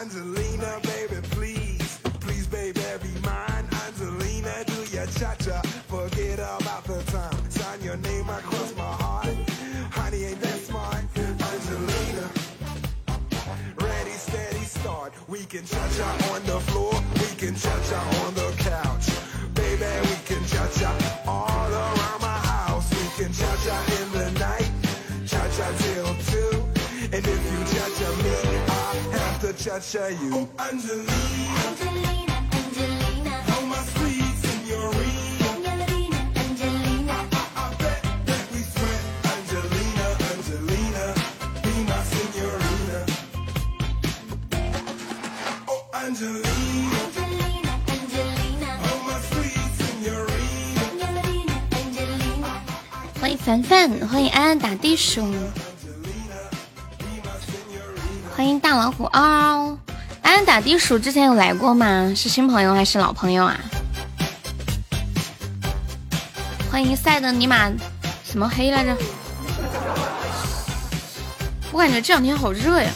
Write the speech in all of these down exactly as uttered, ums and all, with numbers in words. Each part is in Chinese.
We can cha-cha on the floor, we can cha-cha on the couch. Baby, we can cha-cha all around my house. We can cha-cha in the night, cha-cha till two. And if you cha-cha me, I have to cha-cha you. Oh, Angelina, Angelina, Angelina. Oh, my sweet señorita. Angelina, Angelina. I, I, I bet that we sweat. Angelina, Angelina. Be my señorita. Angelina, Angelina, Angelina, oh my sweet señorita. Angelina, Angelina. 欢迎凡凡，欢迎安安打地鼠，欢迎大老虎嗷嗷。安安打地鼠之前有来过吗？是新朋友还是老朋友啊？欢迎赛德尼玛什么黑来着？我感觉这两天好热呀。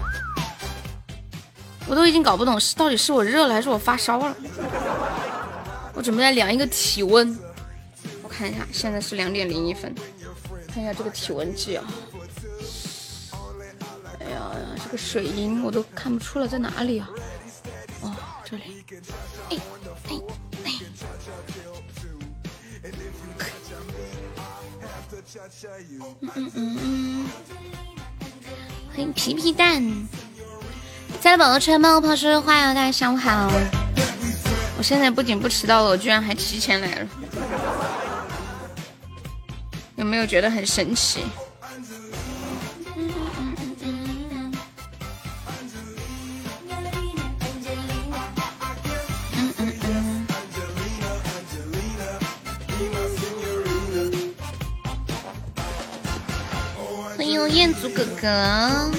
我都已经搞不懂是到底是我热了还是我发烧了。我准备来量一个体温，我看一下，现在是两点零一分，看一下这个体温计啊。哎呀，这个水银我都看不出来在哪里啊。哦，这里。哎哎哎。嗯嗯嗯嗯。欢迎皮皮蛋。在宝的全帮泡说话呀，大家下午好。我现在不仅不迟到了，我居然还提前来了，有没有觉得很神奇？嗯嗯嗯嗯。欢迎彦祖哥哥。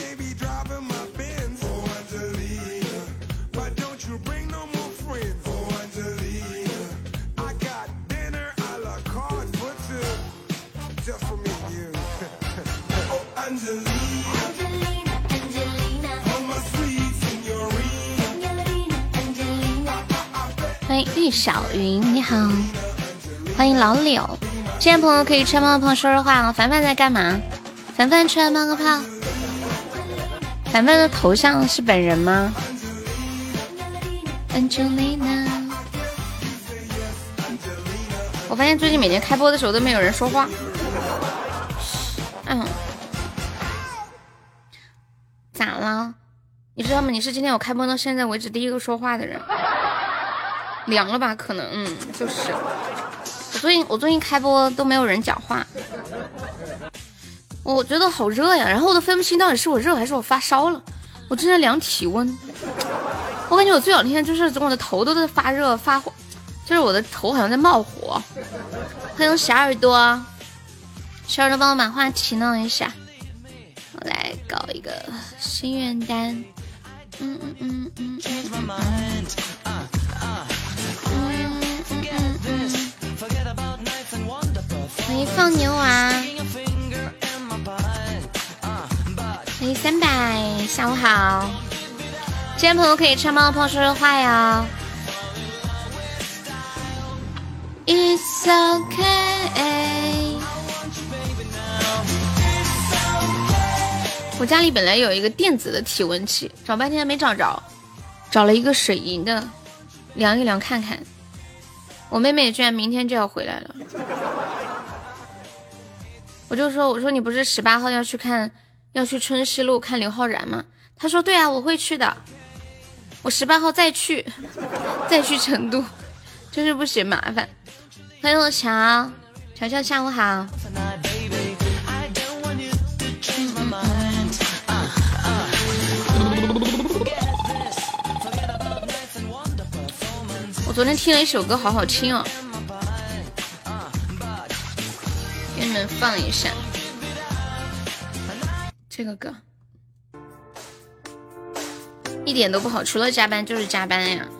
欢迎玉小云，你好，欢迎老柳。现在朋友可以吹猫泡说说话了。凡凡在干嘛？凡凡吹猫个泡。凡凡的头像是本人吗 ？Angelina。我发现最近每天开播的时候都没有人说话。嗯，咋了？你知道吗？你是今天我开播到现在为止第一个说话的人。凉了吧？可能，嗯，就是。我最近我最近开播都没有人讲话，我觉得好热呀，然后我都分不清到底是我热还是我发烧了。我正在量体温，我感觉我这两天就是我的头都在发热发火，就是我的头好像在冒火。欢迎小耳朵，小耳朵帮我把话题弄一下，我来搞一个心愿单。嗯嗯嗯嗯嗯嗯。欢迎放牛娃，欢迎三百，下午好。今天朋友可以穿猫泡说说话呀。It's okay。我家里本来有一个电子的体温器，找半天没找着，找了一个水银的，量一量看看。我妹妹居然明天就要回来了，我就说，我说你不是十八号要去看，要去春熙路看刘昊然吗？她说对啊，我会去的，我十八号再去，再去成都，真是不嫌麻烦。欢迎我乔，乔乔下午好。我昨天听了一首歌，好好听哦，给你们放一下这个歌，一点都不好，除了加班就是加班呀。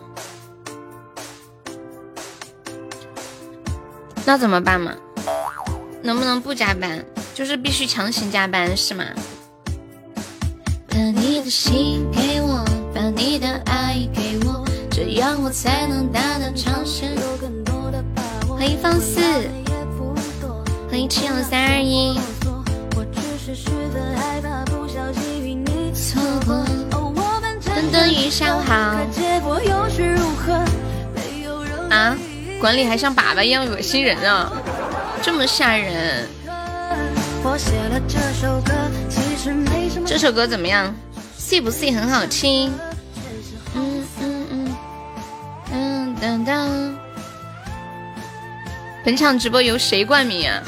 那怎么办嘛？能不能不加班？就是必须强行加班是吗？把你的心给我，把把你的爱给我，这样我才能大胆尝试。欢迎放肆，欢迎七幺三二一。错过，等等雨下午好。啊，管理还像粑粑一样恶心人啊，这么吓人。这首歌怎么样？细不细？很好听。嗯嗯嗯嗯当当。本场直播由谁冠名啊？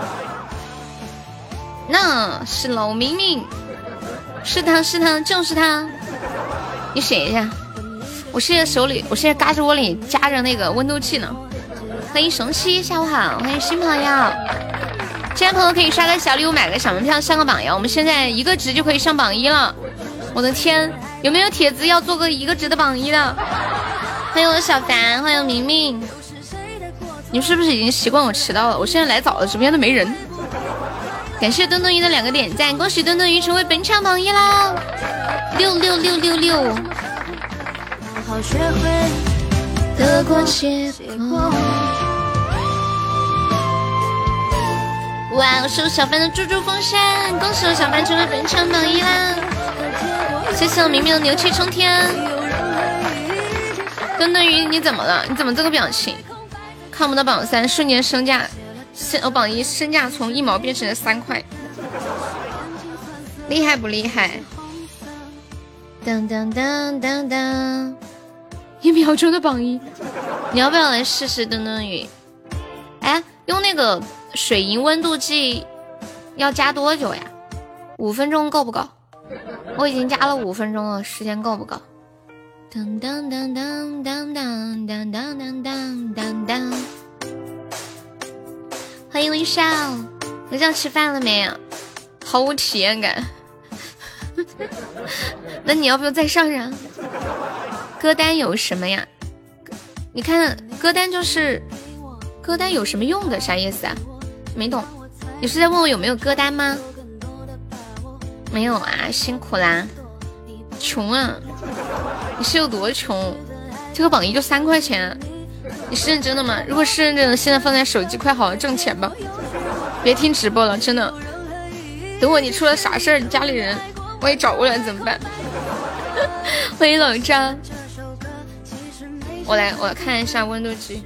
那是老明明，是他是他就是他。你选一下，我现在手里，我现在嘎吱窝里夹着那个温度计呢。欢迎神七，下午好，欢迎新朋友。现在朋友可以刷个小礼物，买个小门票上个榜呀。我们现在一个值就可以上榜一了。我的天，有没有帖子要做个一个值的榜一的？欢迎我小凡，欢迎明明。你们是不是已经习惯我迟到了？我现在来早了，直播间都没人。感谢墩墩鱼的两个点赞，恭喜墩墩鱼成为本场榜一啦！六六六六六。好学会得过且过。哇！我是小凡的猪猪风扇，恭喜我小凡成为本场榜一啦！谢谢我明明的牛气冲天。墩墩鱼，你怎么了？你怎么这个表情？看不到榜三，瞬间身价，我榜一身价从一毛变成了三块，厉害不厉害？当当当当当，一秒钟的榜一，你要不要来试试墩墩鱼？哎，用那个水银温度计要加多久呀？五分钟够不够？我已经加了五分钟了，时间够不够？当当当当当当当当当当当当。欢迎微笑，微笑吃饭了没有？毫无体验感。那你要不要再上上？歌单有什么呀？你看歌单就是歌单有什么用的？啥意思啊？没懂。你是在问我有没有歌单吗？没有啊，辛苦啦。穷啊！你是有多穷？这个榜一就三块钱，你是认真的吗？如果是认真的，现在放在手机，快好好挣钱吧，别听直播了，真的。等会你出了啥事儿，你家里人万一找过来怎么办？欢迎老张，我来我看一下温度计，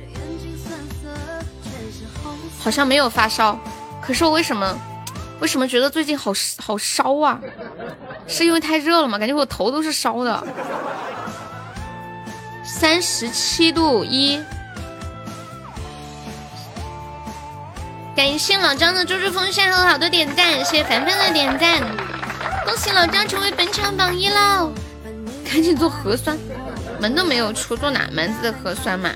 好像没有发烧，可是我为什么为什么觉得最近好好烧啊？是因为太热了吗？感觉我头都是烧的。三十七度一。感谢老张的猪猪风扇和好多点赞，谢谢凡凡的点赞，恭喜老张成为本场榜一喽！赶紧做核酸，门都没有出，做哪门子的核酸嘛？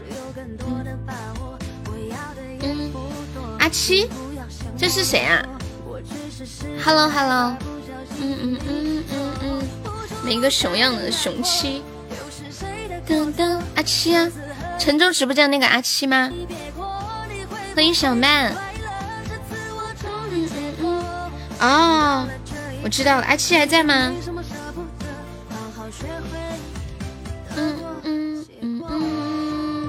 嗯，嗯阿七，这是谁啊 ？Hello Hello， 嗯嗯嗯嗯嗯，每个熊样的熊七，噔噔，阿七啊，陈州直播间那个阿七吗？欢迎小曼。哦，我知道了，阿七还在吗？嗯嗯嗯嗯，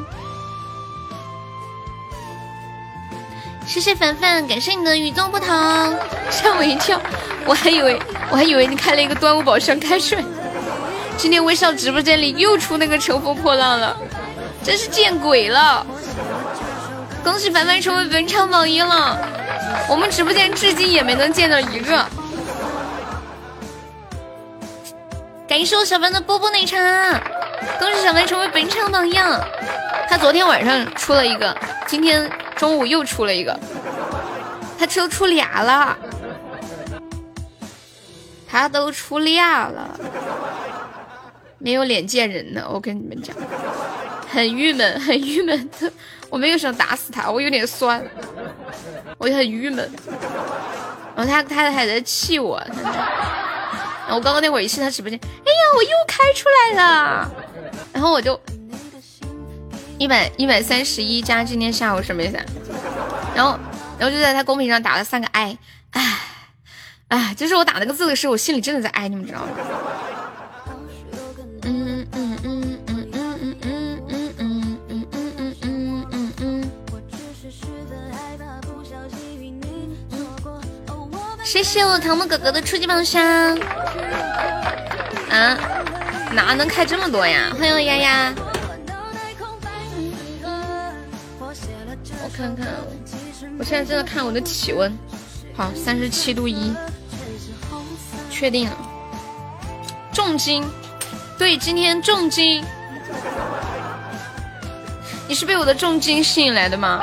谢谢凡凡，感谢你的与众不同，吓我一跳，我还以为我还以为你开了一个端午宝箱开水。今天微笑直播间里又出那个乘风破浪了，真是见鬼了！恭喜凡凡成为本场榜一了。我们直播间至今也没能见到一个。感谢我小凡的波波奶茶，恭喜小凡成为本场榜一。他昨天晚上出了一个，今天中午又出了一个，他都出俩了，他都出俩了，没有脸见人呢。我跟你们讲，很郁闷，很郁闷的。我没有想打死他，我有点酸。我也很郁闷，然后他他还在气我，然后我刚刚那会儿一去他直播间，哎呀，我又开出来了，然后我就一百一百三十一加今天下午什么意思？然后然后就在他公屏上打了三个哀，哎哎，就是我打那个字的时候，我心里真的在哀，你们知道吗？嗯谢谢我唐木哥哥的初级宝箱。啊，哪能开这么多呀？欢迎我丫丫。我看看，我现在正在看我的体温，好，三十七度一，确定了。重金，对，今天重金。你是被我的重金吸引来的吗？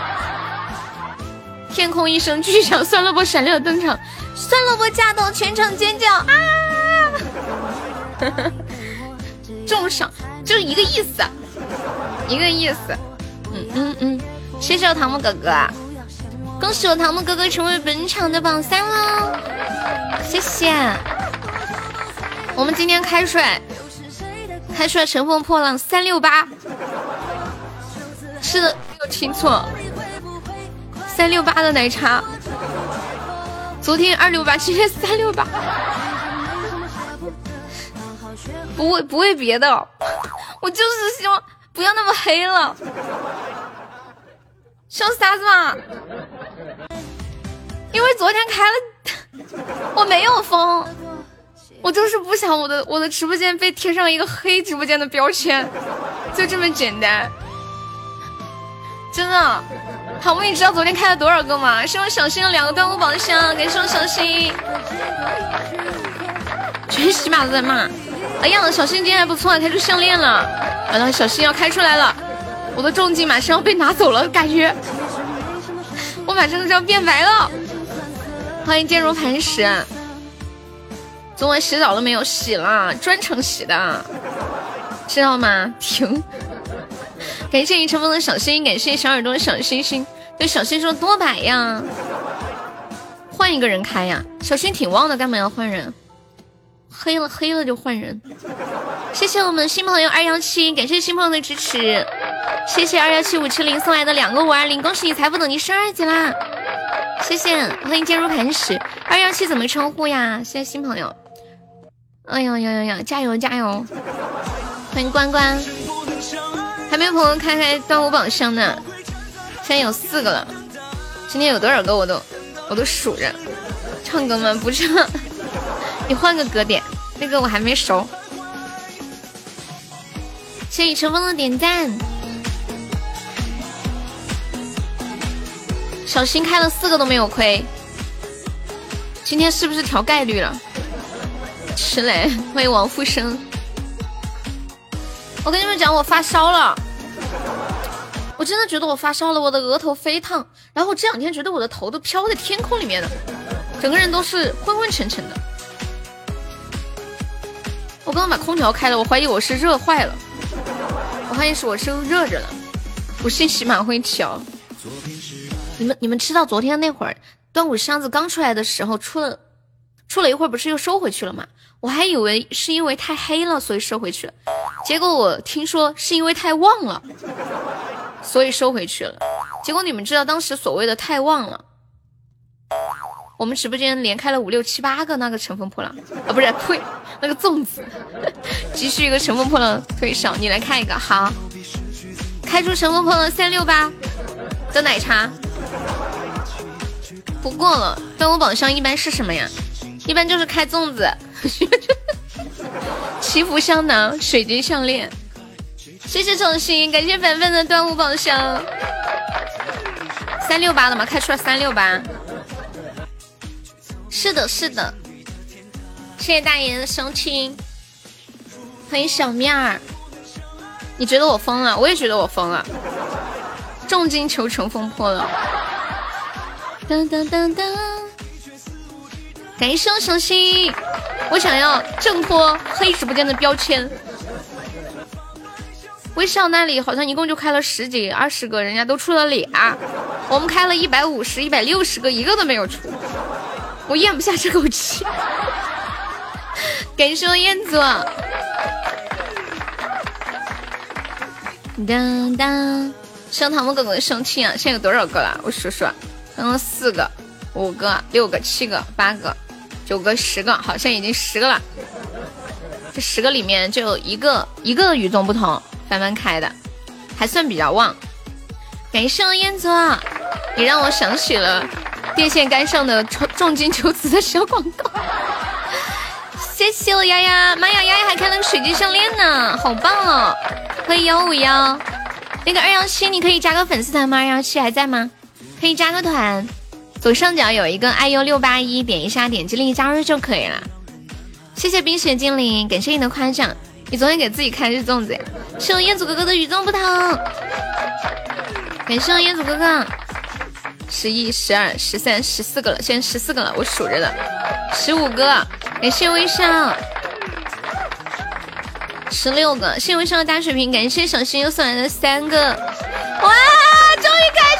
天空一声巨响，酸萝卜闪亮登场，酸萝卜驾到，全场尖叫啊！重赏就一个意思，一个意思。嗯嗯嗯，谢谢我唐木哥哥，恭喜我唐木哥哥成为本场的榜三喽！谢谢。我们今天开出来，开出来乘风破浪三六八。是的，没有听错，三六八的奶茶。昨天二六八，今天三六八。不为不为别的，我就是希望不要那么黑了。笑啥子嘛？因为昨天开了，我没有疯，我就是不想我的我的直播间被贴上一个黑直播间的标签，就这么简单。真的，好妹，你知道昨天开了多少个吗？是我小新的两个端午宝箱，感谢我小新。全喜马都在骂。哎呀，小新今天还不错，开出项链了。完了，小新要开出来了，我的重金马上要被拿走了，感觉我马上就要变白了。欢迎坚如磐石。昨晚洗澡了没有？洗了，专程洗的，知道吗？停。感谢一尘风的小心，感谢小耳朵的小星星。对小新说多百呀，换一个人开呀。小新挺旺的，干嘛要换人？黑了黑了就换人。谢谢我们新朋友二幺七，感谢新朋友的支持。谢谢二幺七五七零送来的两个五二零，恭喜你财富等级升二级啦！谢谢，欢迎坚如磐石。二幺七怎么称呼呀？谢谢新朋友。哎呀呀呀呀，加油加油！欢迎关关。还没有朋友开开端午宝箱呢，现在有四个了。今天有多少个我都我都数着。唱歌吗？不唱，你换个歌点，那个我还没熟。谢谢陈峰的点赞。小新开了四个都没有亏，今天是不是调概率了？是嘞，欢迎王富生。我跟你们讲，我发烧了，我真的觉得我发烧了，我的额头飞烫，然后这两天觉得我的头都飘在天空里面了，整个人都是昏昏沉沉的。我刚刚把空调开了，我怀疑我是热坏了，我怀疑是我是热着了，不信喜马会调。你们你们知道昨天那会儿端午箱子刚出来的时候，出了出了一会儿不是又收回去了吗？我还以为是因为太黑了所以收回去了，结果我听说是因为太旺了所以收回去了。结果你们知道当时所谓的太旺了，我们直播间连开了五六七八个那个乘风破浪啊，不是呸，那个粽子继续一个乘风破浪推上，你来看一个。好，开出乘风破浪三六八的奶茶。不过了，端午宝箱一般是什么呀？一般就是开粽子祈福香囊、水晶项链。谢谢宠心，感谢粉粉的端午宝箱。三六八的吗？开出了三六八。是的，是的。谢谢大爷的收听，欢迎小面儿。你觉得我疯了？我也觉得我疯了。重金求乘风破浪。噔噔噔噔。感谢我小新，我想要挣脱黑直播间的标签。微笑那里好像一共就开了十几二十个，人家都出了俩，我们开了一百五十一百六十个，一个都没有出，我咽不下这口气。感谢我燕子。当当，上唐木哥哥生气啊！现在有多少个了？我数数，刚刚四个、五个、六个、七个、八个、九个、十个，好像已经十个了。这十个里面就有一个一个与众不同，凡凡开的，还算比较旺。感谢我燕子，你让我想起了电线杆上的重金求子的小广告。谢谢我丫丫，妈呀，丫丫还开了个水晶项链呢，好棒哦！欢迎幺五幺，那个二幺七，你可以加个粉丝团吗？二幺七还在吗？可以加个团，左上角有一个 I U 六八一，点一下，点击立即加入就可以了。谢谢冰雪精灵，感谢你的夸奖。你昨天给自己开是粽子呀？是我彦祖哥哥的与众不同。感谢我彦祖哥哥。十一、十二、十三、十四个了，现在十四个了，我数着的，十五个。感谢微笑，十六个。谢谢微笑的大水瓶，感谢小新又送来的三个。哇，终于开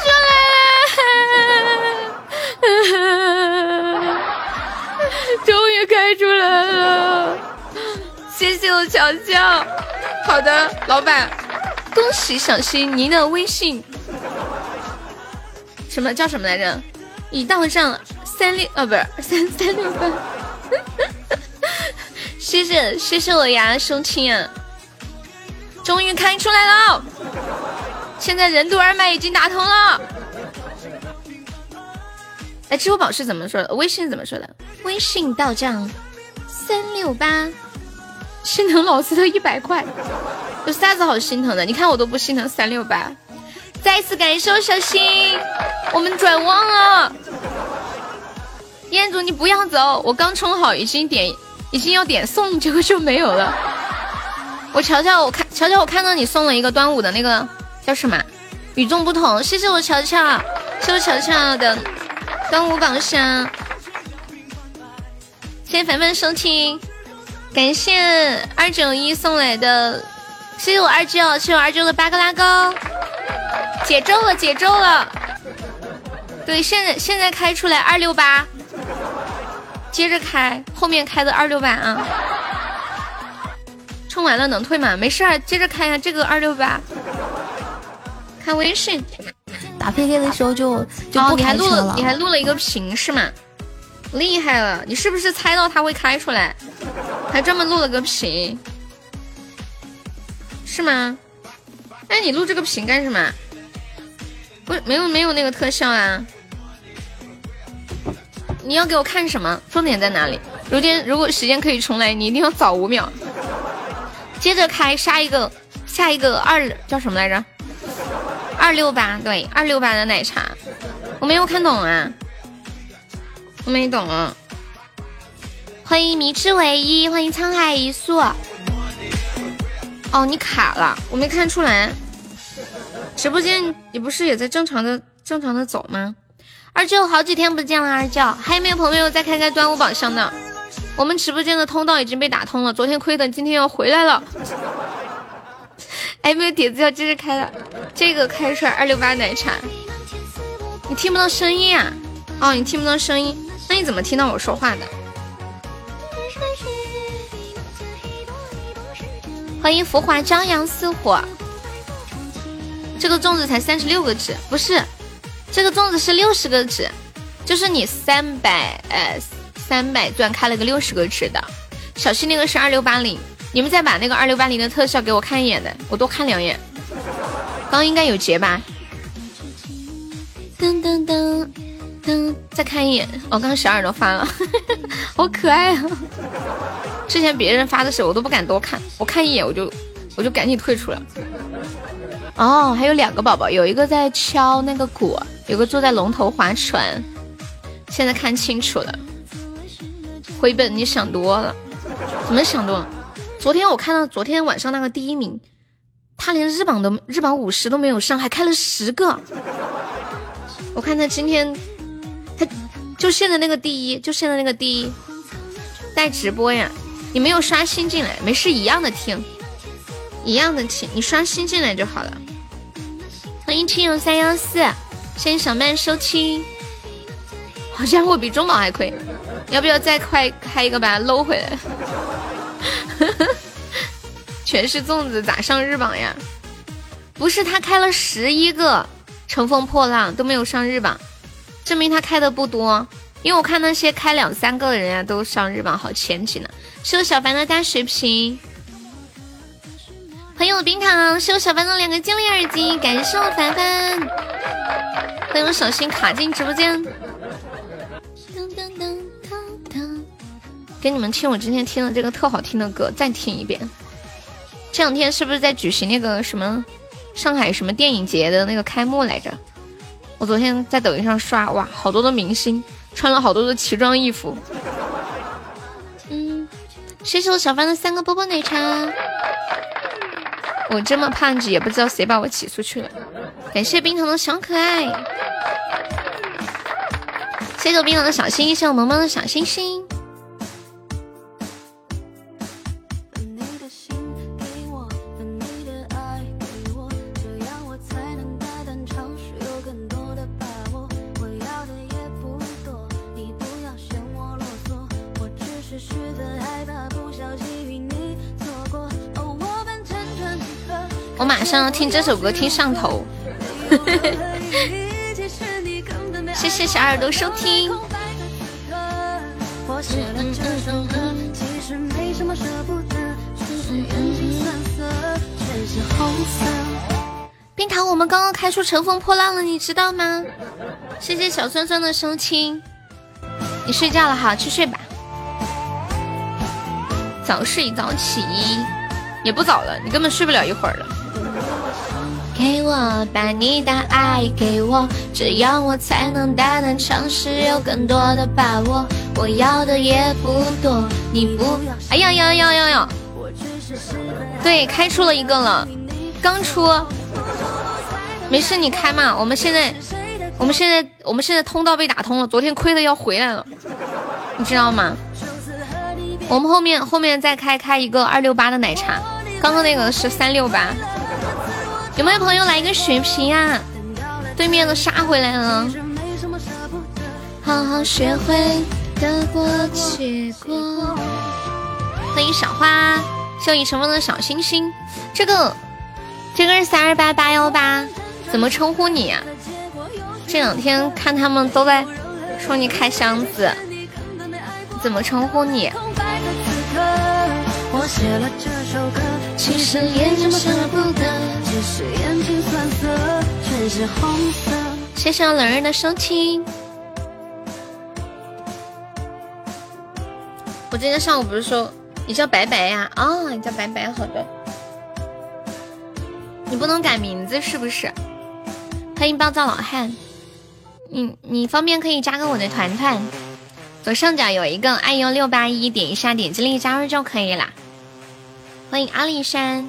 出来了！终于开出来了！谢谢我乔乔。好的，老板，恭喜小新，您的微信。什么叫什么来着？已到账三六啊，不是三三六八。谢谢谢谢我牙收听啊！终于开出来了，现在任督二脉已经打通了。哎，支付宝是怎么说的？微信怎么说的？微信到账三六八，心疼老师的一百块，有啥子好心疼的？你看我都不心疼三六八。再次感谢小新，我们转旺了。彦祖，你不要走，我刚充好，已经点，已经要点送，结果就没有了。我瞧瞧，我看瞧瞧，我看到你送了一个端午的那个叫什么？与众不同。谢谢我乔乔，谢谢我乔乔的端午宝箱。谢谢凡凡收听，感谢二九一送来的，谢谢我二九，谢谢我二九的八个拉钩。解咒了，解咒了！对，现在现在开出来二六八，接着开，后面开的二六八啊！充完了能退吗？没事儿，接着开呀、啊。这个二六八，看微信， 打 P K 的时候就就不哦，你还录了， 了，你还录了一个屏是吗？厉害了，你是不是猜到它会开出来，还专门录了个屏，是吗？哎，你录这个屏干什么？不是没有没有那个特效啊！你要给我看什么？重点在哪里？如天，如果时间可以重来，你一定要早五秒。接着开下一个，下一个二叫什么来着？二六八，对，二六八的奶茶，我没有看懂啊，我没懂啊。欢迎迷之唯一，欢迎沧海一粟。哦，你卡了，我没看出来。直播间你不是也在正常的正常的走吗？二舅好几天不见了，二舅还有没有朋友再开开端午宝箱的？我们直播间的通道已经被打通了，昨天亏的今天要回来了。哎，没有帖子要接着开了，这个开出来二六八奶茶，你听不到声音啊？哦，你听不到声音，那你怎么听到我说话的？欢迎浮华朝阳似火。这个粽子才三十六个纸，不是，这个粽子是六十个纸，就是你三百呃三百钻开了个六十个纸的。小溪那个是二六八零，你们再把那个二六八零的特效给我看一眼的，我多看两眼。刚刚应该有结吧？噔噔噔噔，再看一眼。我、哦、刚刚小耳朵发了，好可爱啊！之前别人发的时候我都不敢多看，我看一眼我就我就赶紧退出了。哦，还有两个宝宝，有一个在敲那个鼓，有个坐在龙头划船。现在看清楚了，回本你想多了，怎么想多了？昨天我看到昨天晚上那个第一名，他连日榜的日榜五十都没有上，还开了十个。我看他今天，他就现在那个第一，就现在那个第一，带直播呀。你没有刷新进来，没事，一样的听，一样的听，你刷新进来就好了。欢迎亲友三幺四，谢谢小曼收听。好像我比中宝还亏，要不要再快开一个把它搂回来？全是粽子，咋上日榜呀？不是，他开了十一个乘风破浪都没有上日榜，证明他开的不多。因为我看那些开两三个的人啊，都上日榜好前几呢。是我小凡的大水瓶。欢迎我冰糖，是我小凡的两个精灵耳机，感谢我凡凡。欢迎我小新卡进直播间。 给你们听我之前听的这个特好听的歌，再听一遍。这两天是不是在举行那个什么上海什么电影节的那个开幕来着？我昨天在抖音上刷，哇，好多的明星穿了好多的奇装异服。嗯，谢谢我小凡的三个波波奶茶。我这么胖子也不知道谁把我挤出去了。感谢冰糖的小可爱，谢谢我冰糖的小星星，谢谢我萌萌的小星星。我马上要听这首歌听上头。谢谢小耳朵收听。冰糖，我们刚刚开出乘风破浪了，你知道吗？谢谢小酸酸的收听。你睡觉了，好，去睡吧。早睡早起，也不早了，你根本睡不了一会儿了。给我把你的爱给我，这样我才能大胆尝试，有更多的把握。我要的也不多，你不哎呀呀呀呀呀！对，开出了一个了，刚出。没事，你开嘛。我们现在，我们现在，我们现在通道被打通了，昨天亏的要回来了，你知道吗？我们后面后面再开开一个二六八的奶茶，刚刚那个是三六八。有没有朋友来一个血瓶啊？对面的杀回来了。好好学会得过且过。欢迎小花，秀一成风的小星星。这个这个是三二八八幺八，怎么称呼你啊？这两天看他们都在说你开箱子，怎么称呼你？我写了这首歌，其实也就舍不得，只是眼睛酸涩，全是红色。谢谢冷人的收听。我今天上午不是说你叫白白呀、啊？哦，你叫白白，好的。你不能改名字是不是？欢迎暴躁老汉。你你方便可以加个我的团团，左上角有一个爱优六八一，点一下，点击立即加入就可以啦。欢迎阿里山，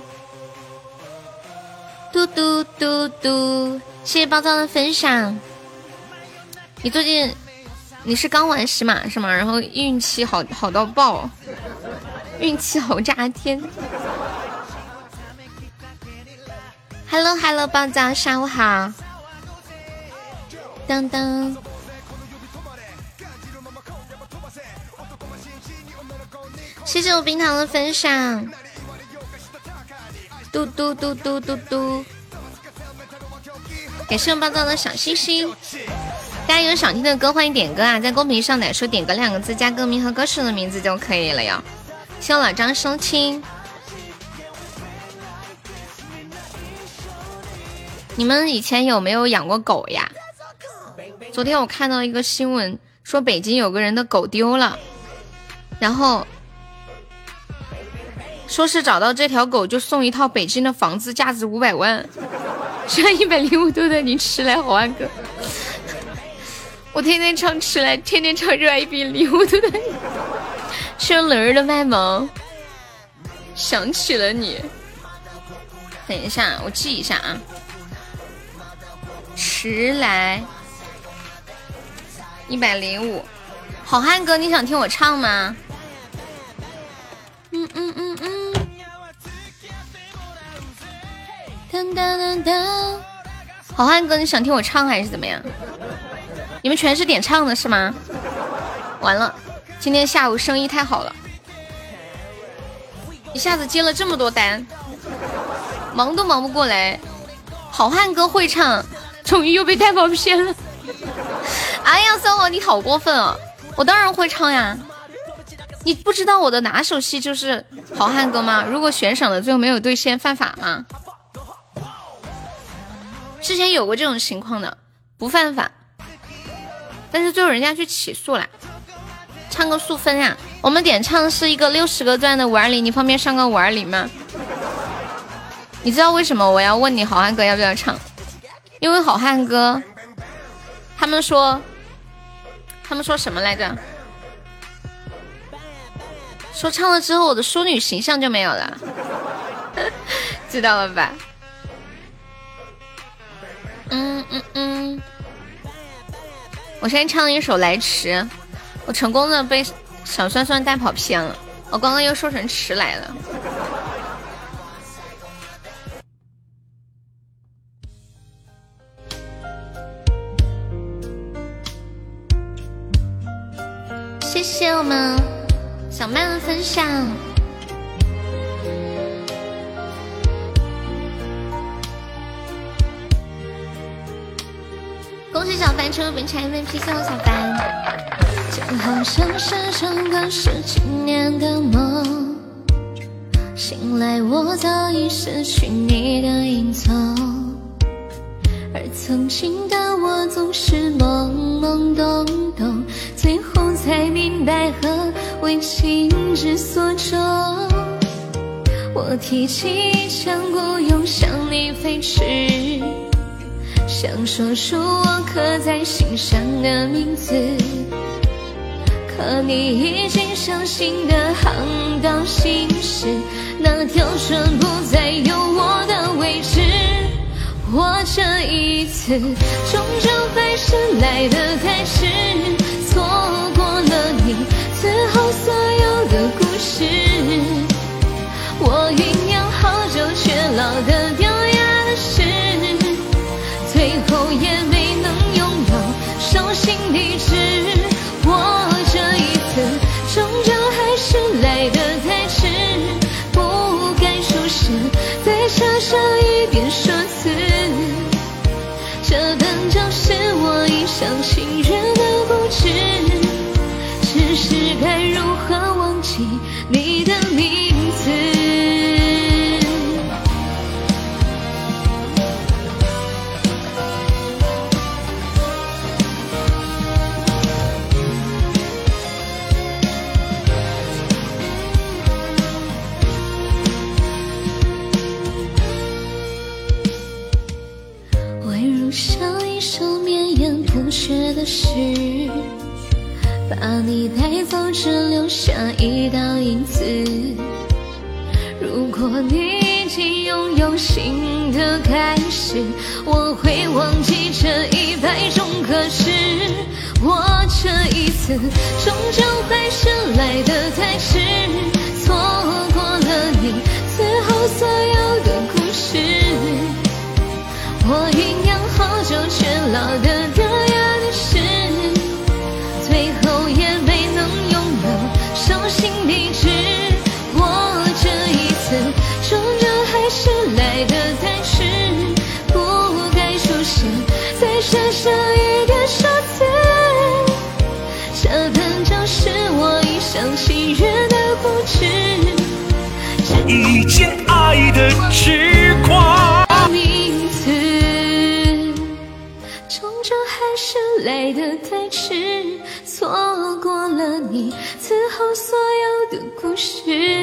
嘟嘟嘟嘟，谢谢暴躁的分享。你最近你是刚玩喜马是吗？然后运气好好到爆，运气好炸天。Hello Hello， 暴躁，下午好。当当。谢谢我冰糖的分享。嘟嘟嘟嘟嘟嘟，感谢我暴躁的小星星。大家有想听的歌欢迎点歌啊，在公屏上打出点歌两个字，加歌名和歌手的名字就可以了哟。谢谢老张收听。你们以前有没有养过狗呀？昨天我看到一个新闻，说北京有个人的狗丢了，然后说是找到这条狗就送一套北京的房子，价值五百万。虽然一百零五度的你迟来好汉哥，我天天唱迟来，天天唱热爱一百零五度的你，是用冷儿的麦芒想起了你。等一下，我记一下啊，迟来一百零五，好汉哥，你想听我唱吗？嗯嗯嗯嗯，噔噔噔噔，好汉哥，你想听我唱还是怎么样？你们全是点唱的是吗？完了，今天下午生意太好了，一下子接了这么多单，忙都忙不过来。好汉哥会唱，终于又被带跑偏了。哎呀，三王你好过分啊！我当然会唱呀。你不知道我的拿手戏就是好汉歌吗？如果悬赏的最后没有兑现，犯法吗？之前有过这种情况的，不犯法，但是最后人家去起诉了，唱个诉分呀、啊。 我们点唱是一个六十个钻的五二零，你方便上个五二零吗？你知道为什么我要问你好汉歌要不要唱？因为好汉歌，他们说，他们说什么来着？说唱了之后我的淑女形象就没有了，知道了吧？嗯嗯嗯，我现在唱了一首《来迟》，我成功的被小酸酸带跑偏了，我刚刚又说成迟来了。谢谢我们小曼的分享。恭喜小凡成为本场 M V P， 谢谢我小凡。就好像是整个十几年的梦，醒来我早已失去你的影踪，而曾经的我总是懵懵懂懂，最后才明白何为情之所钟。我提起强孤勇向你飞驰，想说出我刻在心上的名字，可你已经相信的航道行驶，那条船不再有我的位置。我这一次终究还是来得太迟，错过了你此后所有的故事。我酝酿好久却老得掉牙的事，最后也没能拥有手心地址。我这一次终究还是来得太迟，不该出现再插上一遍说辞，这本就是我一厢情愿的固执，只是该如何忘记你的名字。像一首绵延不绝的诗，把你带走只留下一道影子。如果你已经拥有新的开始，我会忘记这一百种可是。我这一次终究还是来得太迟，错过了你此后所有的故事。我酝酿好久却老得掉牙的事，最后也没能拥有手心地址。我这一次终究还是来得太迟，不该出现再插上一点说辞，这本就是我一厢情愿的固执， 我已经爱的痴狂。 还是来得太迟，错过了你此后所有的故事。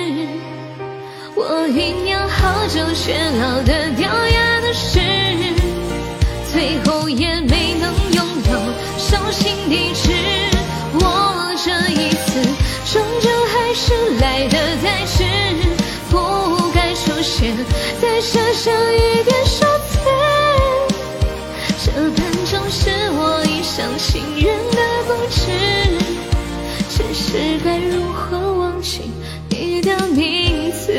我酝酿好久却老得掉牙的事，最后也没能拥有手心地址。我这一次终究还是来得太迟，不该出现再插上一点说辞，这本就是我一厢情愿的固执，只是该如何忘记你的名字。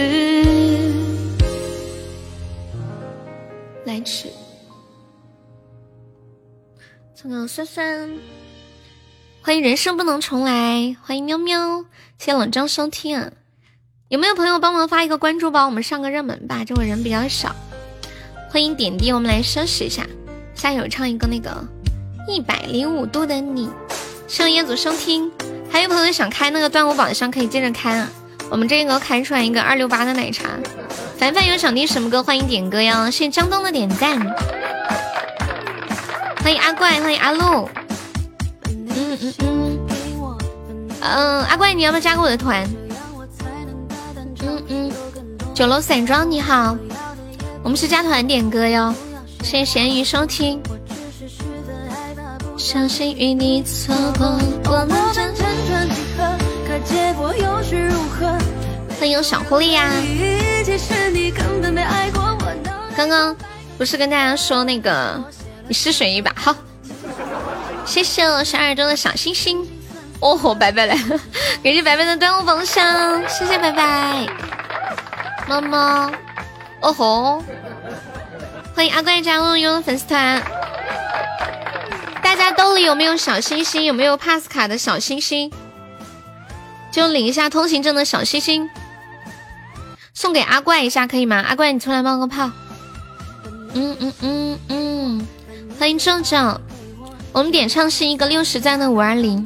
来迟，这个酸酸，欢迎人生不能重来，欢迎喵喵，谢谢冷章收听啊。有没有朋友帮忙发一个关注吧，我们上个热门吧，这会人比较少。欢迎点滴，我们来收拾一下。下一首唱一个那个一百零五度的你，上业组收听。还有朋友想开那个端午宝箱可以接着开啊，我们这个开出来一个二六八的奶茶。凡凡有想听什么歌欢迎点歌哟，谢谢张东的点赞。欢迎阿怪，欢迎阿露。嗯嗯嗯， 嗯，阿怪，你要不要加个我的团？嗯嗯，九楼散装你好，我们是加团点歌哟，谢谢咸鱼收听。相信与你错过，我们辗转几何，可结果又是如何？欢迎小狐狸呀！刚刚不是跟大家说那个你试水一把，好，谢谢我小耳朵的小星星。哦吼，白白来了，感谢白白的端午榜上，谢谢白白，猫猫。哦吼，欢迎阿怪加入优的粉丝团。大家兜里有没有小星星？有没有 pass 卡的小星星？就领一下通行证的小星星，送给阿怪一下可以吗？阿怪你出来冒个泡。嗯嗯嗯嗯，欢迎正正，我们点唱是一个六十赞的五二零。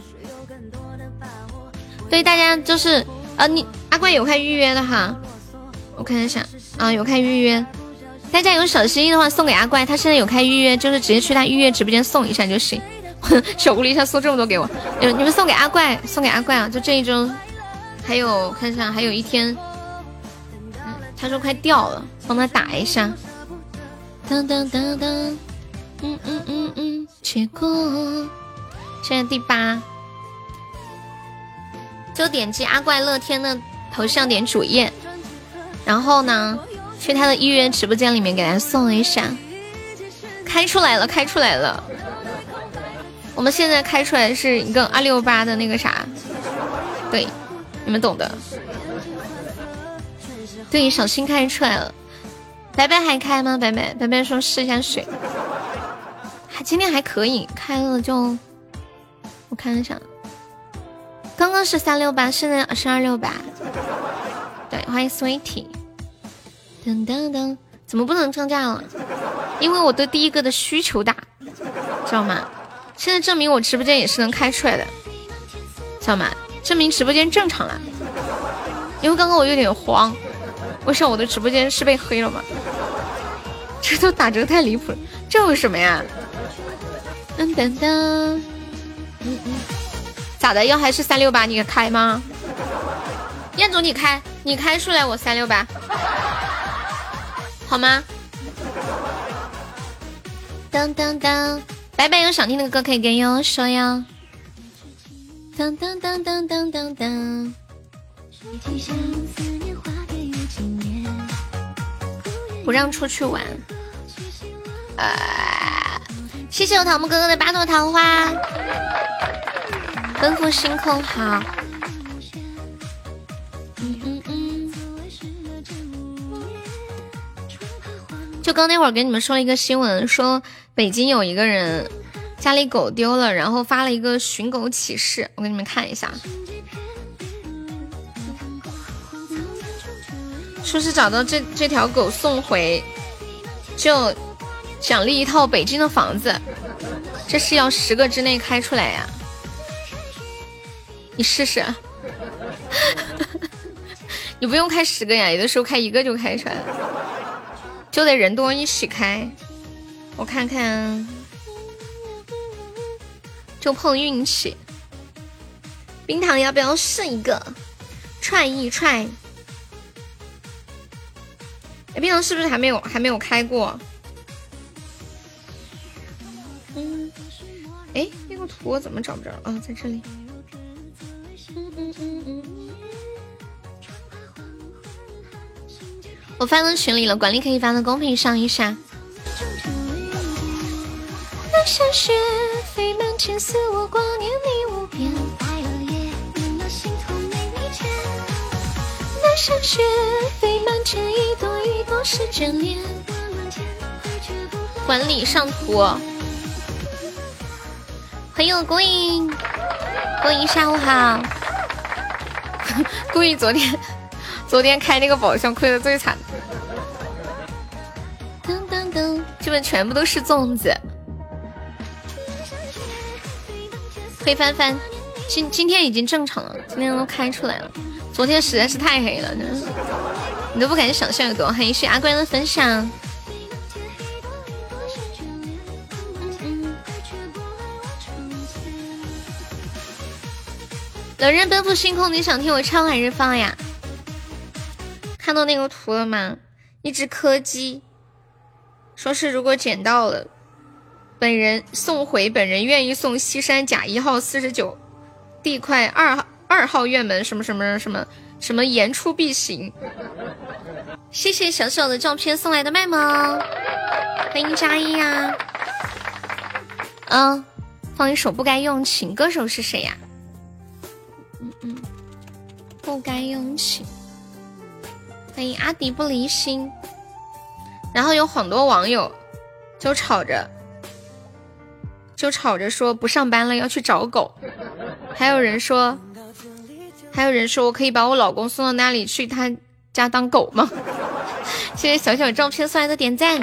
对，大家就是呃，你阿怪有开预约的哈，我看一下啊，有开预约。大家有小心心的话送给阿怪，他现在有开预约，就是直接去他预约直播间送一下就行。小狐狸一下送这么多给我，你你们送给阿怪，送给阿怪啊！就这一周，还有看一下还有一天，嗯，他说快掉了，帮他打一下。当当当当，嗯嗯嗯嗯，结果现在第八，就点击阿怪乐天的头像，点主页，然后呢？去他的预约直播间里面给他送一下，开出来了，开出来了。我们现在开出来是一个二六八的那个啥，对，你们懂的。对，小新开出来了。白白还开吗？白白，白白说试一下水，还今天还可以，开了就我看一下，刚刚是三六八，现在是二六八。对，欢迎 Sweetie。噔噔噔，怎么不能降价了？因为我对第一个的需求大，知道吗？现在证明我直播间也是能开出来的，知道吗？证明直播间正常了。因为刚刚我有点慌，我想我的直播间是被黑了吗？这都打折太离谱了，这有什么呀？噔噔噔，嗯嗯，咋的？要还是三六八？你开吗？彦祖，你开，你开出来，我三六八。好吗？当当当，白白有想听的歌可以跟悠说呀。当当当当当当当。不让出去玩。啊！谢谢我桃木哥哥的八朵桃花。奔赴星空好。嗯嗯嗯。就刚那会儿跟你们说了一个新闻，说北京有一个人家里狗丢了，然后发了一个寻狗启事，我给你们看一下。说是找到这这条狗送回，就奖励一套北京的房子，这是要十个之内开出来呀。你试试。你不用开十个呀，有的时候开一个就开出来了。就得人多一起开，我看看，就碰运气。冰糖要不要试一个？踹一踹。哎，冰糖是不是还没有还没有开过？嗯，哎，那个图我怎么找不着了？哦，在这里。嗯嗯嗯嗯。我发到群里了，管理可以发到公屏上一下。那山雪飞满千丝，我挂念你无边。那山雪飞满千一朵一朵是眷恋。管理上图，欢迎我孤影，孤影下午好。孤影昨天。昨天开那个宝箱亏的最惨，噔噔噔，这边全部都是粽子。黑翻翻，今今天已经正常了，今天都开出来了。昨天实在是太黑了，你都不敢想象有多黑。谢谢阿关的分享。 冷人奔赴星空，你想听我唱还是放呀？看到那个图了吗？一只柯基，说是如果捡到了，本人送回，本人愿意送西山甲一号四十九地块二二号院门什么什么什么什么言出必行。谢谢小小的照片送来的麦萌，欢迎佳音啊。嗯，放一首不该用情，歌手是谁呀？嗯嗯，不该用情。欢迎阿迪不离心。然后有很多网友就吵着就吵着说不上班了要去找狗，还有人说还有人说我可以把我老公送到那里去他家当狗吗？谢谢小小照片送来的点赞。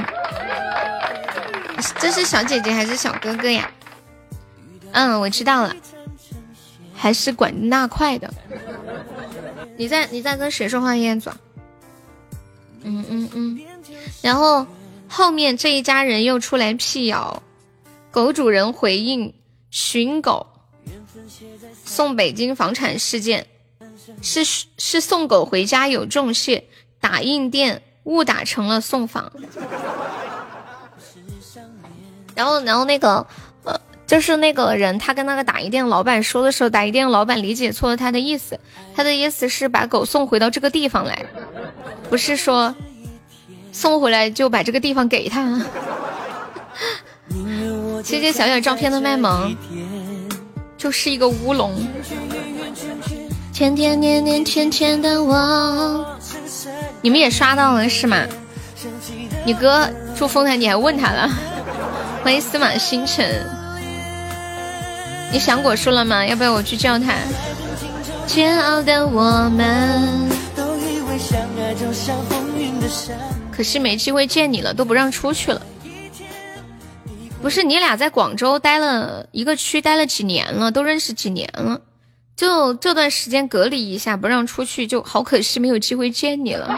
这是小姐姐还是小哥哥呀？嗯，我知道了，还是管那块的。你在你在跟谁说话，燕子？嗯嗯嗯。然后后面这一家人又出来辟谣，狗主人回应寻狗送北京房产事件是是送狗回家有中泄，打印店误打成了送房。然后然后那个呃就是那个人他跟那个打印店老板说的时候，打印店老板理解错了他的意思，他的意思是把狗送回到这个地方来，不是说送回来就把这个地方给他。谢谢小小照片的卖萌，就是一个乌龙。天天年年天天的我，你们也刷到了是吗？你哥祝丰台你还问他了。欢迎司马星辰，你想果树了吗？要不要我去叫他？煎熬的我们都以为相爱就像风云的山，可是没机会见你了，都不让出去了。不是你俩在广州待了一个区待了几年了，都认识几年了，就这段时间隔离一下不让出去，就好可惜没有机会见你了。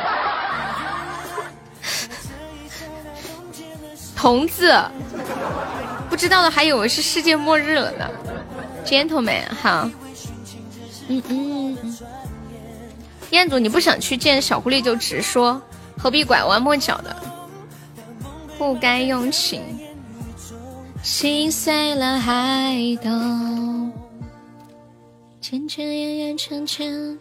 童子不知道的还以为是世界末日了呢。 Gentleman 好。嗯嗯嗯，彦祖你不想去见小狐狸就直说，何必拐弯抹角的，不该用情，心碎了还都圈圈圆圆圈圈。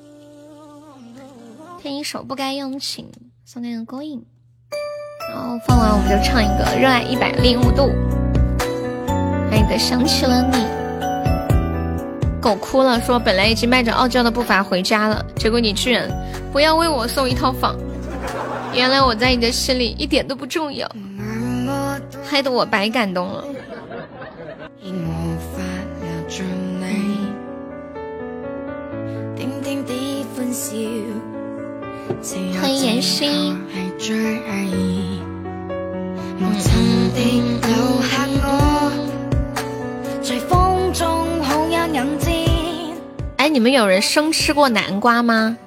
听一首不该用情送那个勾引，然后放完我们就唱一个热爱一百零五度，还有一个想起了你。狗哭了，说本来已经迈着傲娇的步伐回家了，结果你居然不要为我送一套房，原来我在你的心里一点都不重要，害得我白感动了。欢迎妍希。哎，你们有人生吃过南瓜吗？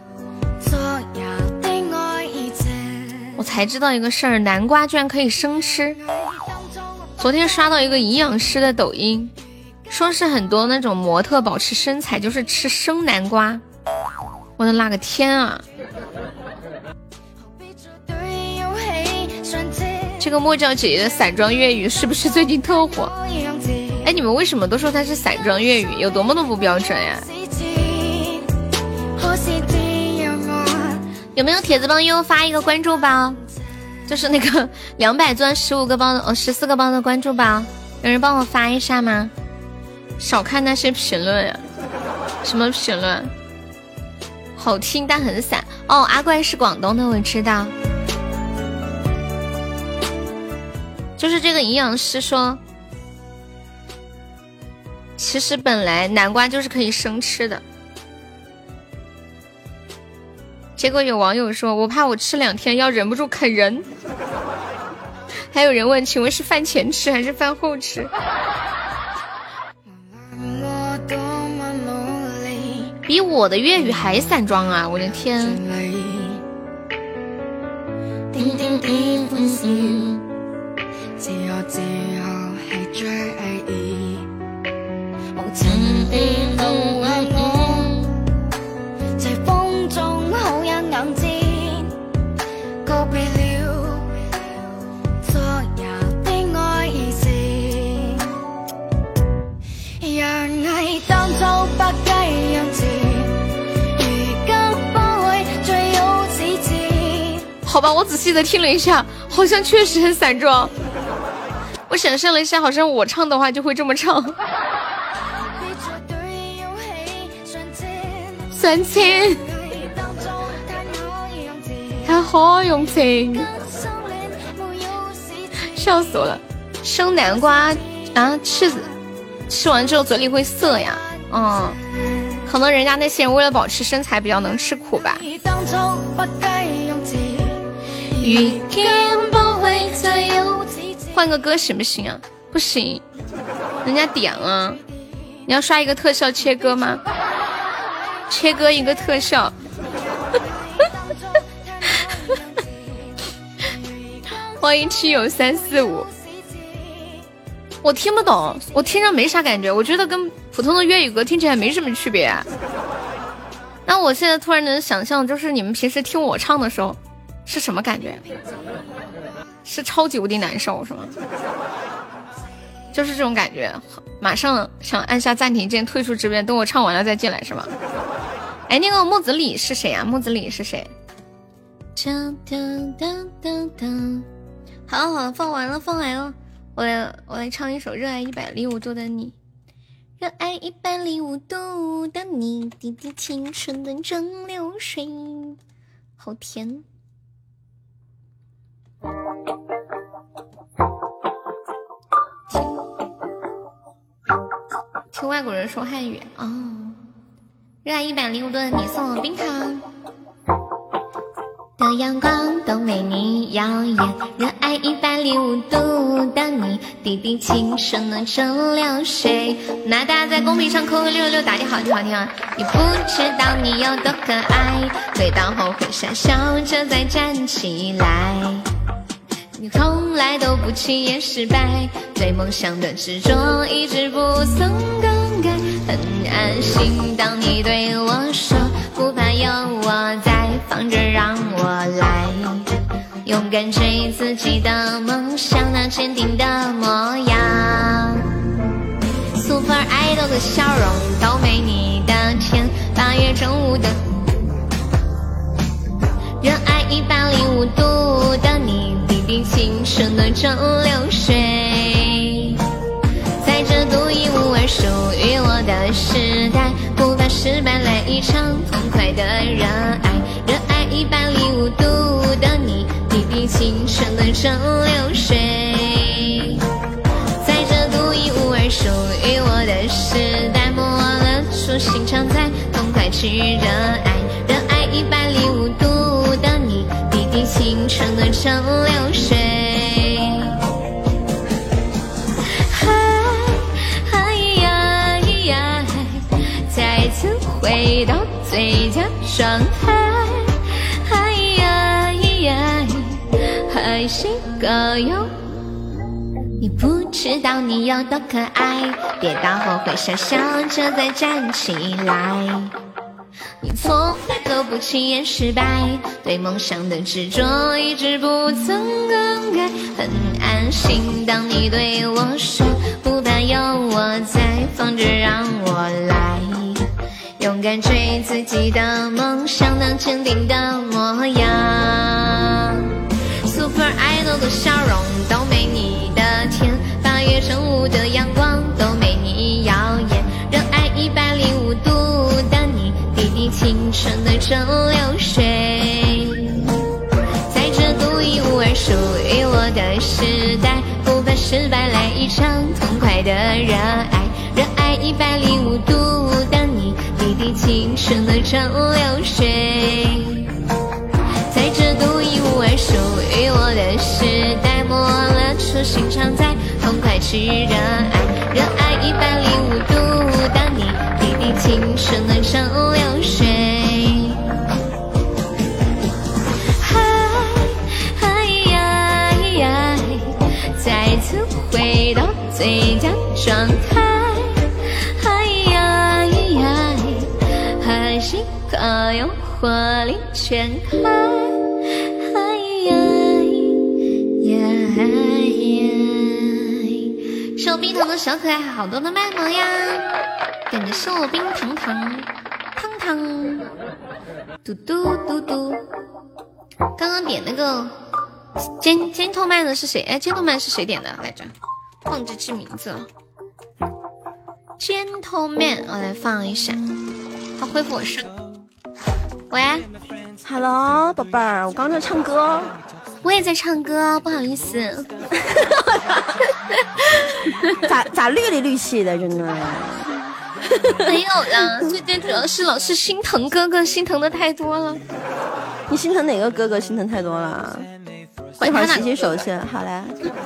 我才知道一个事儿，南瓜居然可以生吃。昨天刷到一个营养师的抖音，说是很多那种模特保持身材就是吃生南瓜。我的那个天啊！这个莫叫姐姐的散装粤语是不是最近特火？哎，你们为什么都说它是散装粤语？有多么的不标准呀？有没有铁子帮悠悠发一个关注包？就是那个两百钻十五个包的哦，十四个包的关注包，有人帮我发一下吗？少看那些评论呀，什么评论？好听但很散哦。阿怪是广东的，我知道。就是这个营养师说，其实本来南瓜就是可以生吃的。结果有网友说，我怕我吃两天要忍不住啃人。还有人问，请问是饭前吃还是饭后吃？比我的粤语还散装啊！我的天！嗯嗯嗯嗯嗯好吧，我仔细的听了一下，好像确实很散装。我想象了一下，好像我唱的话就会这么唱。算钱，他好用情，笑死我了。生南瓜啊，吃吃完之后嘴里会涩呀。嗯，可能人家那些人为了保持身材比较能吃苦吧。换个歌行不行啊？不行，人家点了。你要刷一个特效切割吗？切割一个特效。欢迎七友三四五。我听不懂，我听着没啥感觉，我觉得跟普通的粤语歌听起来没什么区别、啊。那我现在突然能想象，就是你们平时听我唱的时候是什么感觉？是超级无敌难受是吗？就是这种感觉，马上想按下暂停键退出直播间，等我唱完了再进来是吗？哎，那个木子李是谁啊？木子李是谁？好了好了，放完了放完了，我来我来唱一首《热爱一百零五度的你》。热爱一百零五度的你，滴滴青春的蒸馏水，好甜。听外国人说汉语哦。热爱一百零五度的你，送我冰糖。的阳光都没你耀眼，热爱一百零五度的你，滴滴青春的蒸馏水。那大家在公屏上扣个六六六，打你好听好听啊！你不知道你有多可爱，回到后会傻笑着再站起来。你从来都不轻言失败，对梦想的执着一直不曾更改。很安心当你对我说，不怕有我在，放着让我来，勇敢追自己的梦想，那坚定的模样。Super Idol 的笑容都没你的甜，八月正午的热爱一百零五度的你，滴滴青春的蒸馏水，在这独一无二属于我的时代，不怕失败，来一场痛快的热爱。热爱一百零五度的你，滴滴青春的蒸馏水，在这独一无二属于我的时代，摸了初心常在，痛快去热爱。热爱一百零五度的你，滴滴青春的蒸馏水。嗨呀呀，再次回到最佳状态。嗨呀呀，还是个有。你不知道你有多可爱，跌倒后会傻笑着再站起来。你从来都不轻言失败，对梦想的执着一直不曾更改。很安心当你对我说，不怕有我在，放着让我来，勇敢追自己的梦想，那坚定的模样。 Super Idol 的笑容都没你的甜，八月正午的阳光都没你耀眼。热爱一百零五度的你，滴滴青春的蒸馏水，在这独一无二属于我的时代，不怕失败，来一场痛快的热爱。热爱一百零五度的你，滴滴青春的蒸馏水，在这独一无二属于我的时代，摸了初心常在，痛快去热爱。热爱一百零五度的你，滴滴青春的蒸馏水。嗨嗨呀呀，再次回到最佳状态。嗨呀呀，还是可有活力全开。嗨呀呀呀，是我冰糖的小可爱，好多的麦萌呀！感觉是我冰糖糖糖糖，嘟嘟嘟嘟。 刚刚点那个尖尖头麦的是谁？哎，尖头麦是谁点的来着？忘记记名字了。尖头麦，我来放一下。他恢复我声。喂 ，Hello， 宝贝儿，我刚在唱歌。 我也在唱歌，不好意思。 咋咋绿里绿气的，真的。 没有啦，最近主要是老是心疼哥哥，心疼的太多了。 你心疼哪个哥哥？心疼太多了。一会儿洗洗手去，好嘞。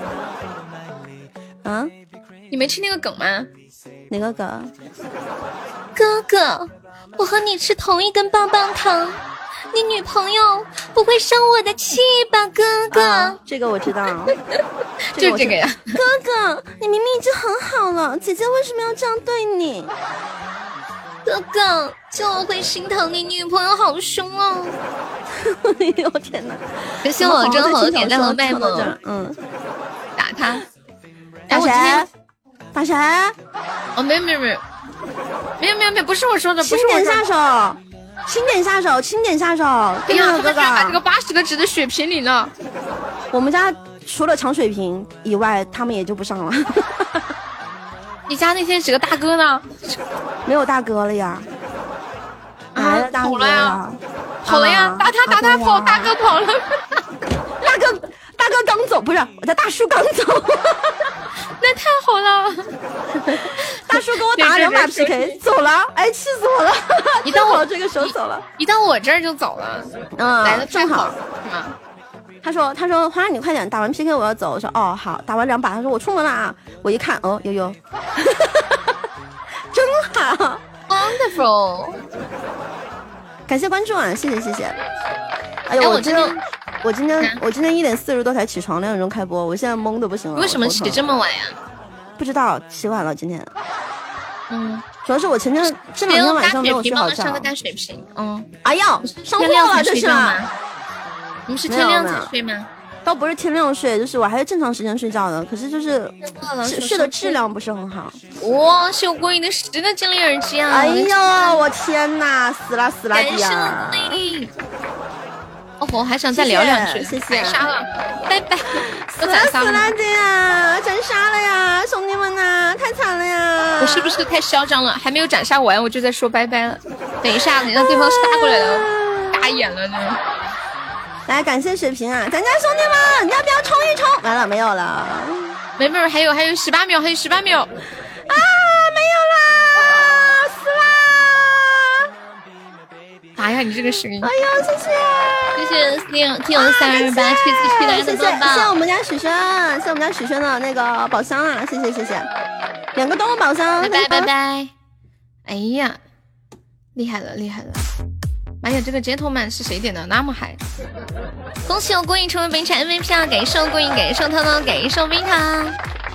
啊？ 你没吃那个梗吗？ 哪个梗？ 哥哥，我和你吃同一根棒棒糖。你女朋友不会生我的气吧，哥哥？ 啊、这个我知道， 这就这个呀。 哥哥，你明明已经很好了，姐姐为什么要这样对你？ 哥哥，就我会心疼你女朋友好凶哦。 哎呦天哪！ 可惜我真好点赞和麦萌， 嗯， 打他。 打谁？打谁？ 哦，没有没有没有，没有没有没有，不是我说的，不是我说的。下手。轻点下手，轻点下手！ 哎呀，哥哥，把这个八十个值的血瓶领了。 我们家除了抢水瓶以外，他们也就不上了。 你家那些几个大哥呢？ 没有大哥了呀。 啊， 大好了呀，好了呀，打他打他跑，大哥跑了。 大哥大哥刚走，不是我家大叔刚走。 那太好了。 大叔给我打了两把 P K 走了，哎，气死我了！ 一到我这个时候走了， 一到我这儿就走了， 嗯， 来的正好。 嗯， 他说他说花儿你快点，打完 P K 我要走。我说哦好，打完两把，他说我出门了啊。我一看哦悠悠，真好 ，wonderful， 感谢关注啊，谢谢谢谢。哎呦，我今天我今天我今天一点四十多才起床，两点钟开播，我现在懵的不行了。 为什么起这么晚呀？ 不知道，起晚了今天。 嗯， 主要是我前天这两天晚上没有睡好觉。 上个大水瓶，嗯， 哎呀，上货了这是。 你们是天亮才睡吗？ 倒不是天亮睡，就是我还是正常时间睡觉的，可是就是睡的质量不是很好。 哇，是有过瘾的十个精灵耳机啊！ 哎呦，我天哪，死了死了弟啊！ 哦，我还想再聊两句， 谢谢， 杀了，拜拜。 死了死了弟啊，斩杀了呀，兄弟们呐，太惨了呀！ 我是不是太嚣张了？还没有斩杀完，我就在说拜拜了。等一下，你让对方杀过来了，打眼了呢。 来，感谢水瓶啊！咱家兄弟们，要不要冲一冲？完了，没有了， 没没有，还有还有十八秒，还有十八秒啊！ 没有啦，死啦！ 哎呀，你这个声音！ 哎呀，谢谢， 谢谢听听我的三二八七七七的谢谢谢谢我们家许轩，谢谢我们家许轩的那个宝箱啊，谢谢谢谢，两个动物宝箱， 拜拜拜拜！哎呀，厉害了厉害了！哎呀，这个街头man是谁点的？那么嗨！恭喜我郭颖成为本场 M V P 啊！给送郭颖，给送涛涛，给送冰糖。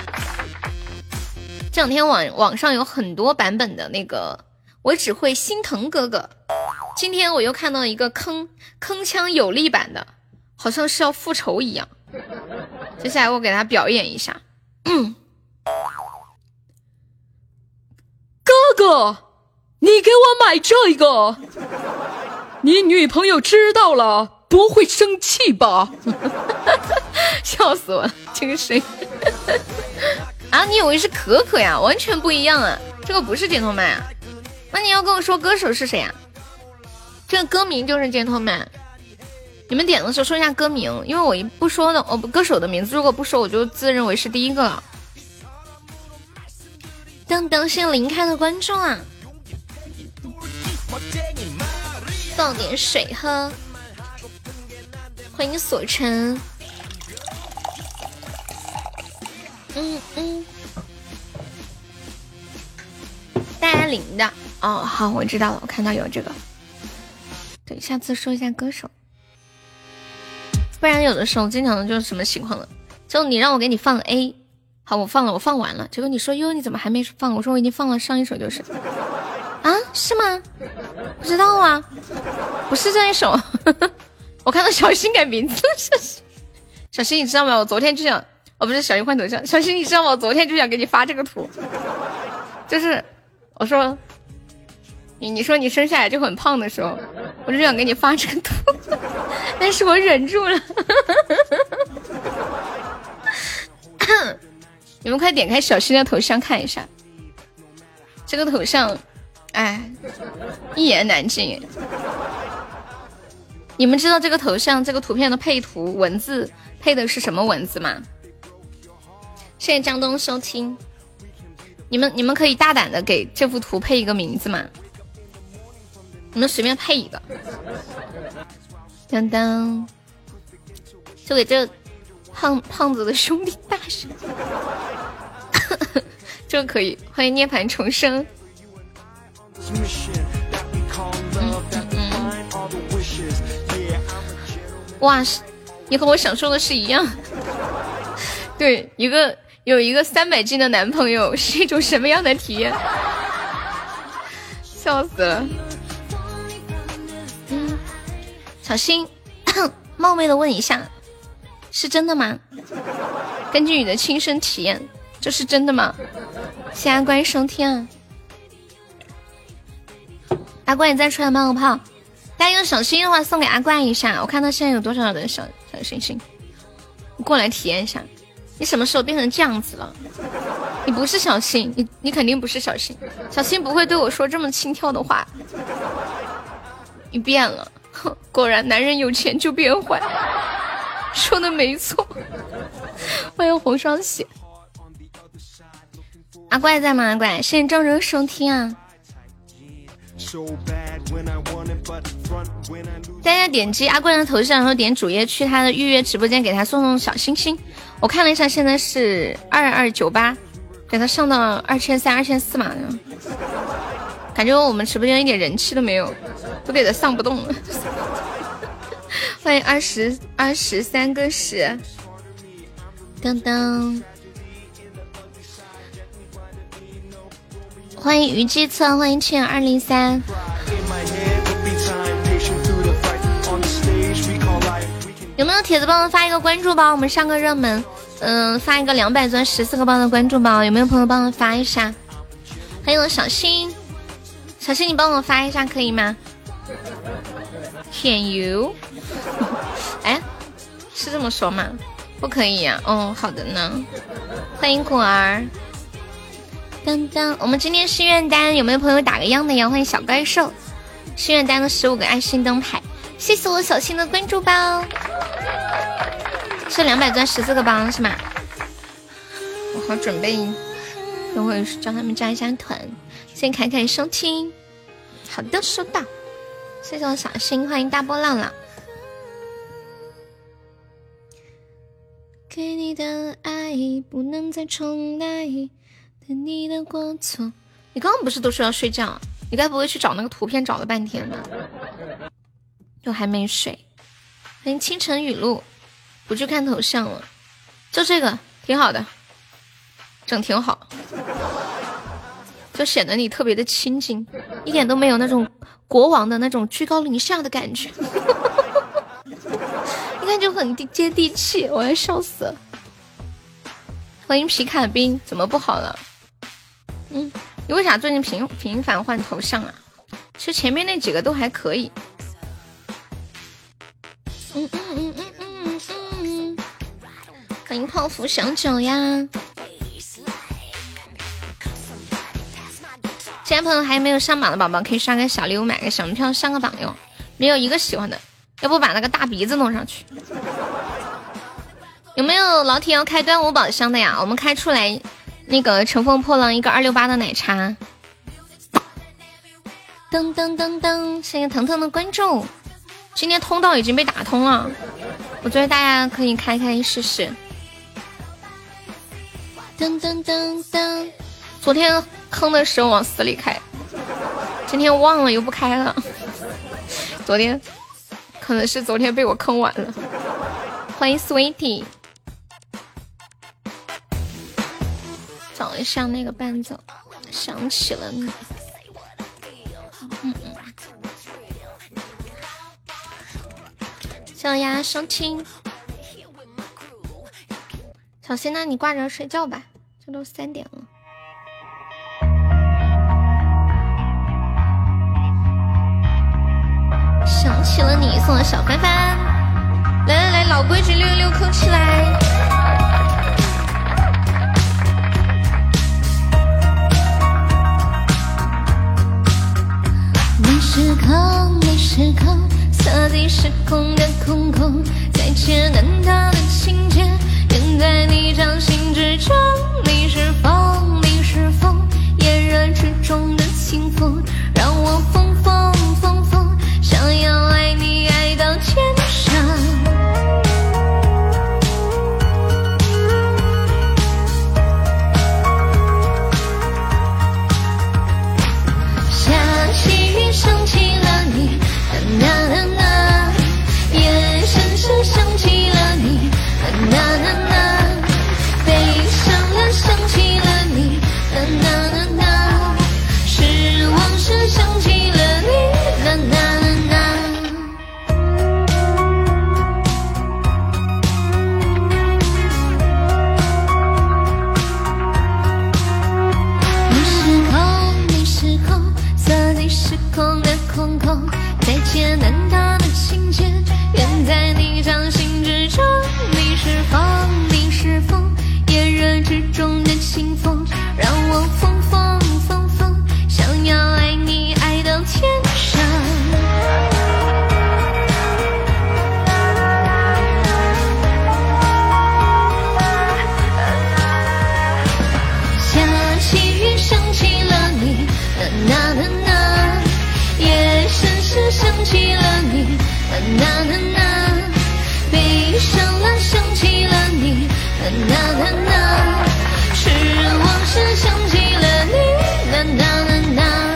这两天网网上有很多版本的那个，我只会心疼哥哥。今天我又看到一个铿铿锵有力版的，好像是要复仇一样。接下来我给他表演一下。嗯，哥哥，你给我买这个。你女朋友知道了不会生气吧？笑死我了，这个声音啊！你以为是可可呀？完全不一样啊！这个不是街头麦啊。那你要跟我说歌手是谁啊？这个歌名就是街头麦。你们点的时候说一下歌名，因为我一不说的，我歌手的名字如果不说，我就自认为是第一个了。噔噔，谢谢零开的关注啊！倒点水喝，欢迎锁城。嗯嗯，大家领的哦，好，我知道了，我看到有这个。对，下次说一下歌手，不然有的时候经常就是什么情况了，就你让我给你放 A， 好，我放了，我放完了，结果你说哟你怎么还没放？我说我已经放了上一首就是。啊，是吗？不知道啊，不是这一首。我看到小新改名字是小新，你知道吗？我昨天就想，哦，不是小新换头像，小新你知道吗？我昨天就想给你发这个图，就是我说你你说你生下来就很胖的时候， 我就想给你发这个图，但是我忍住了。你们快点开小新的头像看一下，这个头像，哎，一言难尽。你们知道这个头像、这个图片的配图文字配的是什么文字吗？谢谢江东收听。你们你们可以大胆的给这幅图配一个名字吗？你们随便配一个。当当，就给这胖胖子的兄弟大声。这个可以，欢迎涅槃重生。嗯嗯嗯、哇，你和我想说的是一样。对，一个有一个三百斤的男朋友是一种什么样的体验？笑死了。嗯，小新冒昧的问一下，是真的吗？根据你的亲身体验，这是真的吗？谢谢阿关收听啊！阿关，你再出来冒个泡，大家有小心的话送给阿关一下。我看到现在有多少的小小星星，你过来体验一下。你什么时候变成这样子了？你不是小新，你你肯定不是小新，小新不会对我说这么轻佻的话。你变了，哼，果然男人有钱就变坏，说的没错。欢迎红双喜。阿怪在吗？阿怪，谢谢众人收听啊！大家点击阿怪的头像，然后点主页去他的预约直播间，给他送送小星星。我看了一下，现在是二二九八，给他上到二千三、二千四嘛。感觉我们直播间一点人气都没有，都给他上不动了。欢迎二十二十三个十，当当。欢迎虞姬策，欢迎欠二零三。有没有铁子帮我发一个关注包？我们上个热门，嗯、呃，发一个两百钻十四个包的关注包，有没有朋友帮我发一下？还有小新，小新你帮我发一下可以吗 ？Can you？ 哎，是这么说吗？不可以呀、啊。哦，好的呢。欢迎果儿。当当，我们今天心愿单有没有朋友打个样的呀？欢迎小怪兽，心愿单的十五个爱心灯牌，谢谢我小新的关注包，是两百钻十四个包是吗？我好准备，等会叫他们加一下团。先凯凯收听，好的，收到，谢谢我小新，欢迎大波浪浪。给你的爱不能再重来。你的过错，你刚刚不是都说要睡觉？你该不会去找那个图片找了半天吧？又还没睡。欢迎清晨雨露，不去看头像了，就这个挺好的，整挺好，就显得你特别的清静，一点都没有那种国王的那种居高临下的感觉，一看就很接地气，我要笑死了。欢迎皮卡兵，怎么不好了？嗯，你为啥最近频频繁换头像啊？其实前面那几个都还可以。嗯嗯嗯嗯嗯嗯，欢迎泡芙小酒呀！其他朋友还没有上榜的宝宝，可以刷个小礼物，买个小门票上个榜哟。没有一个喜欢的，要不把那个大鼻子弄上去。有没有老铁要开端午宝箱的呀？我们开出来那个乘风破浪一个二六八的奶茶。噔噔噔噔，谢谢腾腾的关注。今天通道已经被打通了，我觉得大家可以开开试试。噔噔噔噔，昨天坑的时候往死里开，今天忘了又不开了。昨天可能是昨天被我坑完了。欢迎 Sweetie。找一下那个伴奏，想起了你。嗯嗯。小丫收听。小新，那你挂着睡觉吧，这都三点了。想起了你，送了小帆帆。来来来，老规矩，六六六扣起来。你是空，你是空，色即是空的空空，再见难答的情节，远在你掌心之中。你是风，你是风，炎热之中的清风，让我疯疯疯疯，想要爱你爱到天上。下起雨想起了你，啦啦啦，夜深深想起了你，啦啦啦，悲伤了想起了你，啦啦啦啦，失望时想起了你，啦啦啦啦。你是空，你是空，色即是空的空空，再见难答的情节，远在你掌心之中。你是风，你是风，炎热之中的清风，让我疯疯疯疯，想要爱你爱到天上。下起雨想起了你，啦啦啦啦，夜深时想起了你，啦啦啦啦，悲伤了想起了你，啦啦啦啦，失望时想起了你，啦啦啦啦。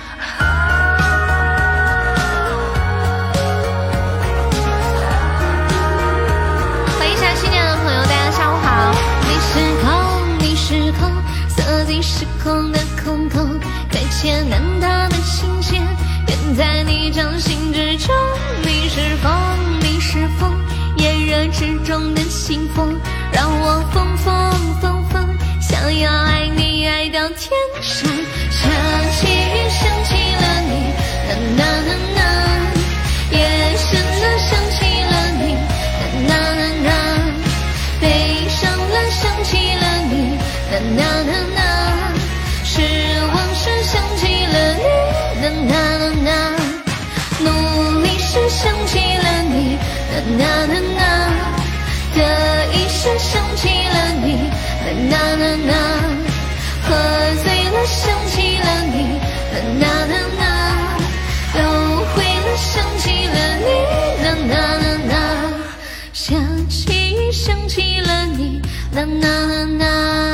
欢迎一下新年的朋友，大家下午好。你是空，你是空，色即是空的空空，再见难答的情节，远在你掌心之中。你是风，你是风，炎热之中的清风，让我疯疯疯疯，想要爱你爱到天上。下起雨想起了你，啦啦啦啦，夜深了想起了你，啦啦啦啦，悲伤了想起了你，啦啦啦啦，失望时想起了你，啦啦啦啦，努力时想起了你，啦啦啦啦，得意时想起了你，啦啦啦啦，喝醉了想起了你，啦啦啦啦，又回了想起了你，啦啦啦啦，下起雨想起了你，啦啦啦啦，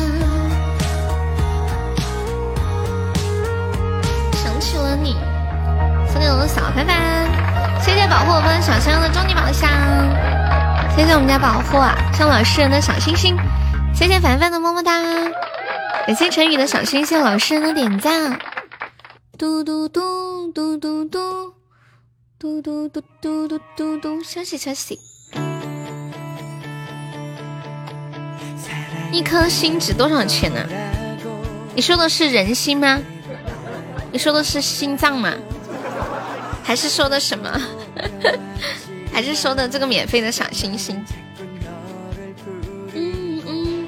想起了你。送给我的小凡凡，谢谢保护我们小香的终极宝箱，谢谢我们家保护啊，向老实人的小星星，谢谢凡凡的么么哒，感谢陈宇的小星星，老实人的点赞，嘟嘟嘟嘟嘟嘟嘟嘟嘟嘟嘟嘟嘟，休息休息。一颗心值多少钱呢？你说的是人心吗？你说的是心脏吗？还是说的什么？还是说的这个免费的小星星？嗯嗯。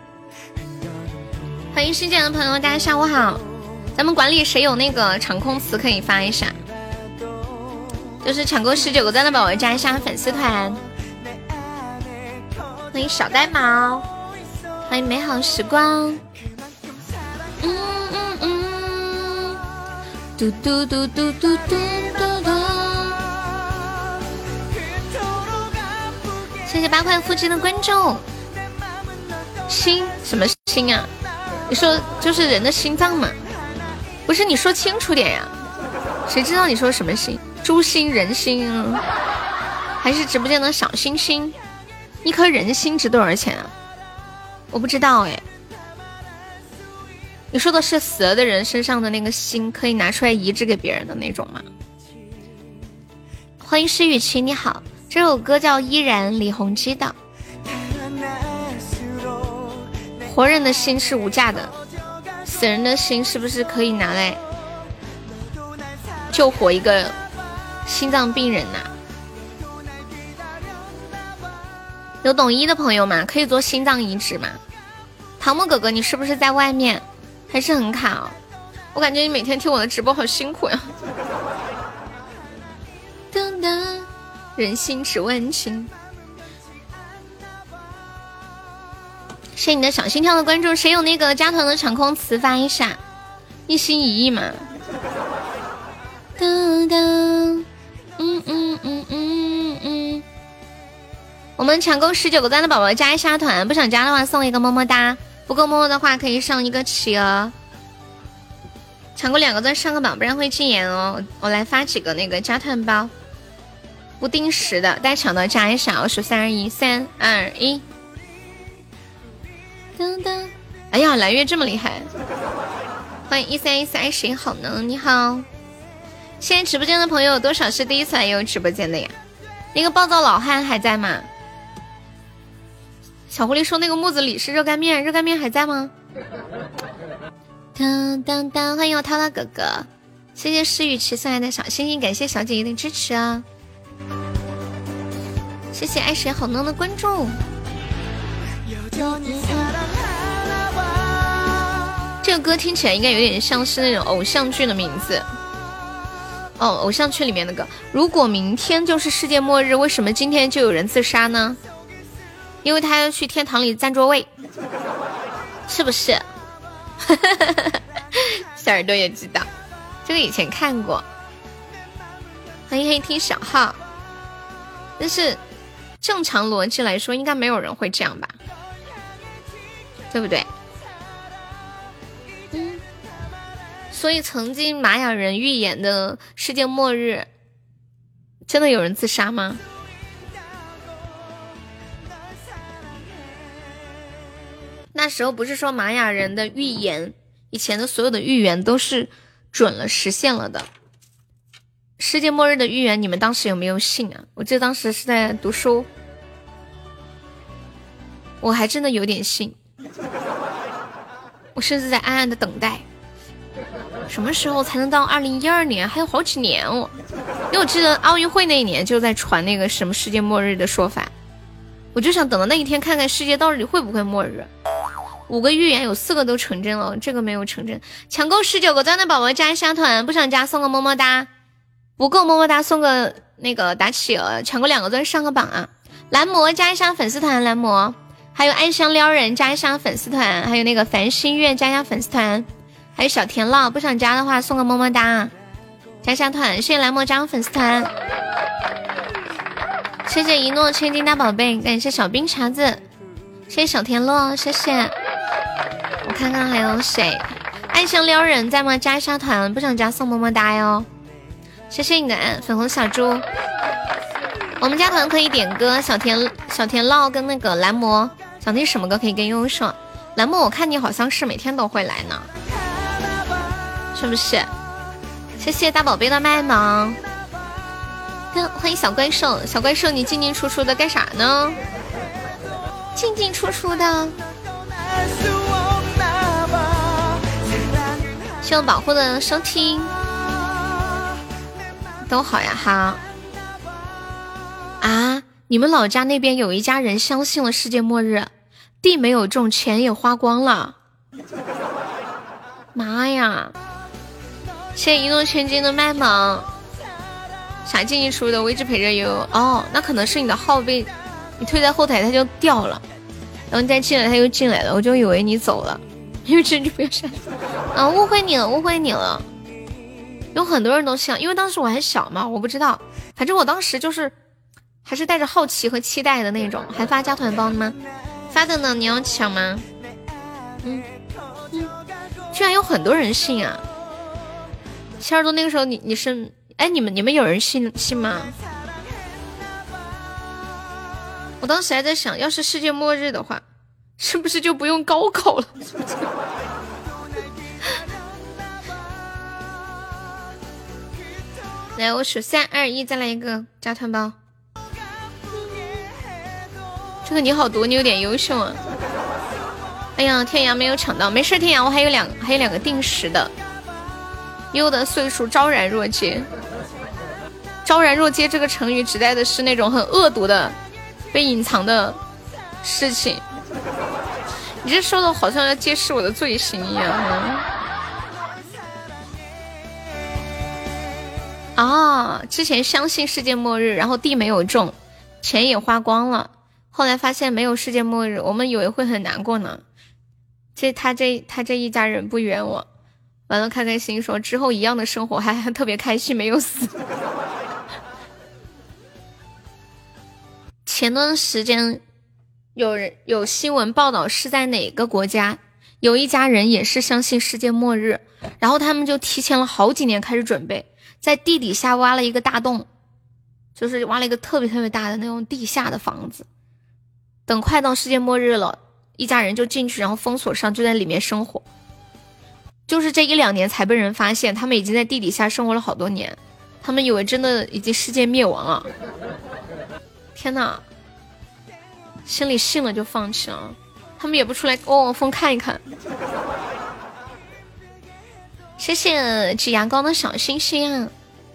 欢迎新进的朋友，大家下午好。咱们管理谁有那个场控词可以发一下，就是抢够十九个赞的宝宝加一下粉丝团。欢迎小呆毛，欢迎美好时光。嗯嗯嗯，嘟嘟嘟嘟嘟嘟嘟嘟。谢谢八块腹肌的关注。心什么心啊？你说就是人的心脏嘛？不是，你说清楚点呀！谁知道你说什么心？猪心、人心啊？还是直播间的小星星？一颗人心值多少钱啊？我不知道哎。你说的是死了的人身上的那个心，可以拿出来移植给别人的那种吗？欢迎施雨晴，你好，这首歌叫《依然》，李弘基的。活人的心是无价的，死人的心是不是可以拿来救活一个心脏病人呐、啊。有懂医的朋友吗？可以做心脏移植吗？唐木哥哥，你是不是在外面？还是很卡哦？我感觉你每天听我的直播好辛苦呀。噔噔，人心只问情。谢谢你的小心跳的关注，谁有那个加团的场空词发一下，一心一意嘛。噔噔，嗯嗯嗯嗯嗯嗯。我们抢够十九个赞的宝宝加一下团，不想加的话送一个么么哒，不够么么的话可以上一个企鹅。抢够两个赞上个榜，不然会禁言哦。我来发几个那个加团包，不定时的，大家抢到加一下，我数三二一，三二一。噔噔，哎呀，蓝月这么厉害！欢迎一三一四爱谁好呢？你好，现在直播间的朋友有多少是第一次来有直播间的呀？那个暴躁老汉还在吗？小狐狸说那个木子李是热干面，热干面还在吗？当当当，欢迎我涛涛哥哥，谢谢诗雨琪送来的小星星，感谢小姐姐的支持啊！谢谢爱谁好呢的关注。这个歌听起来应该有点像是那种偶像剧的名字哦，偶像剧里面的歌。如果明天就是世界末日，为什么今天就有人自杀呢？因为他要去天堂里占座位，是不是？小耳朵也知道，这个以前看过。欢迎黑听小号，但是正常逻辑来说，应该没有人会这样吧？对不对？嗯，所以曾经玛雅人预言的世界末日，真的有人自杀吗？那时候不是说玛雅人的预言，以前的所有的预言都是准了，实现了的。世界末日的预言，你们当时有没有信啊？我记得当时是在读书，我还真的有点信。我甚至在暗暗的等待，什么时候才能到二零一二年？还有好几年哦。因为我记得奥运会那一年就在传那个什么世界末日的说法，我就想等到那一天看看世界到底会不会末日。五个预言有四个都成真了，这个没有成真。抢够十九个赞的宝宝加一下团，不想加送个么么哒，不够么么哒送个那个打企鹅。抢够两个赞上个榜啊！蓝魔加一下粉丝团，蓝魔。还有爱香撩人加一下粉丝团，还有那个繁星月加一下粉丝团，还有小田烙，不想加的话送个么么哒，加一下团。谢谢蓝魔加粉丝团，谢谢一诺千金大宝贝，感谢小冰碴子，谢谢小田洛，谢谢。我看看还有谁，爱香撩人在吗？加一下团，不想加送么么哒哟。谢谢你的粉红小猪。我们加团可以点歌，小田小田烙跟那个蓝魔。想听什么歌可以跟悠悠说？蓝墨，我看你好像是每天都会来呢，是不是？谢谢大宝贝的麦芒，欢迎小怪兽，小怪兽你进进出出的干啥呢？进进出出的。希望保护的收听都好呀，好啊！你们老家那边有一家人相信了世界末日，地没有种，钱也花光了。妈呀！谢谢一诺千金的麦芒，啥进进出的，我一直陪着悠悠。哦，那可能是你的号被你推在后台，它就掉了，然后你再进来，它又进来了，我就以为你走了，因为这就不要删啊，误会你了，误会你了。有很多人都信，因为当时我还小嘛，我不知道，反正我当时就是还是带着好奇和期待的那种。还发加团包吗？发的呢，你要抢吗？嗯嗯，居然有很多人信啊！七十多那个时候你你是哎你们你们有人信信吗？我当时还在想，要是世界末日的话，是不是就不用高考了？来，我数三二一，再来一个加团包。这个你好毒，你有点优秀啊！哎呀，天涯没有抢到，没事，天涯我还有两还有两个定时的。优的岁数昭然若揭， 昭然若揭这个成语指代的是那种很恶毒的被隐藏的事情。你这说的好像要揭示我的罪行一样。啊、哦，之前相信世界末日，然后地没有种，钱也花光了，后来发现没有世界末日，我们以为会很难过呢。这他这他这一家人不冤枉，完了开开心说之后一样的生活，还还特别开心，没有死。前段时间有人有新闻报道是在哪个国家，有一家人也是相信世界末日，然后他们就提前了好几年开始准备，在地底下挖了一个大洞，就是挖了一个特别特别大的那种地下的房子，等快到世界末日了，一家人就进去，然后封锁上，就在里面生活。就是这一两年才被人发现，他们已经在地底下生活了好多年，他们以为真的已经世界灭亡了。天哪，心里信了就放弃了，他们也不出来望望风看一看。谢谢指阳光的小星星啊！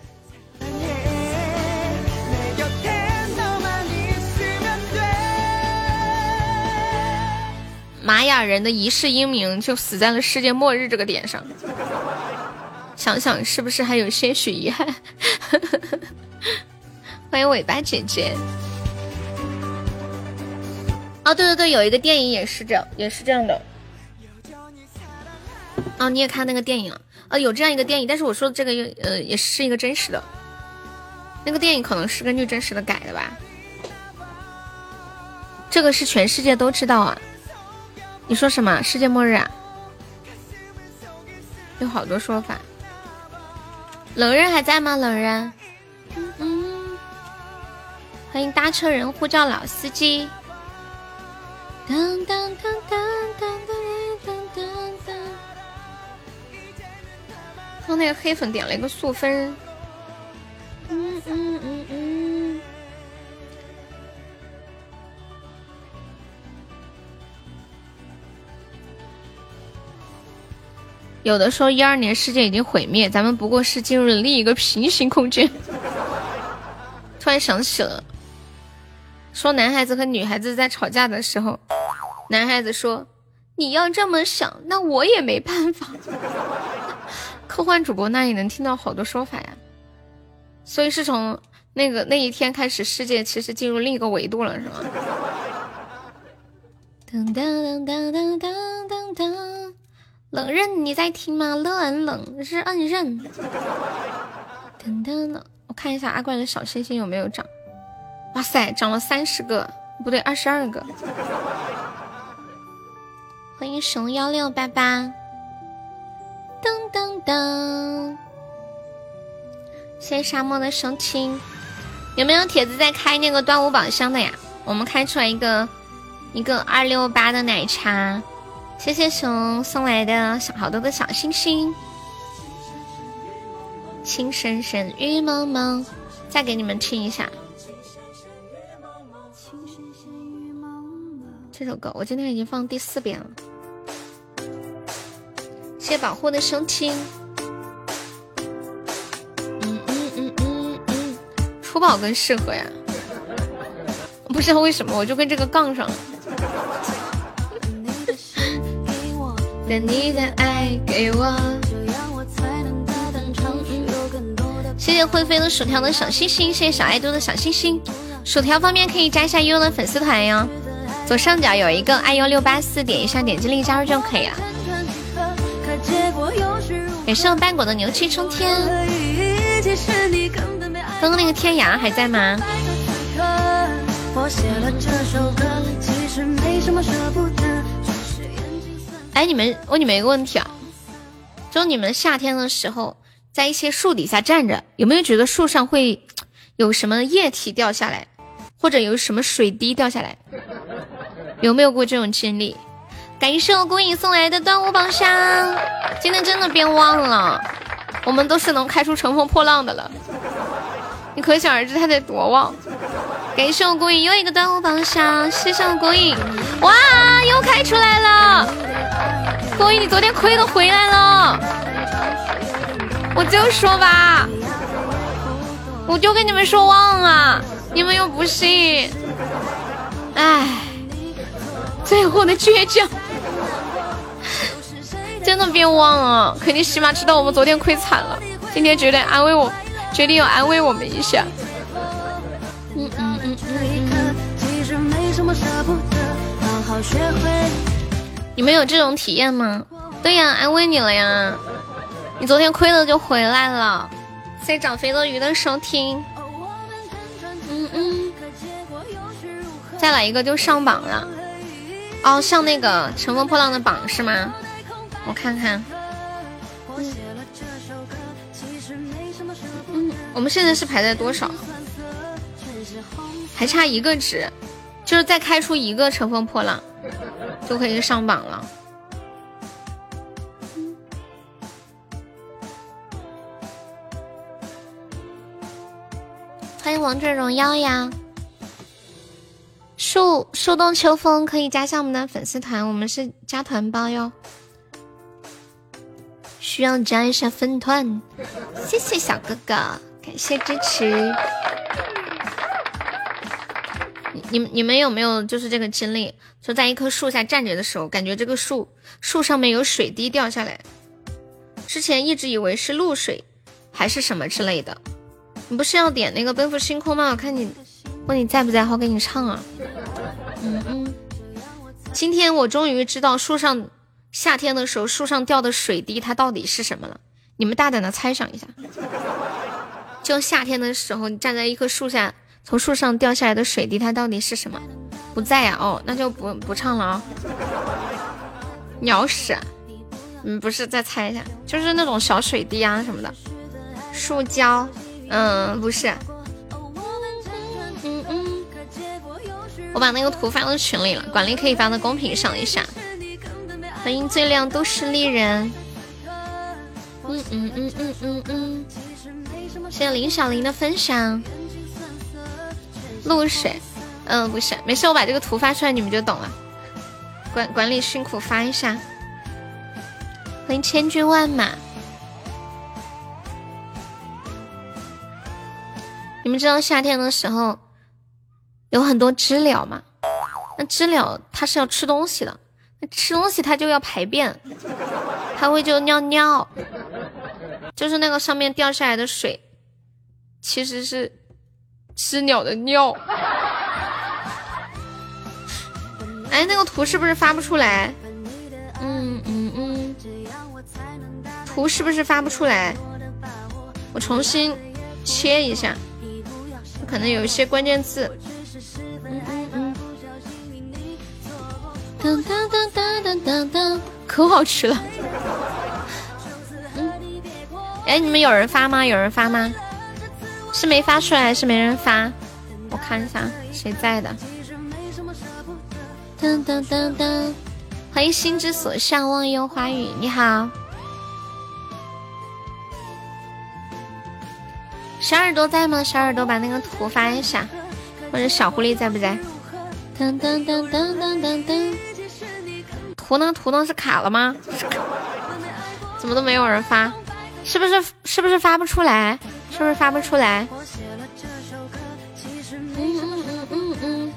玛雅人的一世英名就死在了世界末日这个点上，想想是不是还有些许遗憾？欢迎尾巴姐姐。哦，对对对，有一个电影也是这样，也是这样的。哦，你也看那个电影了？呃，有这样一个电影，但是我说的这个呃也是一个真实的，那个电影可能是根据真实的改的吧。这个是全世界都知道啊。你说什么世界末日啊？有好多说法。冷人还在吗？冷人，嗯嗯，欢迎搭车人呼叫老司机。当当当当当当当当。刚那个黑粉点了一个素分。嗯嗯嗯嗯。有的说一二年世界已经毁灭，咱们不过是进入了另一个平行空间。突然想起了，说男孩子和女孩子在吵架的时候，男孩子说你要这么想，那我也没办法。科幻主播那也能听到好多说法呀，所以是从那个那一天开始，世界其实进入另一个维度了，是吗？噔噔噔噔噔噔噔。冷刃你在听吗？乐恩冷日恩刃。等等呢，我看一下阿怪的小星星有没有涨。哇塞，涨了三十个，不对，二十二个。欢迎熊幺六八八。噔噔噔，谢谢沙漠的收听。有没有帖子在开那个端午宝箱的呀？我们开出来一个一个二六八的奶茶。谢谢熊送来的小好多的小星星。情深深雨蒙蒙，再给你们听一下这首歌，我今天已经放第四遍了。谢谢保护的收听。嗯嗯嗯嗯嗯，初宝更适合呀，不知道为什么我就跟这个杠上了。等你的爱给我。谢谢会飞的薯条的小星星，谢谢小爱多的小星星。薯条方面可以加一下悠悠的粉丝团哟，左上角有一个爱优六八四，点一下点击立即加入就可以了。也是斑果的牛气冲天。刚刚那个天涯还在吗？哎，你们问你们一个问题啊，就你们夏天的时候在一些树底下站着，有没有觉得树上会有什么液体掉下来，或者有什么水滴掉下来？有没有过这种经历？感谢我孤影送来的端午宝箱，今天真的变旺了，我们都是能开出乘风破浪的了，你可想而知它得多旺。感谢我孤影又一个端午宝箱，谢谢我孤影，哇，又开出来了！孤影，你昨天亏都回来了，我就说吧。 我就跟你们说忘了，你们又不信。唉，最后的倔强，真的别忘了。肯定起码知道我们昨天亏惨了，今天决定安慰我，决定要安慰我们一下。嗯嗯嗯嗯嗯。你们有这种体验吗？对呀，安慰你了呀。你昨天亏了就回来了。谢谢长肥的鱼的收听。嗯嗯。再来一个就上榜了。哦，上那个乘风破浪的榜是吗？我看看。嗯，嗯我们现在是排在多少？还差一个值，就是再开出一个乘风破浪就可以上榜了。欢迎王者荣耀呀！树树洞秋风可以加上我们的粉丝团，我们是加团包哟，需要加一下粉团。谢谢小哥哥，感谢支持。你们你们有没有就是这个经历，就在一棵树下站着的时候，感觉这个树树上面有水滴掉下来，之前一直以为是露水还是什么之类的。你不是要点那个奔赴星空吗？我看你问你在不在，好给你唱啊。嗯嗯，今天我终于知道树上夏天的时候树上掉的水滴它到底是什么了。你们大胆的猜想一下，就夏天的时候你站在一棵树下，从树上掉下来的水滴它到底是什么？不在呀、啊、哦，那就不不唱了啊、哦。鸟屎，嗯，不是，再猜一下，就是那种小水滴啊什么的。树胶，嗯，不是。嗯嗯，我把那个图发到群里了，管理可以发到公屏上一下。欢迎最亮都市丽人。嗯嗯嗯嗯嗯嗯，谢谢林小林的分享。露水，嗯，不是，没事，我把这个图发出来，你们就懂了。管管理辛苦发一下。欢迎千军万马。你们知道夏天的时候有很多知了吗？那知了它是要吃东西的，那吃东西它就要排便，它会就尿尿，就是那个上面掉下来的水其实是知了的尿。哎，那个图是不是发不出来？嗯嗯嗯，图是不是发不出来？我重新切一下，可能有一些关键字。嗯嗯嗯，当当当当当当当，可好吃了。嗯，哎，你们有人发吗？有人发吗？是没发出来，还是没人发？我看一下谁在的。噔噔噔噔，欢迎心之所向，忘忧花语，你好。小耳朵在吗？小耳朵把那个图发一下，或者小狐狸在不在？噔噔噔噔噔噔噔，图呢？图呢？是卡了吗？怎么都没有人发？是不是？是不是发不出来？是不是发不出来？嗯嗯嗯嗯嗯。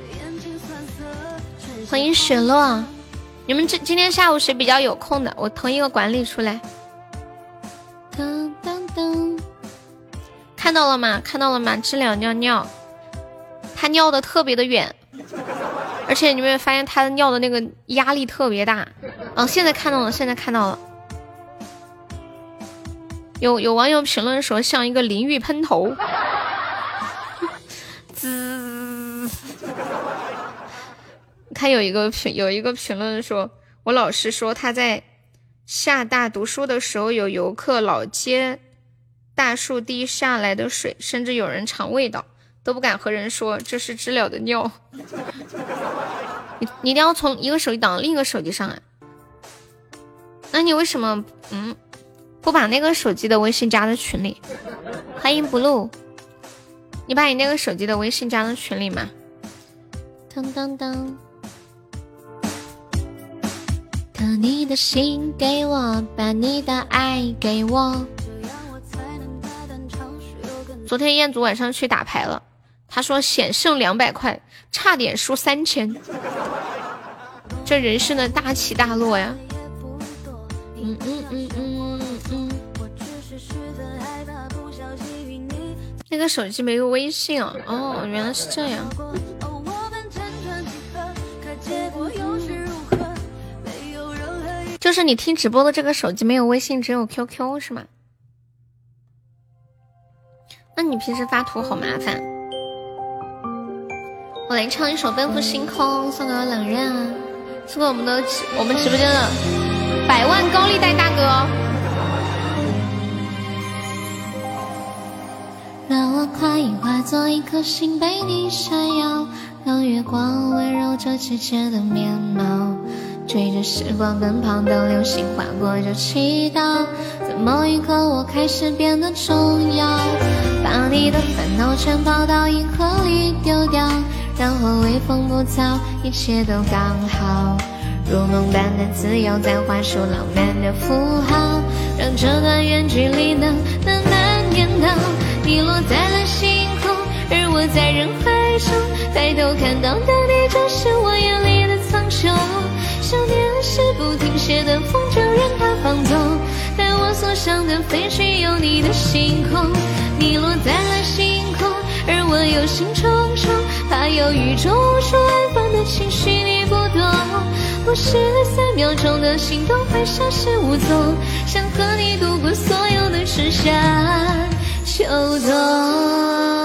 欢迎雪落，你们这今天下午谁比较有空的？我腾一个管理出来。噔噔噔。看到了吗？看到了吗？知了尿尿，它尿的特别的远，而且你们发现它的尿的那个压力特别大。哦，现在看到了，现在看到了。有有网友评论说像一个淋浴喷头，滋。看有一个评有一个评论说，我老师说他在厦大读书的时候，有游客老接大树滴下来的水，甚至有人尝味道都不敢和人说这是知了的尿。你你一定要从一个手机挡到另一个手机上来。那你为什么嗯不把那个手机的微信加到群里？欢迎 blue， 你把你那个手机的微信加到群里吗？当当当，把你的心给我，把你的爱给我。 昨天彦祖晚上去打牌了，他说险胜两百块，差点输三千。这人生的大起大落呀。嗯嗯嗯嗯嗯。那个手机没有微信啊？哦，原来是这样。就是你听直播的这个手机没有微信，只有 Q Q 是吗？那你平时发图好麻烦。我来唱一首《奔赴星空》，送给我冷刃啊，送给我们的我们直播间的百万高利贷大哥。让我快意化作一颗星被你闪耀，让月光温柔着季节的面貌，追着时光奔跑的流星划过就祈祷，在某一刻我开始变得重要，把你的烦恼全抛到银河里丢掉，然后微风不燥，一切都刚好，如梦般的自由在画出浪漫的符号，让这段远距离能慢慢颠倒，你落在了星空，而我在人海中，抬头看到的你就是我眼里的苍穹，想念是不停歇的风筝，任它放纵，带我所向的飞去有你的星空，你落在了星空，而我忧心忡忡，怕有宇宙无处安放的情绪你不懂，不是三秒钟的心动会消失无踪，想和你度过所有的春夏秋冬。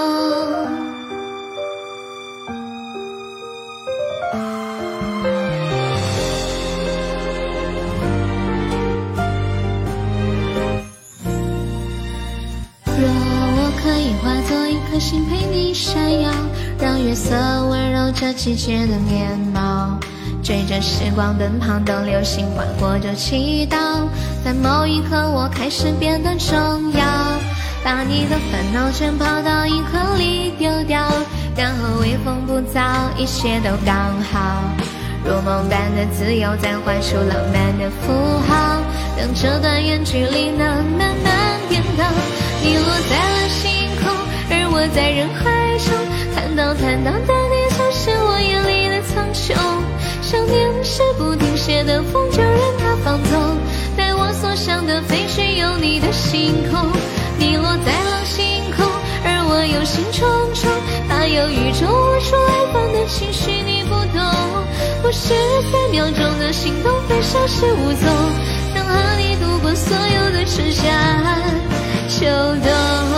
化作一颗星陪你闪耀，让月色温柔这季节的面貌，追着时光奔跑的流星划过就祈祷，在某一刻我开始变得重要，把你的烦恼全抛到银河里丢掉，然后微风不燥，一切都刚好，如梦般的自由在画出浪漫的符号，让这段远距离能慢慢颠倒，你落在了星空，而我在人海中，看到坦荡的你就是我眼里的苍穹，想念是不停歇的风筝，任它放纵，带我所向的飞去有你的星空，你落在了星空，而我忧心忡忡，怕有宇宙无处安放的情绪你不懂，不是三秒钟的心动会消失无踪，想和你度过所有的春夏秋冬。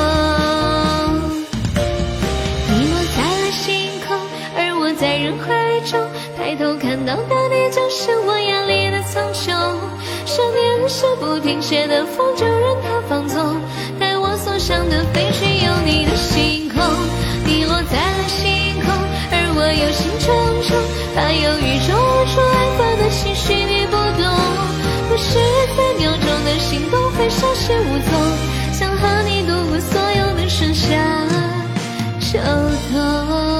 你落在了星空，而我在人海中，抬头看到的你就是我眼里的苍穹，想念是不停歇的风筝，任它放纵，带我所向的飞去有你的星空，你落在了星空，而我忧心忡忡，怕有宇宙无处安放的情绪你不懂，不是三秒钟的心动会消失无踪，想和你度过所有的春夏秋冬。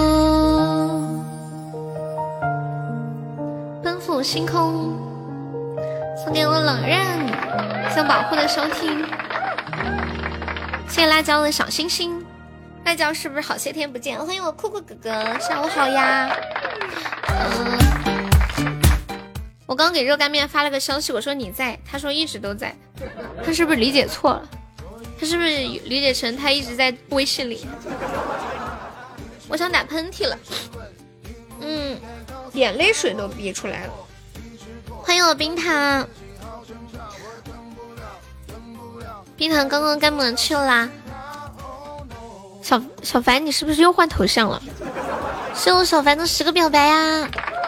奔赴星空，送给我冷刃，谢谢保护的收听，谢谢辣椒的小星星。辣椒是不是好些天不见？欢迎我酷酷哥哥，下午好呀。嗯，我刚给热干面发了个消息，我说你在，他说一直都在，他是不是理解错了？他是不是理解成他一直在微信里？我想打喷嚏了，嗯，眼泪水都逼出来了。欢迎我冰糖，冰糖刚刚干嘛去了啦？小小凡，你是不是又换头像了？谢我小凡的十个表白呀！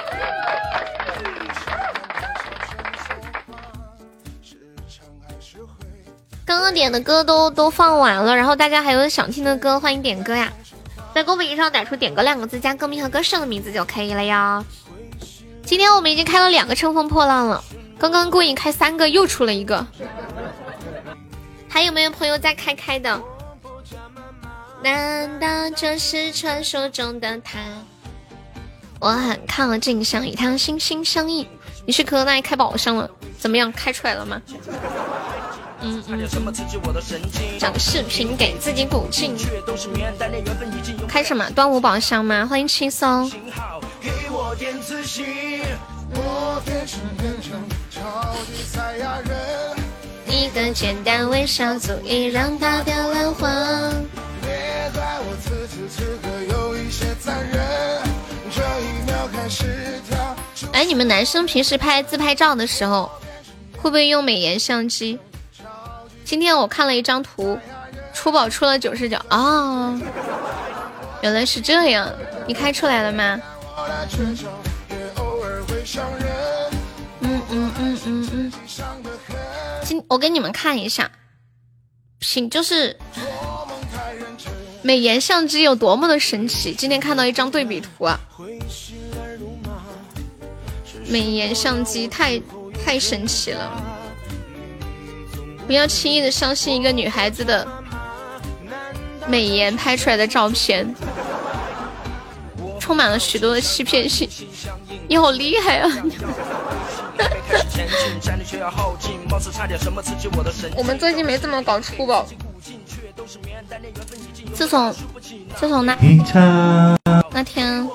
刚刚点的歌都都放完了，然后大家还有想听的歌，欢迎点歌呀！在公屏上打出点歌两个字，加歌名和歌手的名字就可以了哟。今天我们已经开了两个乘风破浪了，刚刚过瘾开三个，又出了一个。还有没有朋友在开开的？难道这是传说中的他？我很靠近，像一趟心心相印。你去可那里开宝箱了，怎么样？开出来了吗？ 嗯嗯，找视频给自己鼓劲。开什么端午宝箱吗？欢迎轻松。一个简单微笑足以让它掉蓝黄。哎，你们男生平时拍自拍照的时候会不会用美颜相机？今天我看了一张图，出宝出了九十九哦，原来是这样，你开出来了吗？嗯嗯嗯嗯嗯。今我给你们看一下，品就是美颜相机有多么的神奇。今天看到一张对比图啊，美颜相机太太神奇了。不要轻易的相信一个女孩子的美颜拍出来的照片，充满了许多的欺骗性。你好厉害啊！我们最近没怎么搞出宝，自从自从那那天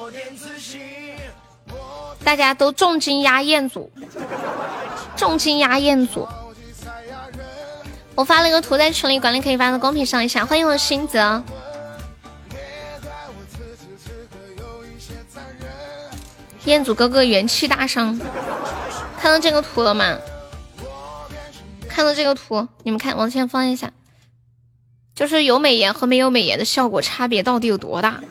大家都重金压彦祖，重金压彦祖。我发了一个图在群里，管理可以发到公屏上一下。欢迎我新泽。彦祖哥哥元气大伤，看到这个图了吗？看到这个图，你们看，往前翻一下，就是有美颜和没有美颜的效果差别到底有多大？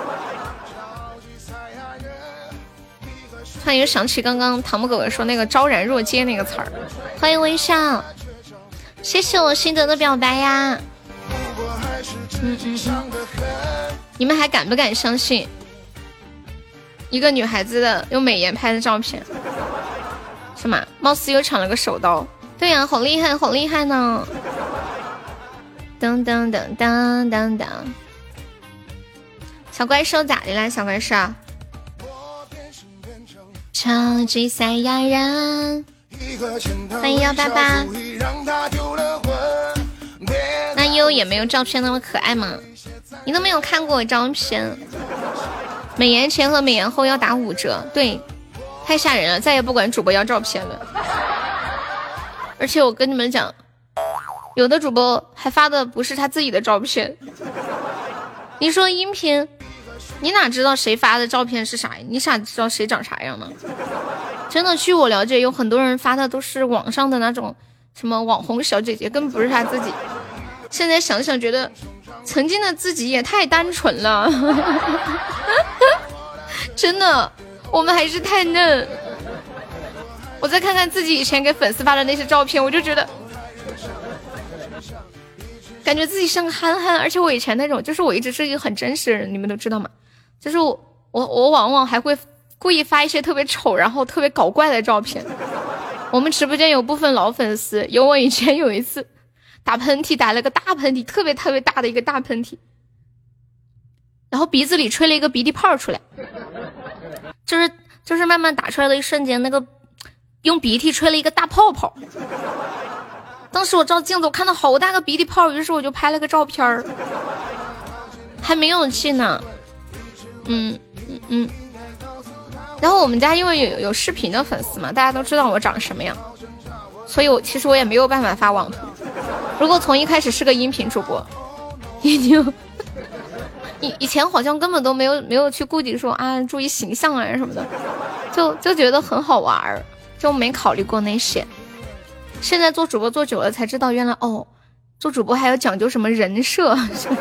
突然又想起刚刚唐木哥哥说那个昭然若揭那个词儿。欢迎微笑，谢谢我新泽的表白呀。嗯嗯嗯，你们还敢不敢相信一个女孩子的用美颜拍的照片？什么？貌似又抢了个手刀。对呀、啊，好厉害，好厉害呢！噔噔噔噔噔噔，小怪兽咋的啦？小怪兽，超级赛亚人，欢迎幺八八。那优也没有照片那么可爱吗？你都没有看过我照片。美颜前和美颜后要打五折，对，太吓人了，再也不管主播要照片了。而且我跟你们讲，有的主播还发的不是他自己的照片。你说音频，你哪知道谁发的照片是啥？你想知道谁长啥样呢？真的，据我了解，有很多人发的都是网上的那种什么网红小姐姐，根本不是他自己。现在想想，觉得曾经的自己也太单纯了。真的，我们还是太嫩。我再看看自己以前给粉丝发的那些照片，我就觉得感觉自己像个憨憨。而且我以前那种，就是我一直是一个很真实的人，你们都知道吗？就是我我我往往还会故意发一些特别丑然后特别搞怪的照片。我们直播间有部分老粉丝有我以前有一次打喷嚏，打了个大喷嚏，特别特别大的一个大喷嚏，然后鼻子里吹了一个鼻涕泡出来，就是就是慢慢打出来的一瞬间，那个用鼻涕吹了一个大泡泡。当时我照镜子，我看到好大个鼻涕泡，于是我就拍了个照片儿，还没有气呢。嗯嗯嗯。然后我们家因为有有视频的粉丝嘛，大家都知道我长什么样，所以我其实我也没有办法发网图。如果从一开始是个音频主播，已经以以前好像根本都没有没有去顾及说啊注意形象啊什么的，就就觉得很好玩，就没考虑过那些。现在做主播做久了才知道，原来哦，做主播还要讲究什么人设。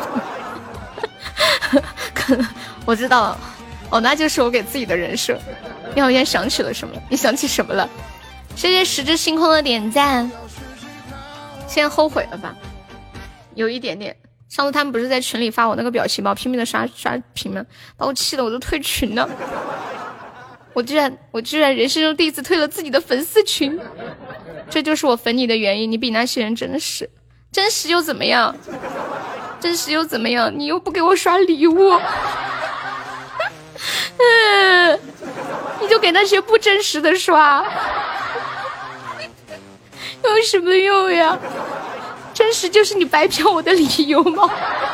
可能我知道了，哦，那就是我给自己的人设。你好像想起了什么？你想起什么了？谢谢十只星空的点赞。现在后悔了吧？有一点点。上次他们不是在群里发我那个表情包，拼命的刷刷屏吗？把我气的我都退群了。我居然我居然人生中第一次退了自己的粉丝群，这就是我粉你的原因。你比那些人真实，真实又怎么样？真实又怎么样？你又不给我刷礼物，嗯，你就给那些不真实的刷，有什么用呀？ 真实就是你白嫖我的理由吗？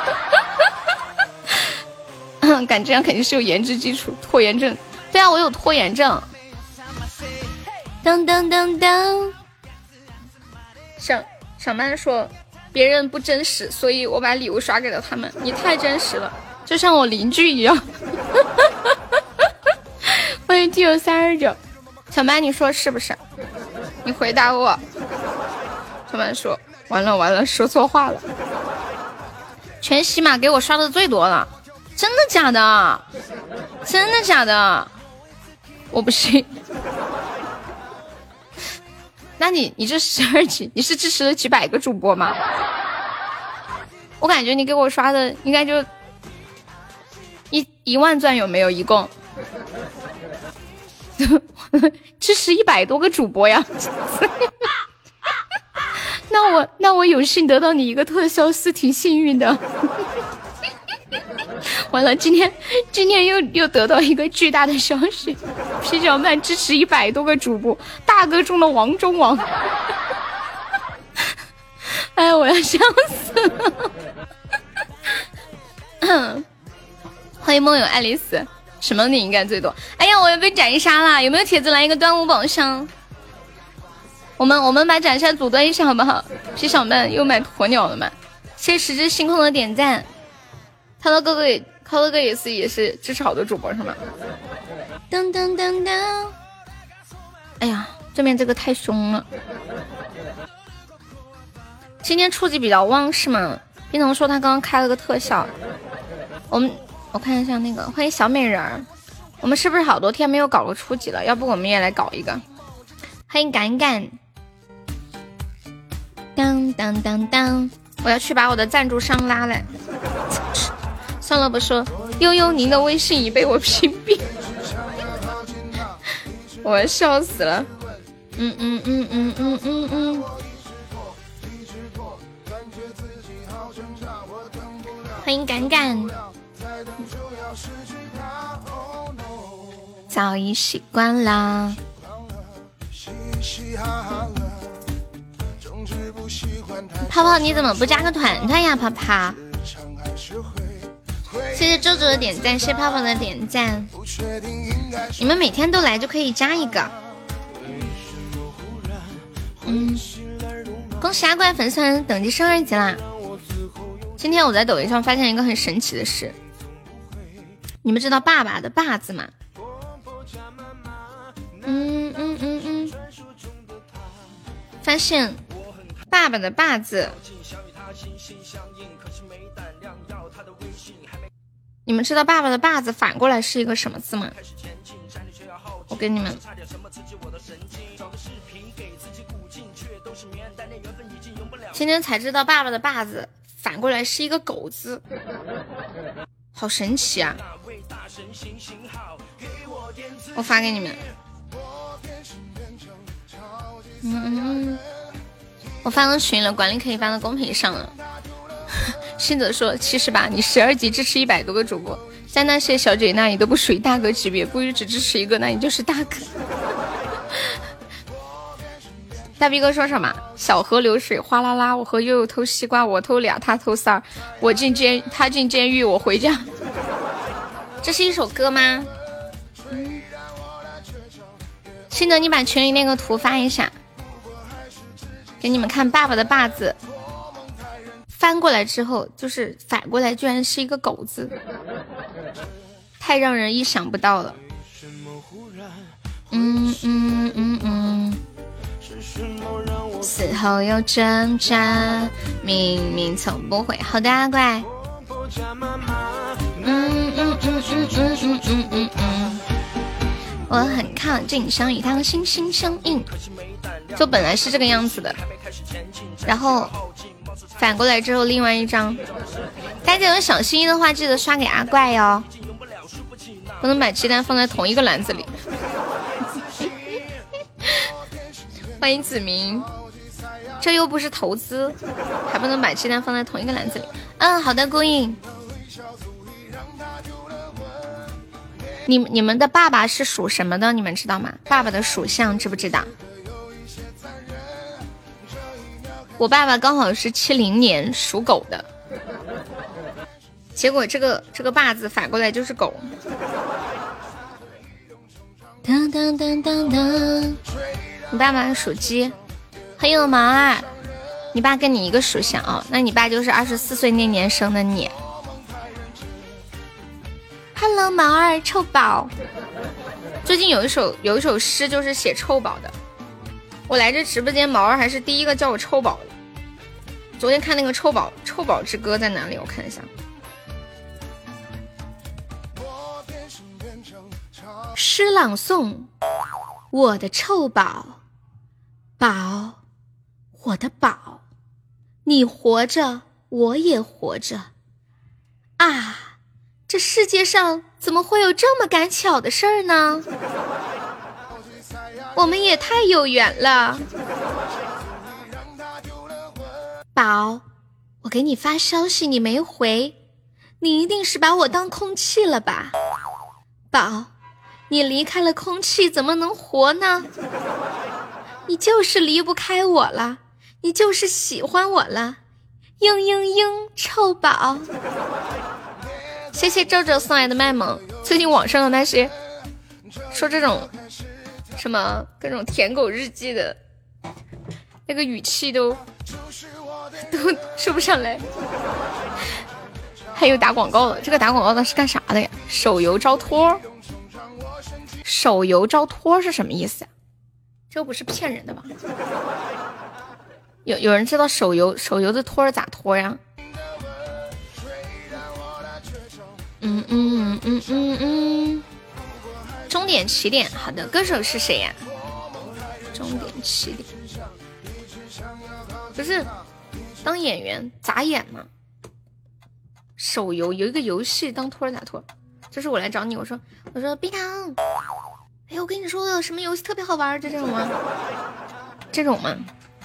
敢这样肯定是有颜值基础，拖延症。对啊，我有拖延症。噔噔噔噔。小小曼说别人不真实，所以我把礼物刷给了他们。你太真实了，就像我邻居一样。欢迎 T 九三十九。小曼你说是不是？你回答我。小曼说完了完了，说错话了。全喜马给我刷的最多了。真的假的？真的假的？我不信。那你你这十二级，你是支持了几百个主播吗？我感觉你给我刷的应该就一一万钻，有没有？一共支持一百多个主播呀。那我那我有幸得到你一个特效是挺幸运的。完了，今天今天又又得到一个巨大的消息，皮小曼支持一百多个主播，大哥中了王中王。哎，我要笑死了。欢迎梦游爱丽丝，什么你应该最多？哎呀，我要被斩杀了！有没有铁子来一个端午宝箱？我们我们把斩杀阻断一下好不好？皮小曼又买鸵鸟了吗？谢谢十只星空的点赞。涛涛哥哥也，涛涛哥也是也是支持好多主播是吗？噔噔噔噔！哎呀，这边这个太凶了。今天初级比较旺是吗？冰彤说他刚刚开了个特效。我们我看一下那个，欢迎小美人儿。我们是不是好多天没有搞过初级了？要不我们也来搞一个。欢迎敢敢。当当当当！我要去把我的赞助商拉来。算了不说，悠悠您的微信已被我屏蔽。我要笑死了。嗯嗯嗯嗯嗯嗯嗯。欢迎敢敢。早已习惯了。泡泡你怎么不加个团团呀泡泡？谢谢周周的点赞，谢谢泡泡的点赞。你们每天都来就可以加一个。嗯，恭喜阿怪粉丝团等级升二级啦！今天我在抖音上发现一个很神奇的事，你们知道爸爸的爸字吗？嗯嗯嗯嗯，发现爸爸的爸字，你们知道爸爸的爸字反过来是一个什么字吗？我给你们今天才知道爸爸的爸字反过来是一个狗字，好神奇啊！我发给你们。嗯，我发到群了，管理可以发到公屏上了。信泽说其实吧，你十二级支持一百多个主播，在那些小姐那里都不属于大哥级别，不如只支持一个，那你就是大哥。大逼哥说什么？小河流水哗啦啦，我和悠悠偷西瓜，我偷俩，他偷仨，我进监，他进监狱，我回家。这是一首歌吗？嗯，信泽，你把群里那个图发一下，给你们看爸爸的爸字。翻过来之后就是反过来居然是一个狗字，太让人意想不到了。嗯嗯嗯嗯，死后又挣扎，明明从不会。好的阿怪。嗯嗯嗯嗯嗯嗯嗯嗯嗯，我很靠近，想与他心心相印，就本来是这个样子的，然后反过来之后另外一张。大家有小心意的话记得刷给阿怪哟，不能把鸡蛋放在同一个篮子里。欢迎子明，这又不是投资，还不能把鸡蛋放在同一个篮子里。嗯，好的，顾影。你你们的爸爸是属什么的？你们知道吗？爸爸的属相知不知道？ 我爸爸刚好是七零年属狗的，结果这个这个爸字反过来就是狗。当当当当当，你爸爸属鸡，很有毛啊！你爸跟你一个属相啊、哦，那你爸就是二十四岁那年生的你。Hello， 毛儿臭宝。最近有一首有一首诗就是写臭宝的，我来这直播间，毛儿还是第一个叫我臭宝的。昨天看那个臭宝臭宝之歌在哪里？我看一下。诗朗诵：我的臭宝，宝，我的宝，你活着，我也活着。啊，这世界上怎么会有这么赶巧的事儿呢？我们也太有缘了。宝，我给你发消息你没回，你一定是把我当空气了吧？宝，你离开了空气怎么能活呢？你就是离不开我了，你就是喜欢我了，嘤嘤嘤，臭宝。谢谢周周送来的卖萌。最近网上的那些说这种什么各种舔狗日记的那个语气都都说不上来。还有打广告的，这个打广告的是干啥的呀？手游招托，手游招托是什么意思呀？这不是骗人的吧？有有人知道手游手游的托咋托呀？嗯嗯嗯嗯嗯，终点起点，好的，歌手是谁呀？终点起点，不是当演员咋演呢？手游有一个游戏当托咋托？就是我来找你，我说我说冰糖，哎，我跟你说有什么游戏特别好玩，就这种吗？这种吗？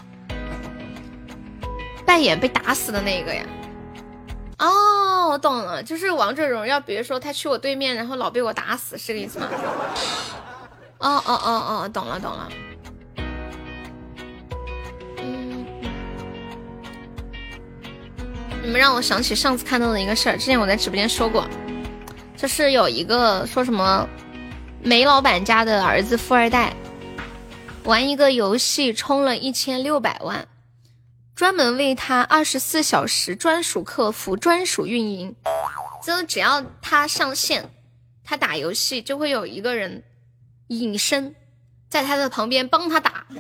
扮演被打死的那个呀？哦，我懂了，就是王者荣耀，比如说他去我对面，然后老被我打死，是这个意思吗？哦哦哦哦，懂了懂了。嗯，你们让我想起上次看到的一个事儿，之前我在直播间说过，就是有一个说什么煤老板家的儿子富二代，玩一个游戏充了一千六百万。专门为他二十四小时专属客服、专属运营，就只要他上线，他打游戏就会有一个人隐身在他的旁边帮他打，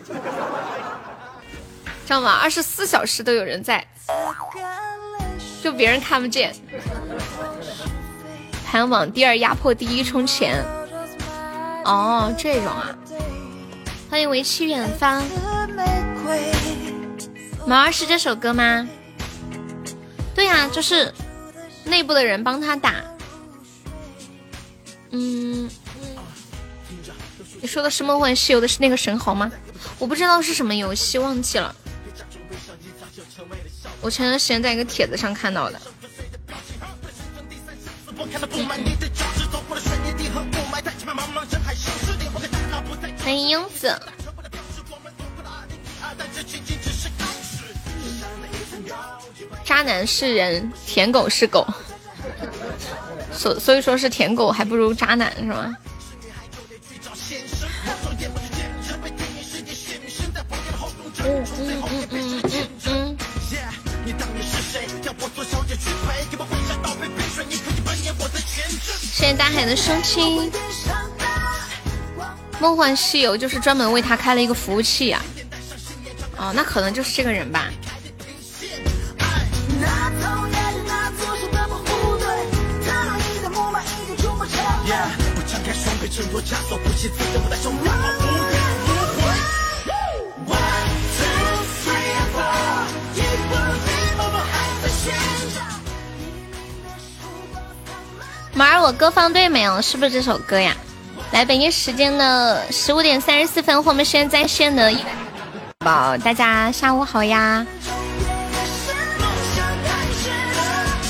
知道吗？二十四小时都有人在，就别人看不见。排行榜第二压迫第一充钱，哦，这种啊！欢迎为期远方。毛儿是这首歌吗？对呀、啊，就是内部的人帮他打。嗯，你说的是《梦幻西游》的是那个神豪吗？我不知道是什么游戏，忘记了。我前段时间在一个帖子上看到的。欢迎英子。渣男是人，舔狗是狗，所所以说是舔狗还不如渣男是吗？嗯嗯嗯嗯嗯嗯。谢谢大海的收听。梦幻西游就是专门为他开了一个服务器呀、啊。哦，那可能就是这个人吧。马儿，我歌放对没有？是不是这首歌呀？来，北京时间的十五点三十四分，我们现在在线的宝，大家下午好呀！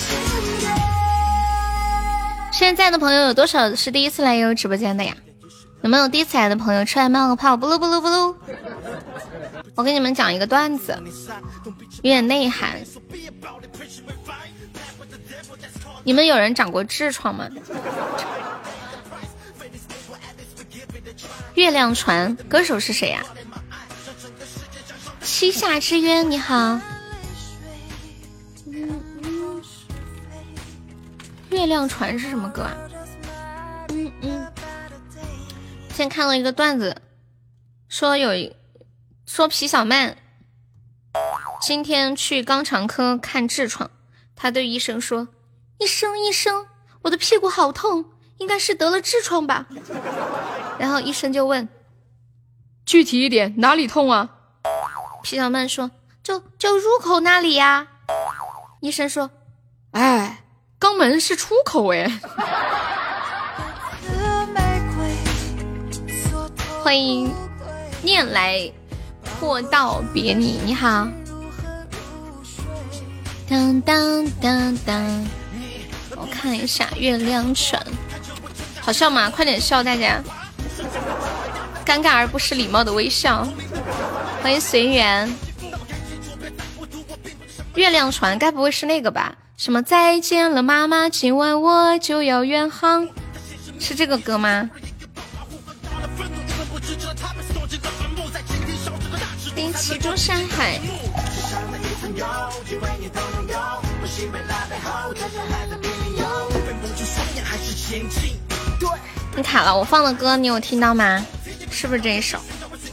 现在的朋友有多少是第一次来悠悠直播间的呀？ 有没有第一次来的朋友出来冒个泡？不噜不噜不噜。我给你们讲一个段子，有点内涵。你们有人长过痔疮吗？月亮船歌手是谁呀、啊？七夏之约，你好。月亮船是什么歌啊？嗯嗯。先看了一个段子，说有一说皮小曼今天去肛肠科看痔疮，他对医生说：“医生医生，我的屁股好痛，应该是得了痔疮吧？”然后医生就问：“具体一点，哪里痛啊？”皮小曼说：“就就入口那里呀。”医生说：“哎，肛门是出口哎。”欢迎念来或道别你，你好。当当当当，我看一下月亮船，好笑吗？快点笑，大家！尴尬而不失礼貌的微笑。欢迎随缘。月亮船该不会是那个吧？什么再见了妈妈，今晚我就要远航，是这个歌吗？第七中山海。你卡了，我放的歌你有听到吗？是不是这一首？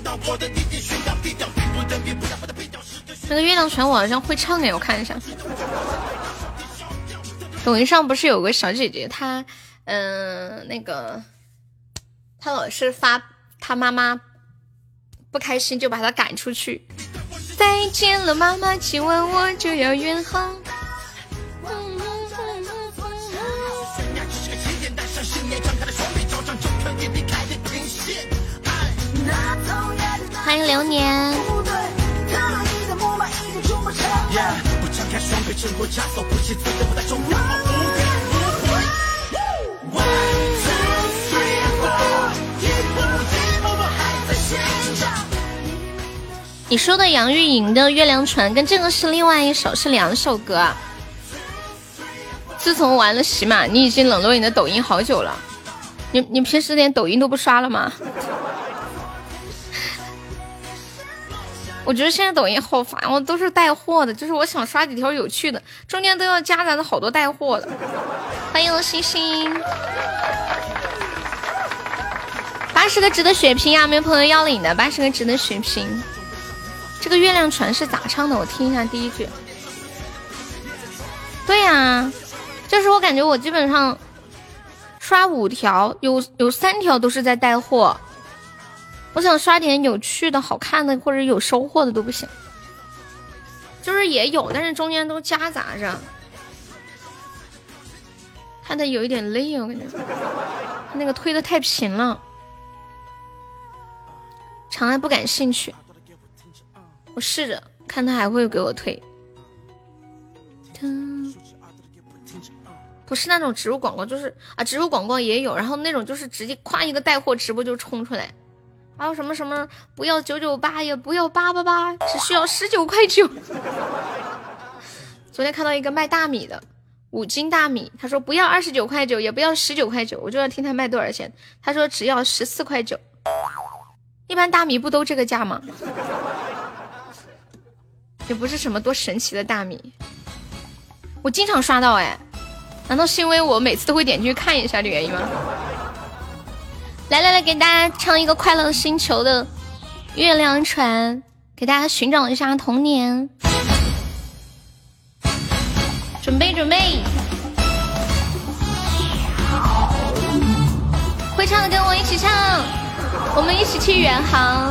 那个月亮船我好像会唱诶，我看一下。抖音上不是有个小姐姐，她嗯、呃、那个她老是发她妈妈不开心就把她赶出去。再见了妈妈，今晚我就要远航。欢迎流年。你说的杨钰莹的月亮船跟这个是另外一首，是两首歌啊。自从玩了喜马，你已经冷落你的抖音好久了。你你平时连抖音都不刷了吗？我觉得现在抖音好烦，我都是带货的，就是我想刷几条有趣的，中间都要夹杂着好多带货的。欢迎星星，八十个值的血瓶呀，没有朋友要领的，八十个值的血瓶。这个月亮船是咋唱的？我听一下第一句。对呀、啊，就是我感觉我基本上刷五条，有有三条都是在带货。我想刷点有趣的、好看的或者有收获的都不行，就是也有，但是中间都夹杂着，看的有一点累，我感觉那个推的太平了。长安不感兴趣，我试着看他还会给我推。不是那种植入广告，就是啊，植入广告也有，然后那种就是直接夸一个带货直播就冲出来。还有什么什么不要九九八也不要八八八，只需要十九块九。昨天看到一个卖大米的，五斤大米，他说不要二十九块九，也不要十九块九，我就要听他卖多少钱。他说只要十四块九。一般大米不都这个价吗？也不是什么多神奇的大米，我经常刷到哎，难道是因为我每次都会点进去看一下的原因吗？来来来，给大家唱一个快乐星球的月亮船，给大家寻找一下童年。准备准备，会唱的跟我一起唱，我们一起去远航。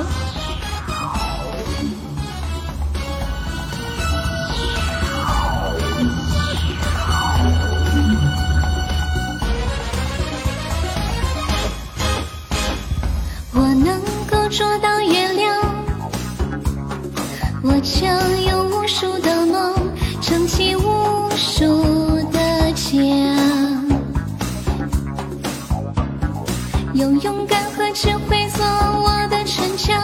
我能够捉到月亮，我就有无数的梦，撑起无数的家，有勇敢和智做我的春江，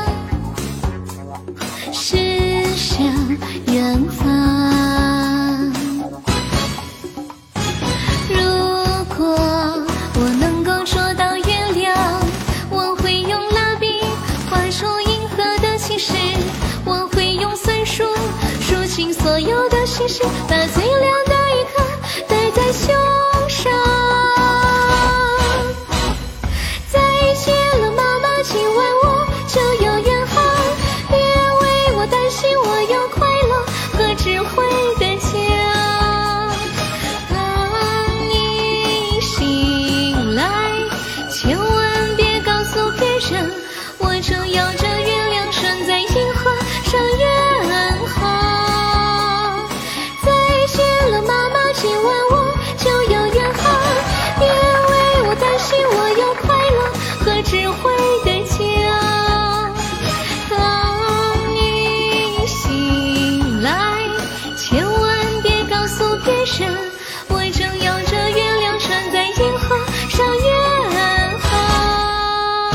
驶向远方。如果我能够捉到月亮，我会用蜡笔画出银河的情诗，我会用算术数清所有的星星，把最亮的一颗戴在胸上。再见了妈妈，今晚我就要远航，别为我担心，我有快乐和智慧的家。当你醒来，千万别告诉别人，我正摇着月亮船在银河上远航。再见了妈妈，今晚我就要远航，别为我担心，我有快乐和智慧的家。当你醒来，千万别告诉别人，我正摇着月亮船在银河上远航。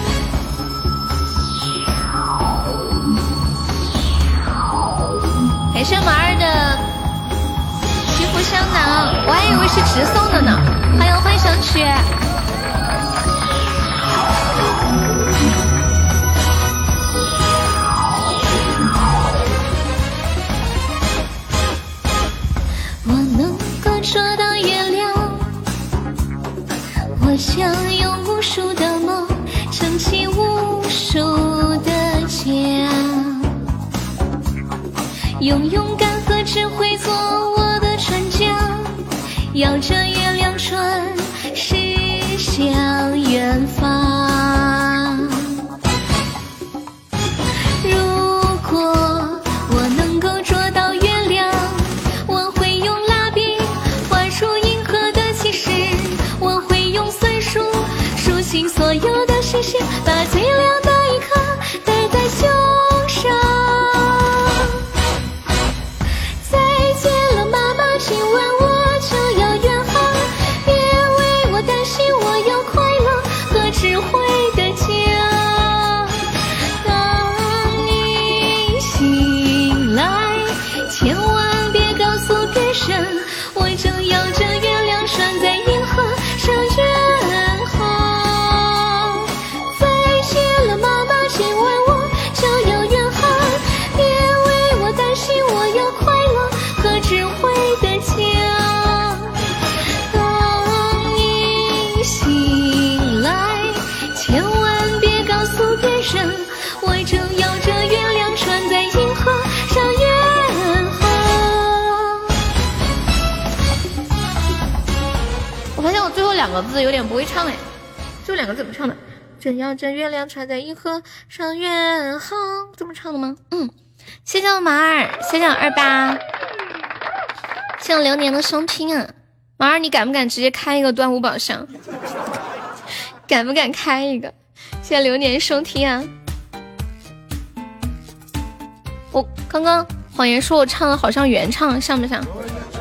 感谢马儿的皮肤香囊，我还以为是直送的呢。欢迎幻想曲。我能够捉到月亮，我想用无数的梦撑起无数的家，用勇敢和智慧做我的船桨，摇着月亮船驶向远方。如果我能够捉到月亮，我会用蜡笔画出银河的启示，我会用算术数清所有的星星，把最亮的一颗戴在胸上。再见了妈妈，今晚我就要远航，别为我担心，我有快乐和智慧的家。当你醒来，千万别告诉别人，我正摇着月亮船在银河上远航。再见了妈妈，今晚我就要远航，别为我担心，我有快乐和智慧的家。当你醒来，千万别告诉别人，我正摇着月亮船在银河上远航。我发现我最后两个字有点不会唱哎，最后两个字怎么唱的？正摇着月亮船在银河上远航，这么唱的吗？嗯，谢谢我马儿，谢谢我二八，谢谢我流年的收听啊。马儿，你敢不敢直接开一个端午宝箱？敢不敢开一个？谢谢流年收听啊。我刚刚谎言说我唱的好像原唱，像不像？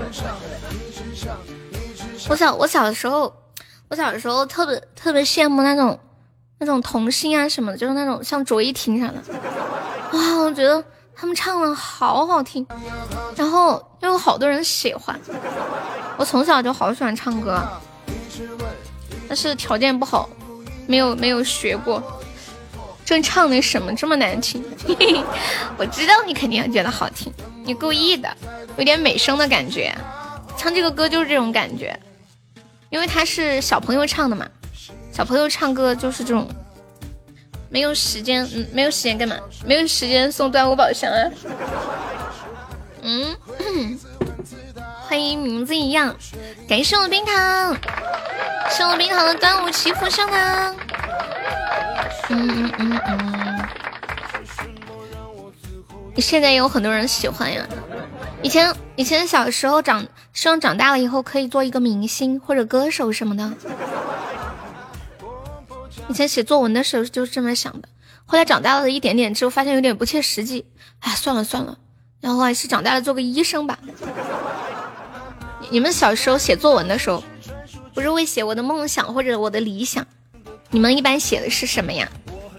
我小我小的时候，我小的时候特别特别羡慕那种那种童星啊什么的，就是那种像卓依婷啥的，哇，我觉得他们唱的好好听，然后又有好多人喜欢。我从小就好喜欢唱歌，但是条件不好，没有没有学过。正唱的什么这么难听？我知道你肯定觉得好听，你故意的，有点美声的感觉。唱这个歌就是这种感觉，因为他是小朋友唱的嘛，小朋友唱歌就是这种，没有时间，嗯，没有时间干嘛？没有时间送端午宝箱啊。嗯，欢迎名字一样，感谢我冰糖，谢我冰糖的端午祈福上啊。嗯嗯嗯嗯，现在有很多人喜欢呀。以前以前小时候长希望长大了以后可以做一个明星或者歌手什么的。以前写作文的时候就是这么想的，后来长大了一点点之后发现有点不切实际，哎，算了算了，然后还是长大了做个医生吧。你们小时候写作文的时候，不是会写我的梦想或者我的理想，你们一般写的是什么呀？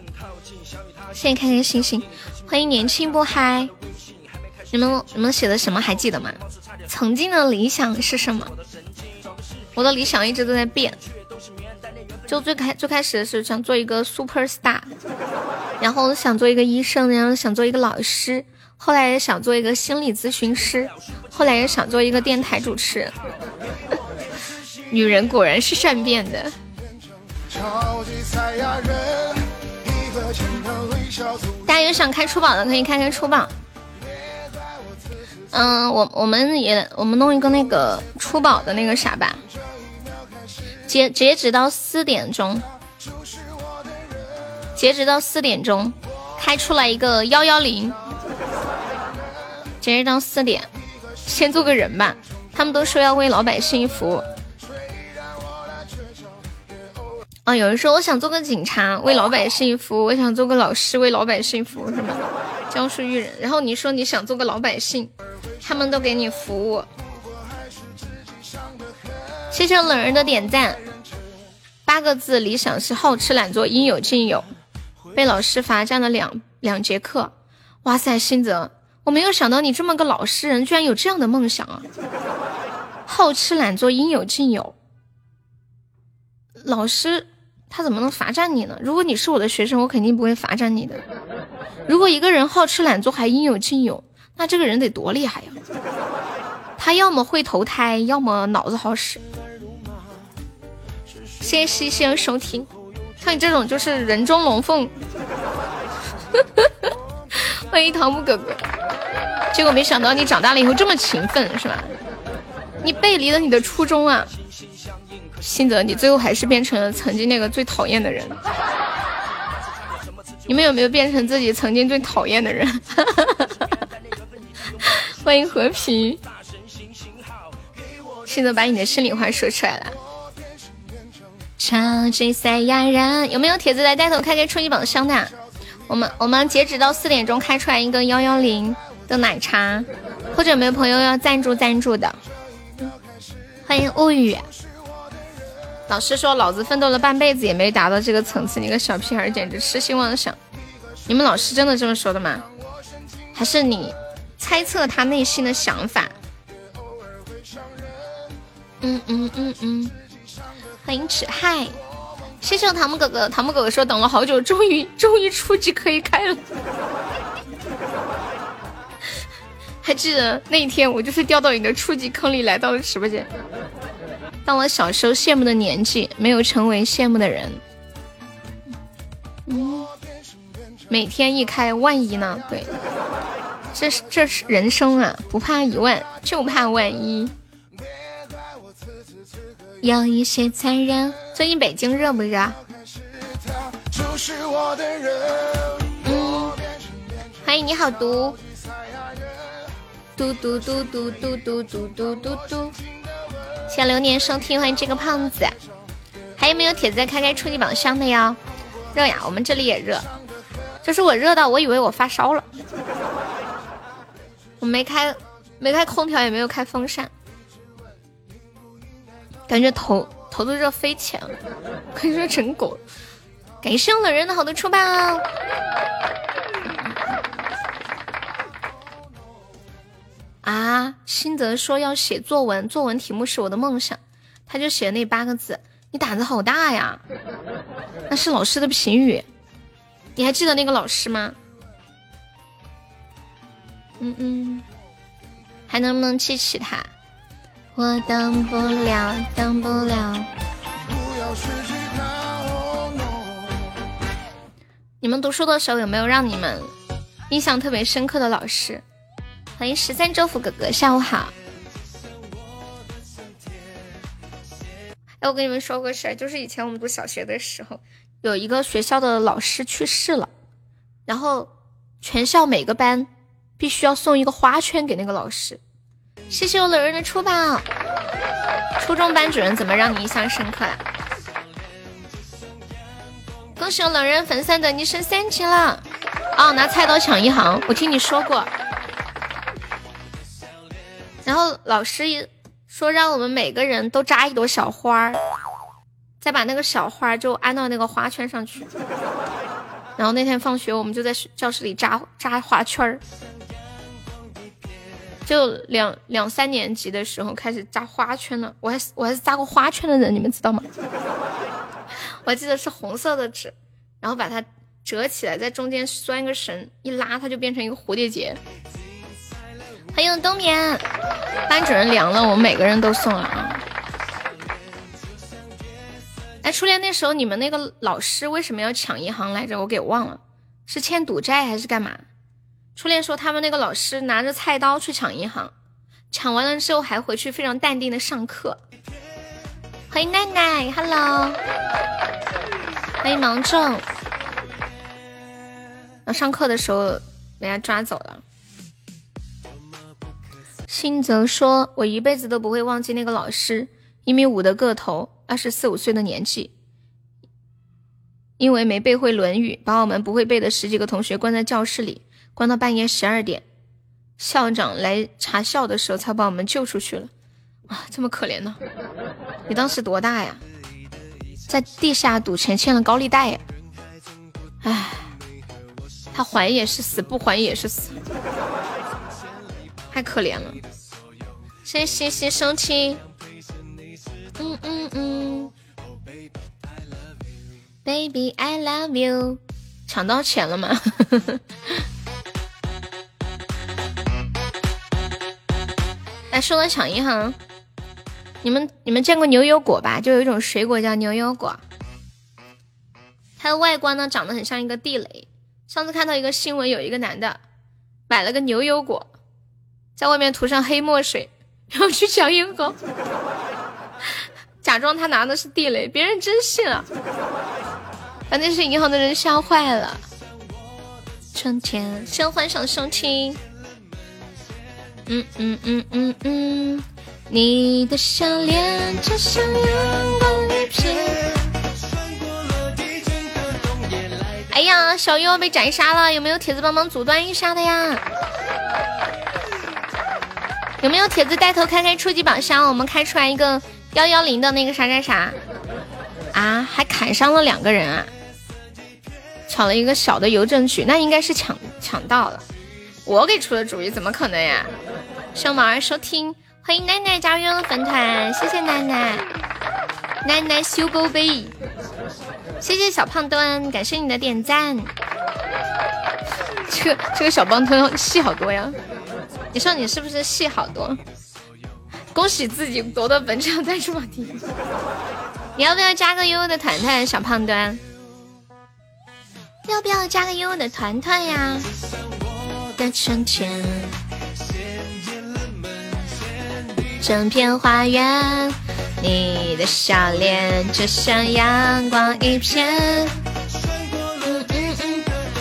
谢谢开开心心，欢迎年轻不嗨。你们你们写的什么还记得吗？曾经的理想是什么？我的理想一直都在变。就最开最开始的是想做一个 super star， 然后想做一个医生，然后想做一个老师，后来也想做一个心理咨询师，后来也想做一个电台主持人。女人果然是善变的。大家有想开出宝的可以开开出宝。嗯，我我们也我们弄一个那个出宝的那个啥吧。截截止到四点钟，截止到四点钟，开出来一个幺幺零。截止到四点，先做个人吧。他们都说要为老百姓服务。啊，有人说我想做个警察，为老百姓服务；我想做个老师，为老百姓服务，是吗？教书育人。然后你说你想做个老百姓，他们都给你服务。谢谢冷人的点赞。八个字，理想是好吃懒做，应有尽有。被老师罚站了两两节课。哇塞，新泽，我没有想到你这么个老实人，居然有这样的梦想啊！好吃懒做，应有尽有。老师他怎么能罚站你呢？如果你是我的学生，我肯定不会罚站你的。如果一个人好吃懒做还应有尽有，那这个人得多厉害呀！他要么会投胎，要么脑子好使。谢谢西西的收听，像你这种就是人中龙凤。欢迎桃木哥哥，结果没想到你长大了以后这么勤奋，是吧？你背离了你的初衷啊！新泽，你最后还是变成了曾经那个最讨厌的人。你们有没有变成自己曾经最讨厌的人？欢迎和平。新泽把你的心里话说出来了。超级赛亚人，有没有帖子来带头开开初级宝箱的？我们我们截止到四点钟开出来一个幺幺零的奶茶，或者有没有朋友要赞助赞助的？欢迎物语。老师说老子奋斗了半辈子也没达到这个层次，你个小屁孩简直痴心妄想。你们老师真的这么说的吗？还是你猜测他内心的想法？嗯嗯嗯嗯。欢迎芷嗨，谢谢我唐木哥哥。唐木哥哥说等了好久，终于终于初级可以开了。还记得那一天，我就是掉到你的初级坑里来到了直播间。当我小时候羡慕的年纪，没有成为羡慕的人。嗯，每天一开，万一呢？对，这是这是人生啊，不怕一万，就怕万一。有一些残忍。最近北京热不热？嗯，欢迎你好毒，嘟嘟嘟嘟嘟嘟嘟嘟嘟嘟。谢谢流年收听，欢迎这个胖子。还有没有帖子在开开初级榜箱的呀？热呀，我们这里也热。就是我热到我以为我发烧了，我没开没开空调，也没有开风扇。感觉头头都热飞起来了，可以说成狗。感谢冷人的好多出宝。啊，新泽说要写作文，作文题目是我的梦想，他就写那八个字。你胆子好大呀！那是老师的评语，你还记得那个老师吗？嗯嗯，还能不能记起他？我等不了，等不了。你们读书的时候有没有让你们印象特别深刻的老师？欢迎十三周福哥哥，下午好。哎，我跟你们说个事儿，就是以前我们读小学的时候，有一个学校的老师去世了，然后全校每个班必须要送一个花圈给那个老师。谢谢我冷人的出宝。初中班主任怎么让你印象深刻啊？恭喜我冷人粉丝等级升三级了。哦，拿菜刀抢一行，我听你说过。然后老师说让我们每个人都扎一朵小花，再把那个小花就安到那个花圈上去。 然后那天放学我们就在教室里扎扎花圈儿，就两两三年级的时候开始扎花圈了，我还我还是扎过花圈的人，你们知道吗？我还记得是红色的纸，然后把它折起来，在中间拴一个绳，一拉它就变成一个蝴蝶结。欢迎冬眠，班主任凉了，我们每个人都送了啊。哎，初恋那时候你们那个老师为什么要抢银行来着？我给忘了，是欠赌债还是干嘛？初恋说他们那个老师拿着菜刀去抢银行，抢完了之后还回去非常淡定的上课。欢迎奈奈 ，Hello， 欢迎芒种。然后上课的时候被人家抓走了。新泽说，我一辈子都不会忘记那个老师，一米五的个头，二十四五岁的年纪，因为没背会《论语》，把我们不会背的十几个同学关在教室里，关到半夜十二点。校长来查校的时候才把我们救出去了。啊，这么可怜呢？你当时多大呀？在地下赌钱欠了高利贷呀！唉，他还也是死，不还也是死，太可怜了。谢谢西西收听。嗯嗯嗯 ，Baby I love you， 抢到钱了吗？来说到抢银行，你们你们见过牛油果吧？就有一种水果叫牛油果，它的外观呢长得很像一个地雷。上次看到一个新闻，有一个男的买了个牛油果，在外面涂上黑墨水，然后去抢银行，假装他拿的是地雷，别人真信了，把那些银行的人吓坏了。春天先幻想收听。嗯嗯嗯嗯嗯，你的笑脸就像阳光一片。哎呀，小优被斩杀了，有没有帖子帮忙阻断一杀的呀？有没有帖子带头开开初级宝箱？我们开出来一个幺幺零的那个啥啥啥啊，还砍伤了两个人啊，抢了一个小的邮政局，那应该是抢抢到了。我给出的主意，怎么可能呀？小毛儿收听，欢迎奶奶加入了粉团，谢谢奶奶，奶奶修宝贝，谢谢小胖墩，感谢你的点赞。这个这个小胖墩戏好多呀，你说你是不是戏好多？恭喜自己夺得本场赞助榜第一。你要不要加个悠悠的团团，小胖墩？要不要加个悠悠的团团呀？的春天，整片花园，你的笑脸就像阳光一片。嗯嗯嗯，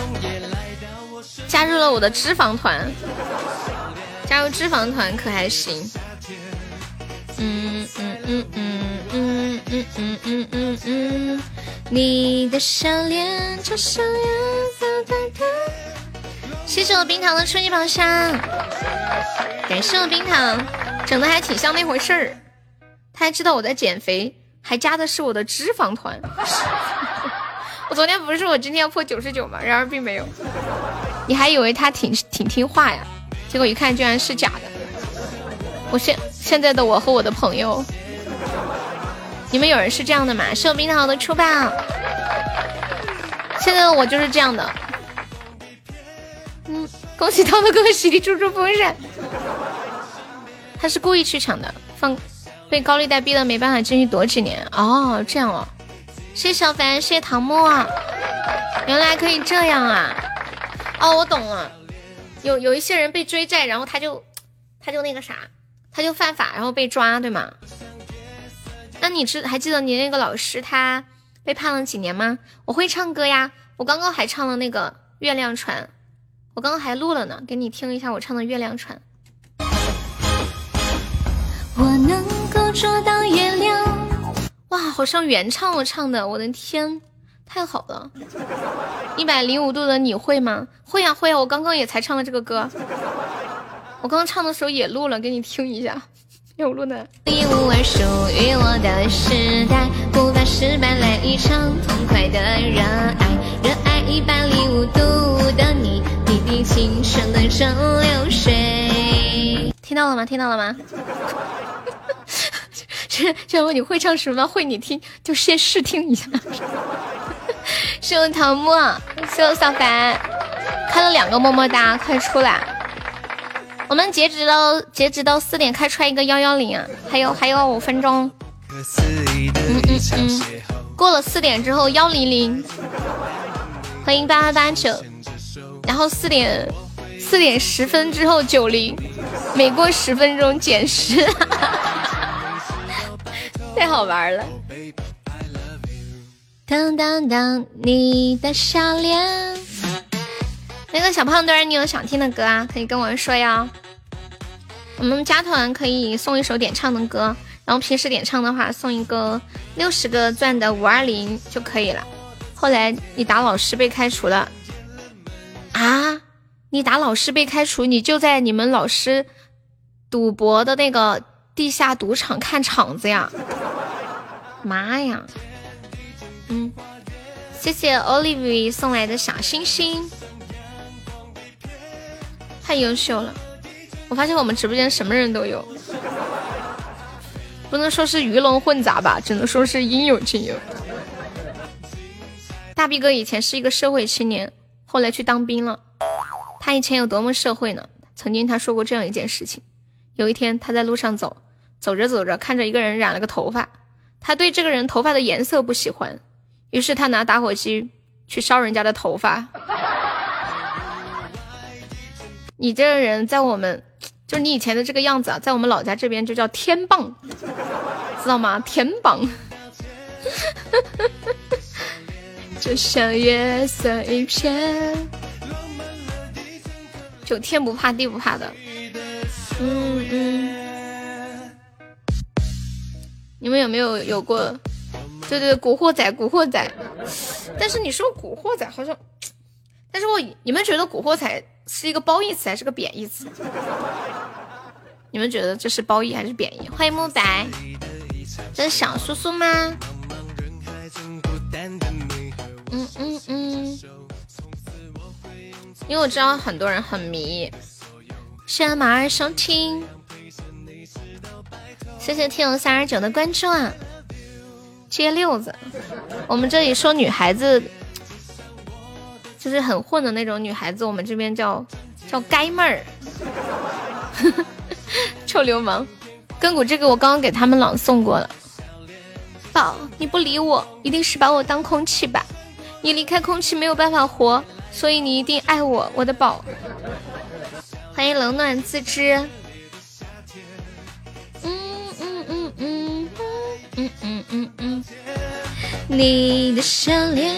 加入了我的脂肪团，加入脂肪团可还行。嗯嗯嗯嗯嗯嗯嗯嗯嗯嗯，你的笑脸就像阳光一片。谢谢我冰糖的初级宝箱，感谢我冰糖，整的还挺像那回事儿。他还知道我在减肥，还加的是我的脂肪团。我昨天不是说我今天要破九十九吗？然而并没有。你还以为他挺挺听话呀？结果一看居然是假的。我现现在的我和我的朋友，你们有人是这样的吗？是我冰糖的初宝。现在的我就是这样的。嗯，恭喜涛的哥哥喜力猪猪风扇，他是故意去抢的，放被高利贷逼得没办法继续躲几年。哦，这样哦，谢谢小凡，谢谢唐默，原来可以这样啊！哦，我懂了，有有一些人被追债，然后他就他就那个啥，他就犯法，然后被抓，对吗？那你知还记得你那个老师他被判了几年吗？我会唱歌呀，我刚刚还唱了那个《月亮船》。我刚刚还录了呢，给你听一下我唱的《月亮船》。我能够捉到月亮，哇，好像原唱我唱的，我的天，太好了！一百零五度的你会吗？会呀、啊、会呀、啊，我刚刚也才唱了这个歌，我刚刚唱的时候也录了，给你听一下，有录的。一无二属于我的时代，不怕失败来一场痛快的热爱，热爱。 一百零五度的你，滴滴清澈的蒸馏水。听到了吗？听到了吗？这这问你会唱什么？会你听就先试听一下。谢我桃木，谢我小凡，开了两个么么哒，快出来！我们截止到截止到四点开出来一个幺幺零，还有还有五分钟。嗯嗯嗯，过了四点之后幺零零，欢迎八八八九，然后四点四点十分之后九零，每过十分钟减十，太好玩了。当当当，你的笑脸。那个小胖墩儿，你有想听的歌啊？可以跟我说呀。我们加团可以送一首点唱的歌，然后平时点唱的话送一个六十个钻的五二零就可以了。后来你打老师被开除了啊？你打老师被开除，你就在你们老师赌博的那个地下赌场看场子呀？妈呀！嗯，谢谢 Olivia 送来的小星星，太优秀了！我发现我们直播间什么人都有，不能说是鱼龙混杂吧，只能说是应有尽有。大逼哥以前是一个社会青年，后来去当兵了。他以前有多么社会呢？曾经他说过这样一件事情：有一天他在路上走，走着走着，看着一个人染了个头发，他对这个人头发的颜色不喜欢。于是他拿打火机去烧人家的头发。你这个人在我们，就是你以前的这个样子啊，在我们老家这边就叫天棒，知道吗？天棒。就像月色一片，就天不怕地不怕的。嗯嗯。你们有没有有过？对对，古惑仔，古惑仔。但是你说古惑仔好像，但是我你们觉得古惑仔是一个褒义词还是个贬义词？你们觉得这是褒义还是贬义？欢迎慕白，这是小叔叔吗？嗯嗯嗯。因为我知道很多人很迷。谢谢马儿收听，谢谢天友三十九的关注啊。接溜子，我们这里说女孩子就是很混的那种女孩子，我们这边叫叫该妹儿。臭流氓，根骨这个我刚刚给他们朗诵过了。宝，你不理我，一定是把我当空气吧？你离开空气没有办法活，所以你一定爱我，我的宝。欢迎冷暖自知。嗯嗯嗯嗯，你的笑脸。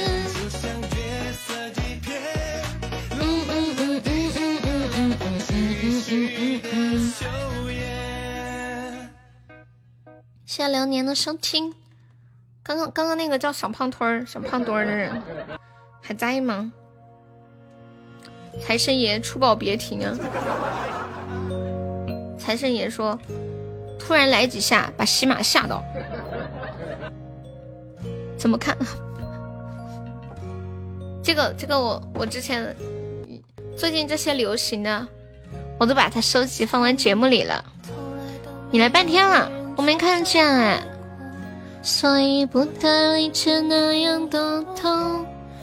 嗯嗯嗯嗯嗯嗯嗯嗯嗯嗯嗯嗯。谢谢流年的收听。刚刚刚刚那个叫小胖墩儿、小胖墩儿的人还在吗？财神爷出宝别停啊！财神爷说。突然来几下，把西马吓到。怎么看？这个这个我我之前最近这些流行的，我都把它收集放在节目里了。你来半天了，我没看见哎。所以不带一切那样的痛。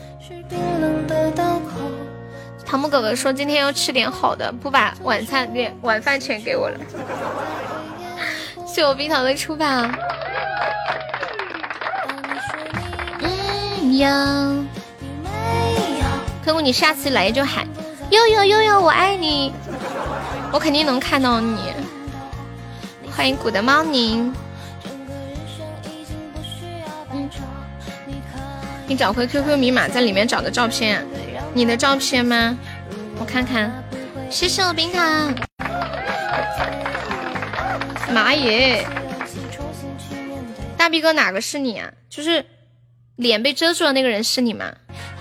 唐木哥哥说今天要吃点好的，不把晚餐点晚饭钱给我了。谢我冰糖的出吧。嗯呀，可我你下次来就喊悠悠悠悠我爱你，我肯定能看到你。欢迎古的猫宁。嗯，你找回 Q Q 密码，在里面找的照片、啊，你的照片吗？我看看。谢谢我冰糖。妈耶！大逼哥哪个是你啊？就是脸被遮住的那个人是你吗？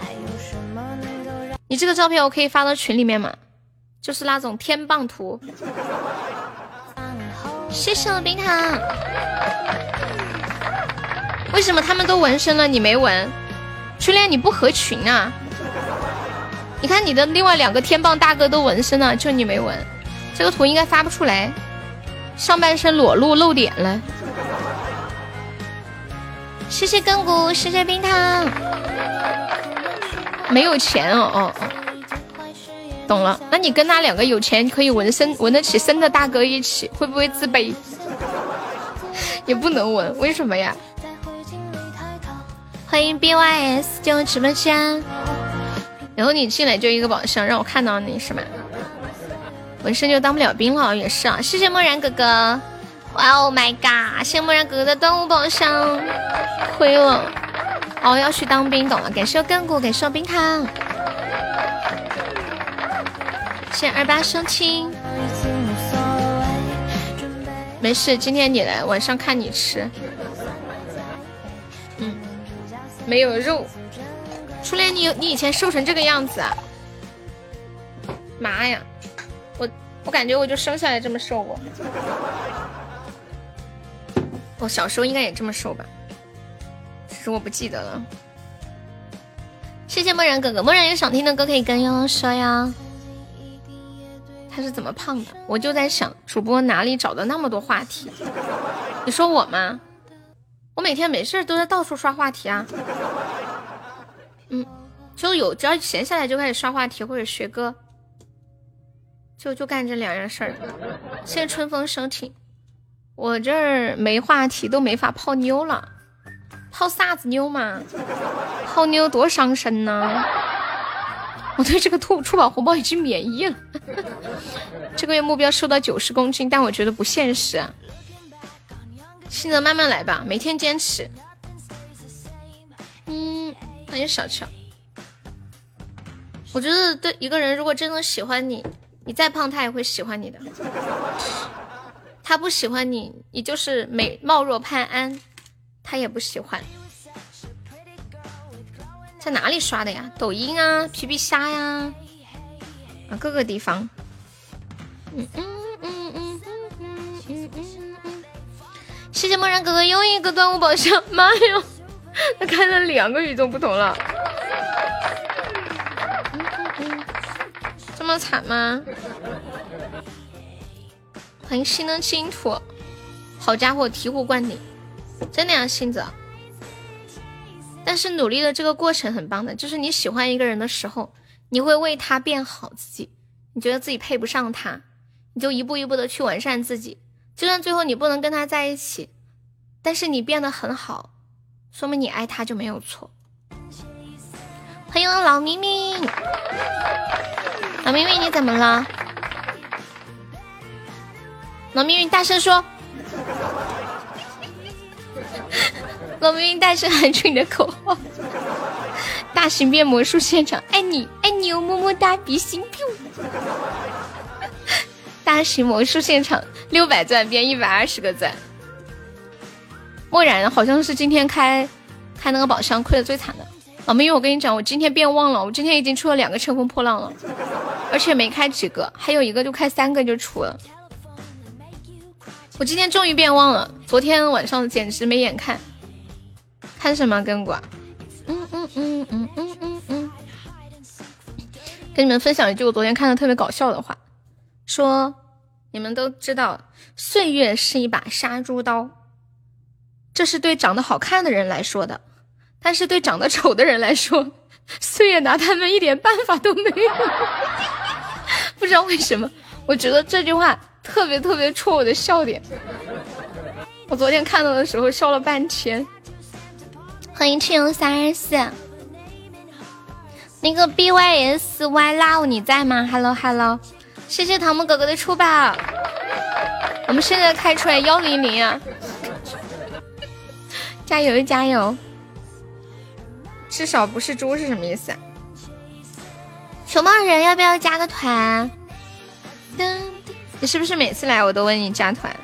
你这个照片我可以发到群里面吗？就是那种天棒图。谢谢我冰糖。为什么他们都纹身了，你没纹？初恋你不合群啊？ 你看你的另外两个天棒大哥都纹身了，就你没纹，这个图应该发不出来，上半身裸露露点了。谢谢亘古，谢谢冰糖。没有钱哦哦哦，懂了。那你跟那两个有钱可以纹身纹得起身的大哥一起，会不会自卑？也不能纹，为什么呀？欢迎 B Y S 进入直播间，然后你进来就一个宝箱，让我看到你是吗？纹身就当不了兵了，也是啊。谢谢漠然哥哥，哇哦 my god！ 谢谢漠然哥哥的端午宝箱，亏了。哦，要去当兵，懂了。感谢亘古，感谢冰糖，谢谢二八收听。没事，今天你来，晚上看你吃。嗯，没有肉。初恋，你你以前瘦成这个样子啊？妈呀，我我感觉我就生下来这么瘦过。我小时候应该也这么瘦吧，只是我不记得了。谢谢漠然哥哥，漠然有想听的歌可以跟悠悠说呀。他是怎么胖的？我就在想，主播哪里找的那么多话题？你说我吗？我每天没事都在到处刷话题啊。嗯，就有只要闲下来就开始刷话题或者学歌，就就干这两样事儿。谢谢春风收听。我这儿没话题都没法泡妞了，泡啥子妞嘛？泡妞多伤身呢。我对这个兔出宝红包已经免疫了。这个月目标瘦到九十公斤，但我觉得不现实啊。现在慢慢来吧，每天坚持。嗯，欢迎小乔。我觉得对一个人如果真的喜欢你，你再胖他也会喜欢你的。他不喜欢你，你就是美貌若潘安，他也不喜欢。在哪里刷的呀？抖音啊，皮皮虾呀，啊，各个地方。嗯嗯嗯嗯嗯嗯嗯嗯。谢谢漠然哥哥又一个端午宝箱，妈呀，他开了两个与众不同了。嗯嗯嗯，这么惨吗？欢迎心能净土，好家伙，醍醐灌顶，真的呀，星子。但是努力的这个过程很棒的，就是你喜欢一个人的时候，你会为他变好自己，你觉得自己配不上他，你就一步一步的去完善自己，就算最后你不能跟他在一起，但是你变得很好，说明你爱他就没有错。欢迎老明明，老明明你怎么了？老明明大声说，老明明大声喊出你的口号。大型变魔术现场，爱你爱你哦，么么哒，比心 biu。大型魔术现场六百钻变一百二十个钻。漠然好像是今天开开那个宝箱亏的最惨的。老明明，我跟你讲，我今天变旺了，我今天已经出了两个乘风破浪了，而且没开几个，还有一个就开三个就出了。我今天终于变旺了，昨天晚上简直没眼看。看什么跟果？嗯嗯嗯嗯嗯嗯嗯。跟你们分享一句我昨天看的特别搞笑的话，说你们都知道岁月是一把杀猪刀，这是对长得好看的人来说的，但是对长得丑的人来说，岁月拿他们一点办法都没有。不知道为什么，我觉得这句话特别特别戳我的笑点，我昨天看到的时候笑了半天。欢迎赤油三二四，那个 B Y S Y Love 你在吗 ？Hello Hello， 谢谢唐木哥哥的出宝，我们现在开出来幺零零啊，加油加油！至少不是猪是什么意思啊？熊猫人要不要加个团？你是不是每次来我都问你加团？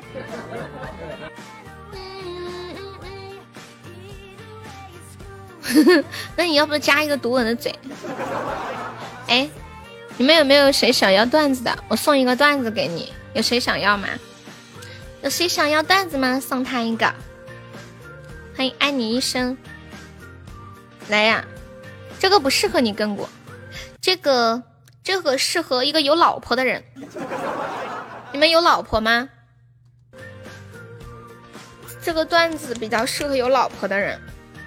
那你要不加一个毒吻的嘴？哎，你们有没有谁想要段子的？我送一个段子给你，有谁想要吗？有谁想要段子吗？送他一个。欢迎爱你一生。来呀，这个不适合你跟过， 这个这个适合一个有老婆的人。你们有老婆吗？这个段子比较适合有老婆的人。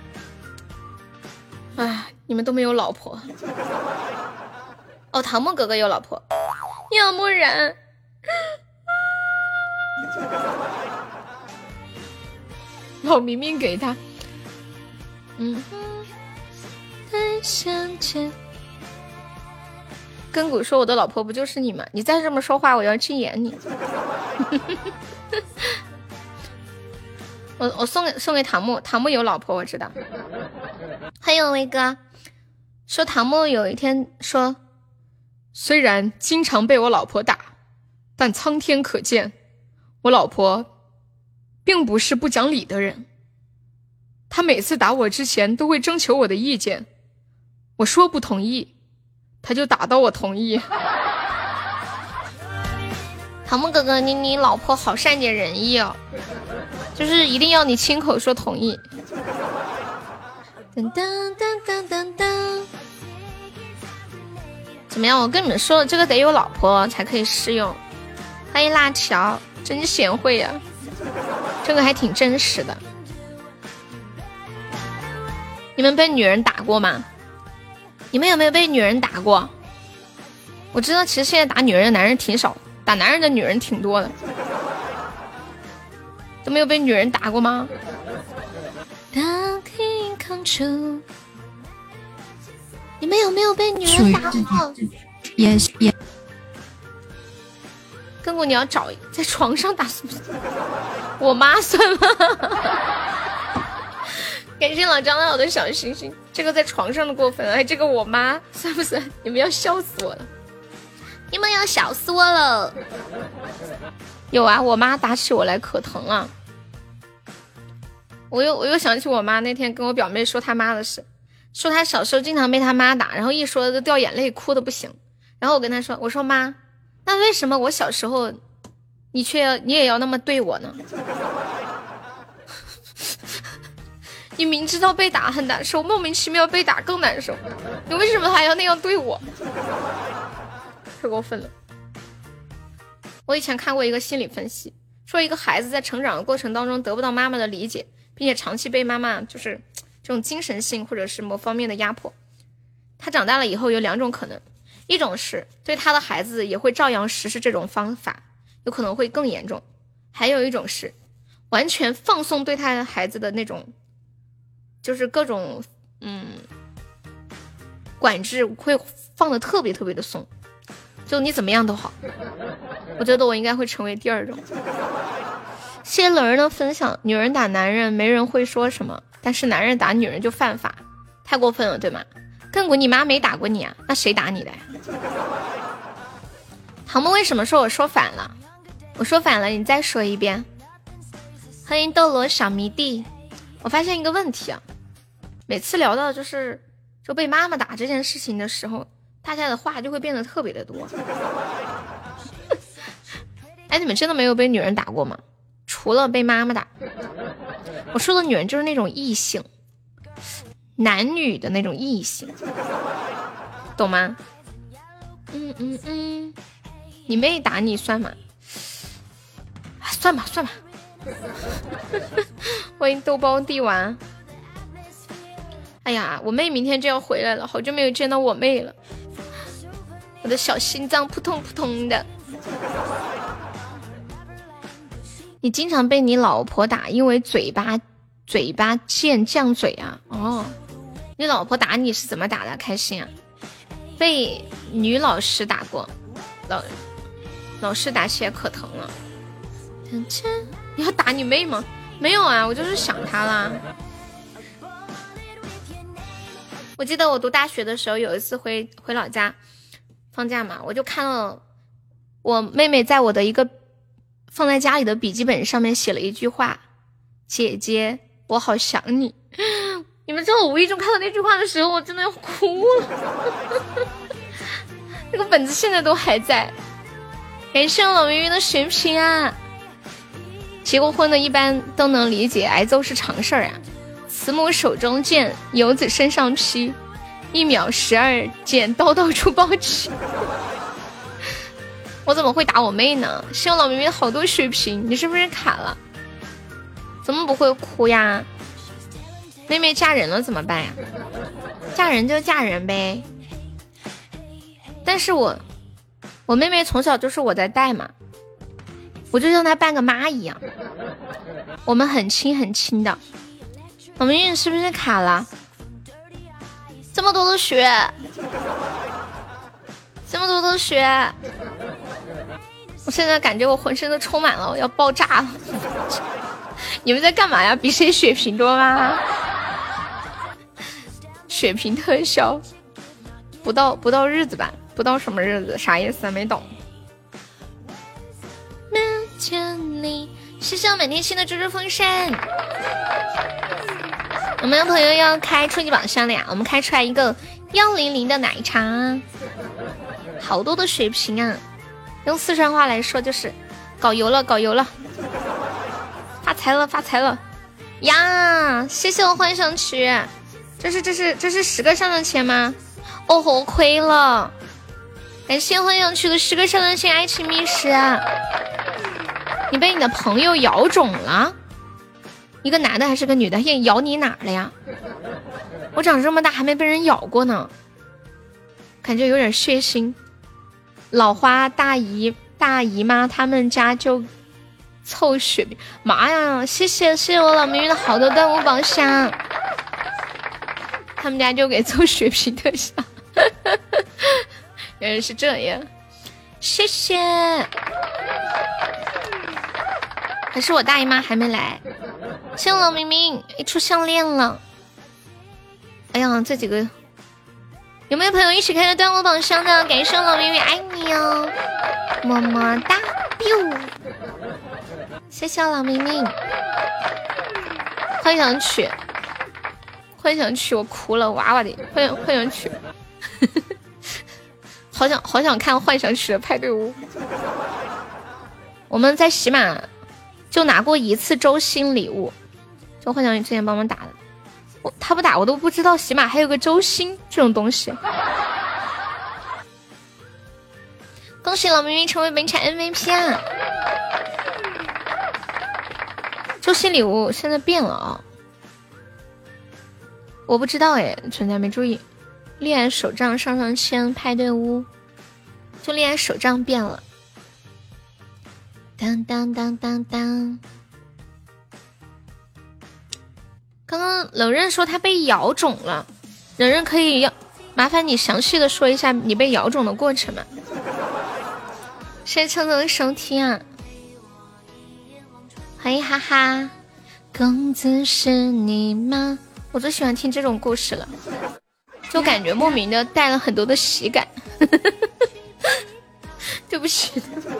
哎，你们都没有老婆。哦，唐木哥哥有老婆，要不然老明明给他。嗯，再相见。根古说我的老婆不就是你吗？你再这么说话，我要禁言你。我我送给送给唐木，唐木有老婆我知道。还有威哥说唐木有一天说，虽然经常被我老婆打，但苍天可见，我老婆并不是不讲理的人。她每次打我之前都会征求我的意见，我说不同意，她就打到我同意。唐木哥哥，你你老婆好善解人意哦，就是一定要你亲口说同意。噔噔噔噔噔噔，怎么样？我跟你们说了，这个得有老婆才可以适用。欢迎辣条，真贤惠呀、啊，这个还挺真实的。你们被女人打过吗？你们有没有被女人打过？我知道，其实现在打女人的男人挺少，打男人的女人挺多的。都没有被女人打过吗？你们有没有被女人打过？ 也也。 根本你要找在床上打是不是？我妈算吗？感谢老张老的小星星，这个在床上的过分了，哎，这个我妈算不算？你们要笑死我了，你们要笑死我了。有啊，我妈打起我来可疼了。我又我又想起我妈那天跟我表妹说她妈的事，说她小时候经常被她妈打，然后一说就掉眼泪，哭的不行。然后我跟她说，我说妈，那为什么我小时候你却你也要那么对我呢？你明知道被打很难受，莫名其妙被打更难受，你为什么还要那样对我？太过分了。我以前看过一个心理分析，说一个孩子在成长的过程当中得不到妈妈的理解，并且长期被妈妈就是这种精神性或者是某方面的压迫，他长大了以后有两种可能，一种是对他的孩子也会照样实施这种方法，有可能会更严重，还有一种是完全放松对他的孩子的那种就是各种嗯管制会放得特别特别的松，就你怎么样都好。我觉得我应该会成为第二种。谢谢冷人的分享，女人打男人没人会说什么，但是男人打女人就犯法，太过分了对吗？亘古你妈没打过你啊，那谁打你的呀？唐木为什么说我说反了？我说反了，你再说一遍。欢迎斗罗小迷弟。我发现一个问题啊，每次聊到就是就被妈妈打这件事情的时候，大家的话就会变得特别的多。哎，你们真的没有被女人打过吗？除了被妈妈打，我说的女人就是那种异性，男女的那种异性，懂吗？嗯嗯嗯，你妹打你算吗？算吧算吧。欢迎豆包帝王。哎呀，我妹明天就要回来了，好久没有见到我妹了，我的小心脏扑通扑通的。你经常被你老婆打，因为嘴巴嘴巴贱犟嘴啊。哦，你老婆打你是怎么打的？开心啊？被女老师打过，老老师打起来可疼了。你要打你妹吗？没有啊，我就是想她啦。我记得我读大学的时候，有一次回回老家放假嘛，我就看了我妹妹在我的一个放在家里的笔记本上面写了一句话：姐姐，我好想你。你们知道我无意中看到那句话的时候，我真的要哭了。那个本子现在都还在。感谢我老鱼鱼的血瓶啊！结过婚的一般都能理解，挨揍是常事儿啊。慈母手中剑，游子身上披。 一秒十二件，刀刀出暴击。我怎么会打我妹呢？希望老明明好多血瓶，你是不是卡了？怎么不会哭呀？妹妹嫁人了怎么办呀？嫁人就嫁人呗。但是我我妹妹从小就是我在带嘛，我就像她半个妈一样，我们很亲很亲的。老明明是不是卡了？这么多的血，这么多的血，我现在感觉我浑身都充满了，我要爆炸了。你们在干嘛呀？比谁血瓶多吗？血瓶特效，不到不到日子吧？不到什么日子？啥意思？没懂。谢谢我满天星的猪猪风扇。我们的朋友要开初级榜上了呀，我们开出来一个幺零零的奶茶，好多的水瓶啊！用四川话来说就是搞油了，搞油了，发财了，发财了呀！谢谢我幻想曲，这是这是这是十个上上签吗？哦吼，亏了！感谢幻想曲的十个上上签爱情密室啊！你被你的朋友咬肿了？一个男的还是个女的？也咬你哪儿了呀？我长这么大还没被人咬过呢，感觉有点血腥。老花大姨大姨妈他们家就凑血瓶，妈呀！谢谢谢谢我老明明的好多弹幕宝箱，他们家就给凑血瓶特效，原来是这样，谢谢。可是我大姨妈还没来。谢谢老明明一出项链了。哎呀，这几个有没有朋友一起开个端午榜上的？感谢老明明，爱你哦，么么哒 biu 谢谢老明明。幻想曲幻想曲我哭了，哇哇的幻想幻想曲好想好想看幻想曲的派对屋。我们在喜马就拿过一次周星礼物，就幻想曲之前帮忙打的，我他不打我都不知道喜马还有个周星这种东西。恭喜老明明成为本场 M V P 啊！周星礼物现在变了啊，我不知道哎，存在没注意。恋爱手账上上签派对屋，就恋爱手账变了。当当当当当！刚刚冷刃说他被咬肿了，冷刃可以要麻烦你详细的说一下你被咬肿的过程吗？谢谢橙子的收听啊！欢迎哈哈，公子是你吗？我最喜欢听这种故事了，就感觉莫名的带了很多的喜感。对不起。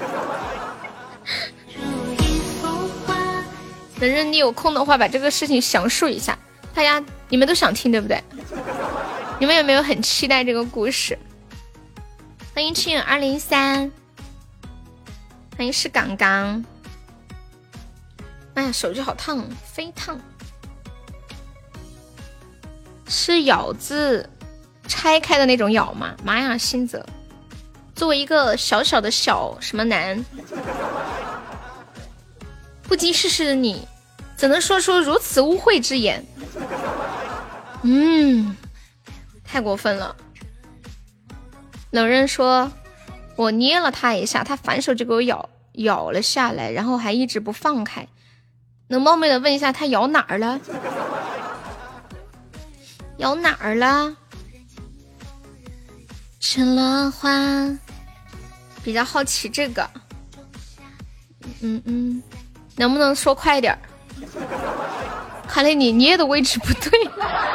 冷刃，你有空的话把这个事情详述一下，大家你们都想听对不对？你们有没有很期待这个故事？欢迎七远二零三，欢迎是刚刚。哎呀，手机好烫，飞烫。是咬字拆开的那种咬吗？妈呀，新泽，作为一个小小的小什么男，不经世事的你，怎能说出如此污秽之言？嗯，太过分了。冷刃说，我捏了他一下，他反手就给我咬咬了下来，然后还一直不放开。能冒昧的问一下，他咬哪儿了？咬哪儿了？吃了花，比较好奇这个。嗯嗯，能不能说快点儿？看来你捏的位置不对。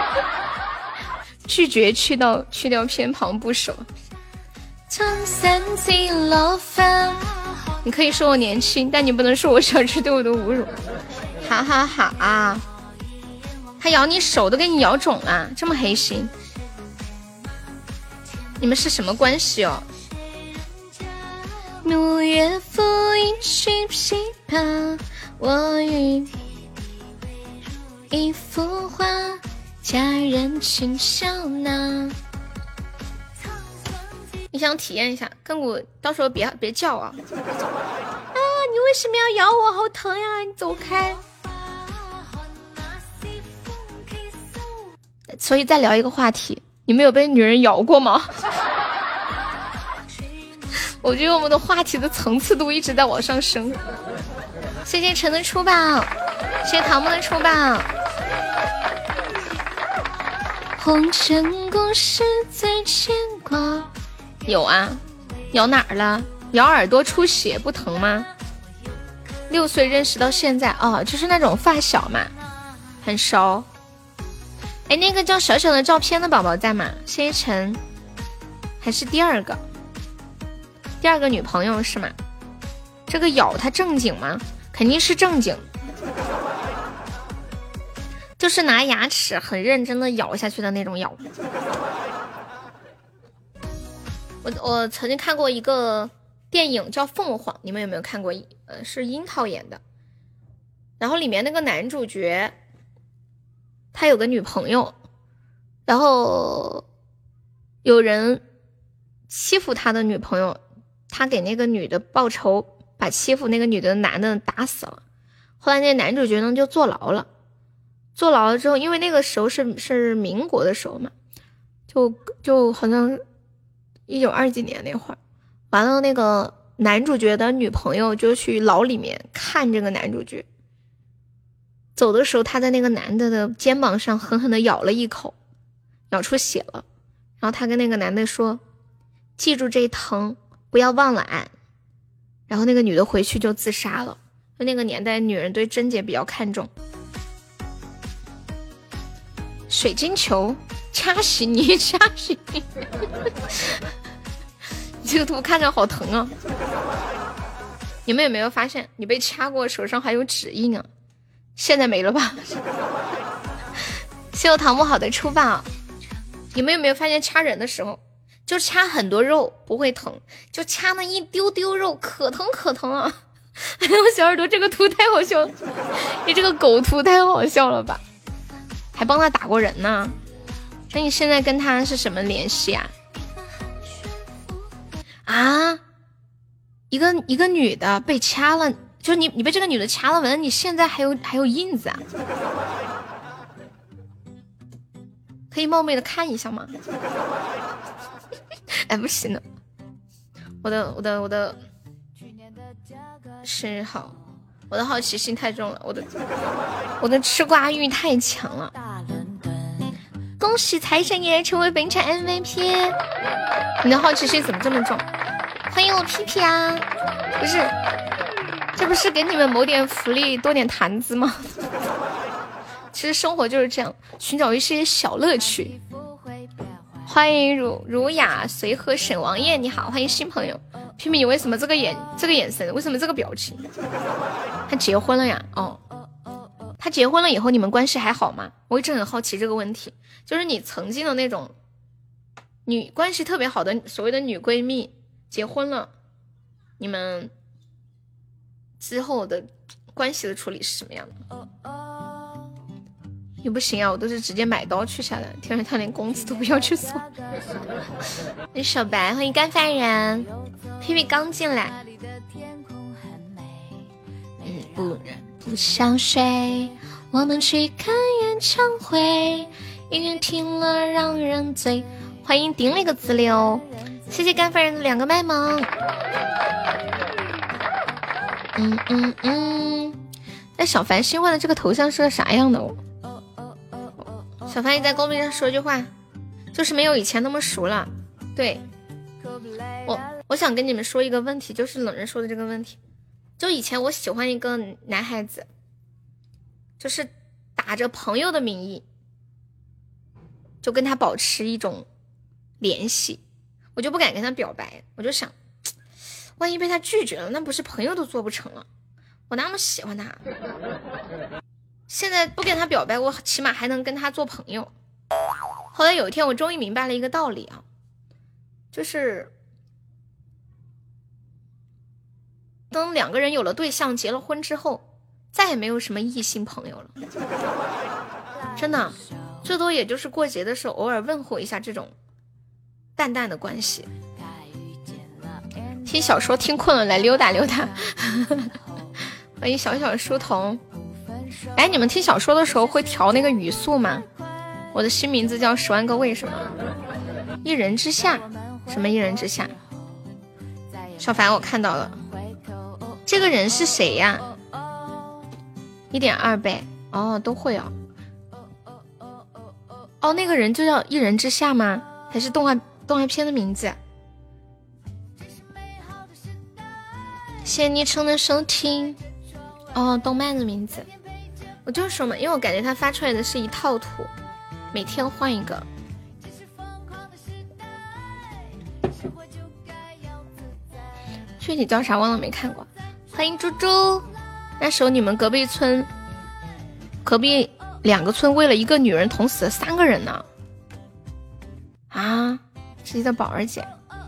拒绝去到去掉偏旁部首。你可以说我年轻，但你不能说我小智对我的侮辱。哈哈哈啊！他咬你手都给你咬肿了，这么黑心，你们是什么关系哦？木月复一曲琵琶，我与一幅画，佳人轻笑纳。 你想体验一下，亘古到时候别别叫啊！啊，你为什么要咬我？好疼呀！你走开。所以再聊一个话题，你们有被女人咬过吗？我觉得我们的话题的层次度一直在往上升。谢谢陈的出宝，谢谢唐木的出宝。红尘故事再牵挂。有啊，咬哪儿了？咬耳朵出血不疼吗？六岁认识到现在，哦，就是那种发小嘛，很熟。哎，那个叫小小的照片的宝宝在吗？谢谢陈，还是第二个，第二个女朋友是吗？这个咬他正经吗？肯定是正经，就是拿牙齿很认真的咬下去的那种咬。我我曾经看过一个电影叫《凤凰》，你们有没有看过？呃，是樱桃演的。然后里面那个男主角，他有个女朋友，然后有人欺负他的女朋友，他给那个女的报仇，把欺负那个女的男的打死了。后来那男主角呢就坐牢了，坐牢了之后，因为那个时候是是民国的时候嘛，就就好像一九二几年那会儿，完了那个男主角的女朋友就去牢里面看这个男主角。走的时候，他在那个男的的肩膀上狠狠的咬了一口，咬出血了。然后他跟那个男的说：“记住这一疼，不要忘了爱。”然后那个女的回去就自杀了。就那个年代，女人对贞洁比较看重。水晶球掐死你，掐死你！你这个图看着好疼啊！你们有没有发现，你被掐过，手上还有指印啊？现在没了吧？谢我唐木好的出宝。你们有没有发现掐人的时候，就掐很多肉不会疼，就掐那一丢丢肉可疼可疼啊！哎呦，小耳朵这个图太好笑了，你这个狗图太好笑了吧？还帮他打过人呢？那你现在跟他是什么联系啊？啊，一个一个女的被掐了。就你，你被这个女的掐了纹，你现在还有还有印子啊？可以冒昧的看一下吗？哎，不行了，我的我的我的是好，我的好奇心太重了，我的我的吃瓜欲太强了。恭喜财神爷成为本场 M V P， 你的好奇心怎么这么重？欢迎我屁屁啊！不是。这不是给你们谋点福利多点谈资吗？其实生活就是这样，寻找一些小乐趣。欢迎如如雅随和沈王爷，你好，欢迎新朋友。皮皮，你为什么这个眼这个眼神？为什么这个表情？他结婚了呀？哦，他结婚了以后，你们关系还好吗？我一直很好奇这个问题，就是你曾经的那种女关系特别好的所谓的女闺蜜结婚了，你们之后的关系的处理是什么样的？也不行啊，我都是直接买刀去下来，天然他连工资都不要去送。欢迎小白，欢迎干饭人，皮皮刚进来。嗯，不忍不想睡，我们去看演唱会，音乐听了让人醉。欢迎顶了一个自流，谢谢干饭人的两个麦萌。嗯嗯嗯，那小凡新换的这个头像是个啥样的哦？小凡，你在公屏上说句话，就是没有以前那么熟了。对，我我想跟你们说一个问题，就是冷人说的这个问题。就以前我喜欢一个男孩子，就是打着朋友的名义，就跟他保持一种联系，我就不敢跟他表白，我就想。万一被他拒绝了，那不是朋友都做不成了。我那么喜欢他，现在不跟他表白，我起码还能跟他做朋友。后来有一天，我终于明白了一个道理啊，就是当两个人有了对象，结了婚之后，再也没有什么异性朋友了。真的，最多也就是过节的时候偶尔问候一下这种淡淡的关系。 听小说听困了，来溜达溜达。欢迎小小书童。哎，你们听小说的时候会调那个语速吗？我的新名字叫十万个为什么。一人之下，什么一人之下？小凡，我看到了，这个人是谁呀？一点二倍哦，都会哦。哦，那个人就叫一人之下吗？还是动画动画片的名字？谢谢昵称的收听。哦，动漫的名字。我就说嘛，因为我感觉他发出来的是一套图，每天换一个。具体叫啥忘了，没看过。欢迎猪猪。那时候你们隔壁村，隔壁两个村为了一个女人捅死了三个人呢。啊，是的宝儿姐。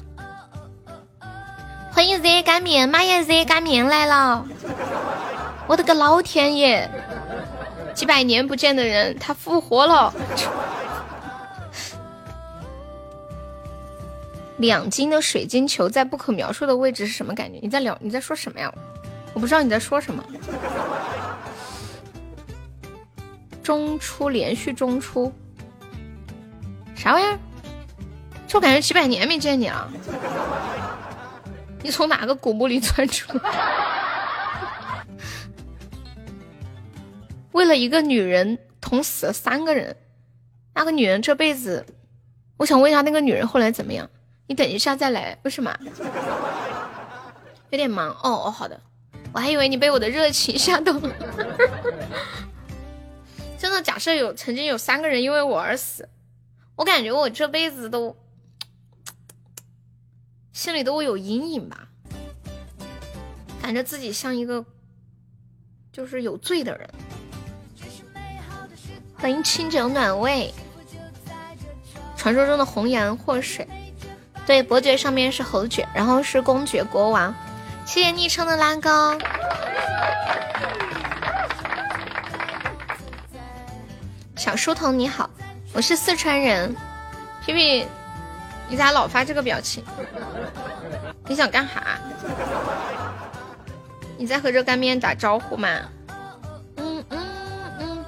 欢迎 Z 干棉，妈呀 Z 干棉来了！我的个老天爷！几百年不见的人，他复活了。两斤的水晶球在不可描述的位置是什么感觉？你在聊你在说什么呀？我不知道你在说什么。中出连续中出，啥玩意儿？就感觉几百年没见你了。你从哪个古墓里钻出来？为了一个女人捅死了三个人，那个女人这辈子，我想问一下那个女人后来怎么样？你等一下再来，为什么？有点忙哦哦，好的，我还以为你被我的热情吓到了。真的，假设有曾经有三个人因为我而死，我感觉我这辈子都心里都会有阴影吧，感觉自己像一个就是有罪的人。欢迎清酒暖胃，传说中的红颜祸水。对，伯爵上面是侯爵，然后是公爵国王。谢谢昵称的拉高。小书童你好，我是四川人。皮皮，你咋老发这个表情？你想干哈？你在和热干面打招呼吗？嗯嗯嗯。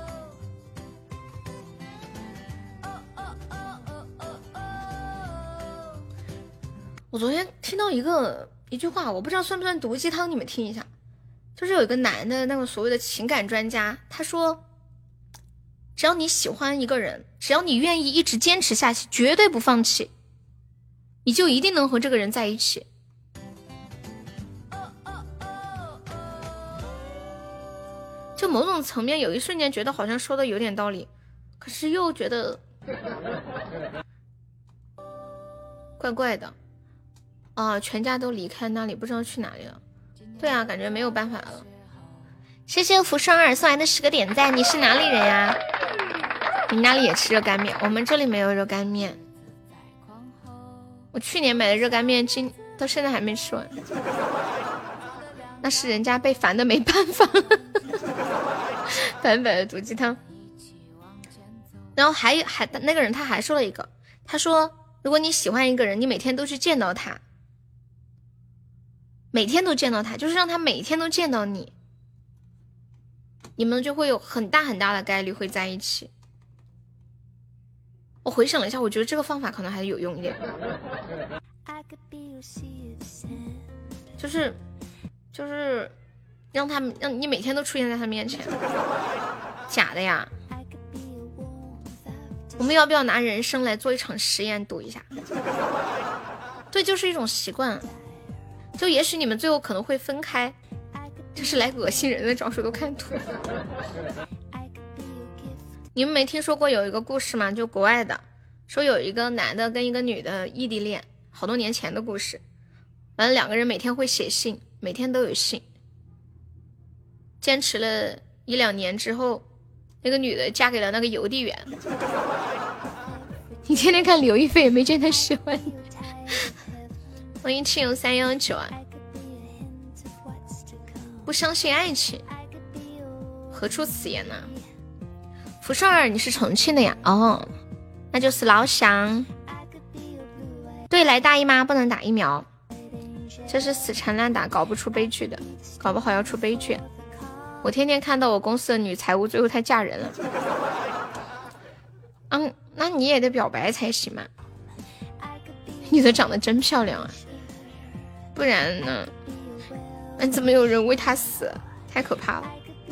我昨天听到一个一句话，我不知道算不算毒鸡汤，你们听一下。就是有一个男的那个所谓的情感专家，他说只要你喜欢一个人，只要你愿意一直坚持下去，绝对不放弃，你就一定能和这个人在一起。就某种层面有一瞬间觉得好像说的有点道理，可是又觉得怪怪的啊！全家都离开那里，不知道去哪里了。对啊，感觉没有办法了。谢谢福双儿送来的十个点赞，你是哪里人呀？你那里也吃热干面？我们这里没有热干面。我去年买的热干面，今到现在还没吃完。那是人家被烦的没办法了。百分百的毒鸡汤。然后还还那个人他还说了一个，他说如果你喜欢一个人，你每天都去见到他，每天都见到他，就是让他每天都见到你，你们就会有很大很大的概率会在一起。我回想了一下，我觉得这个方法可能还有用一点，就是就是让他们让你每天都出现在他面前。假的呀，我们要不要拿人生来做一场实验赌一下？对，就是一种习惯，就也许你们最后可能会分开，就是来恶心人的招数都看图。你们没听说过有一个故事吗？就国外的，说有一个男的跟一个女的异地恋，好多年前的故事。完了两个人每天会写信，每天都有信，坚持了一两年之后，那个女的嫁给了那个邮递员。你天天看刘亦菲也没见他喜欢你。欢迎亲友三幺九啊！不相信爱情，何出此言呢？福顺儿，你是重庆的呀？哦，那就是老乡。对，来大姨妈不能打疫苗， 这是死缠烂打搞不出悲剧的，搞不好要出悲剧。我天天看到我公司的女财务最后她嫁人了。嗯，那你也得表白才行嘛。女的长得真漂亮啊，不然呢？那怎么有人为她死？太可怕了。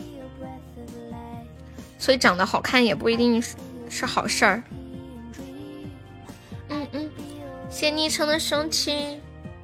所以长得好看也不一定是是好事儿。嗯嗯，谢昵称的生气。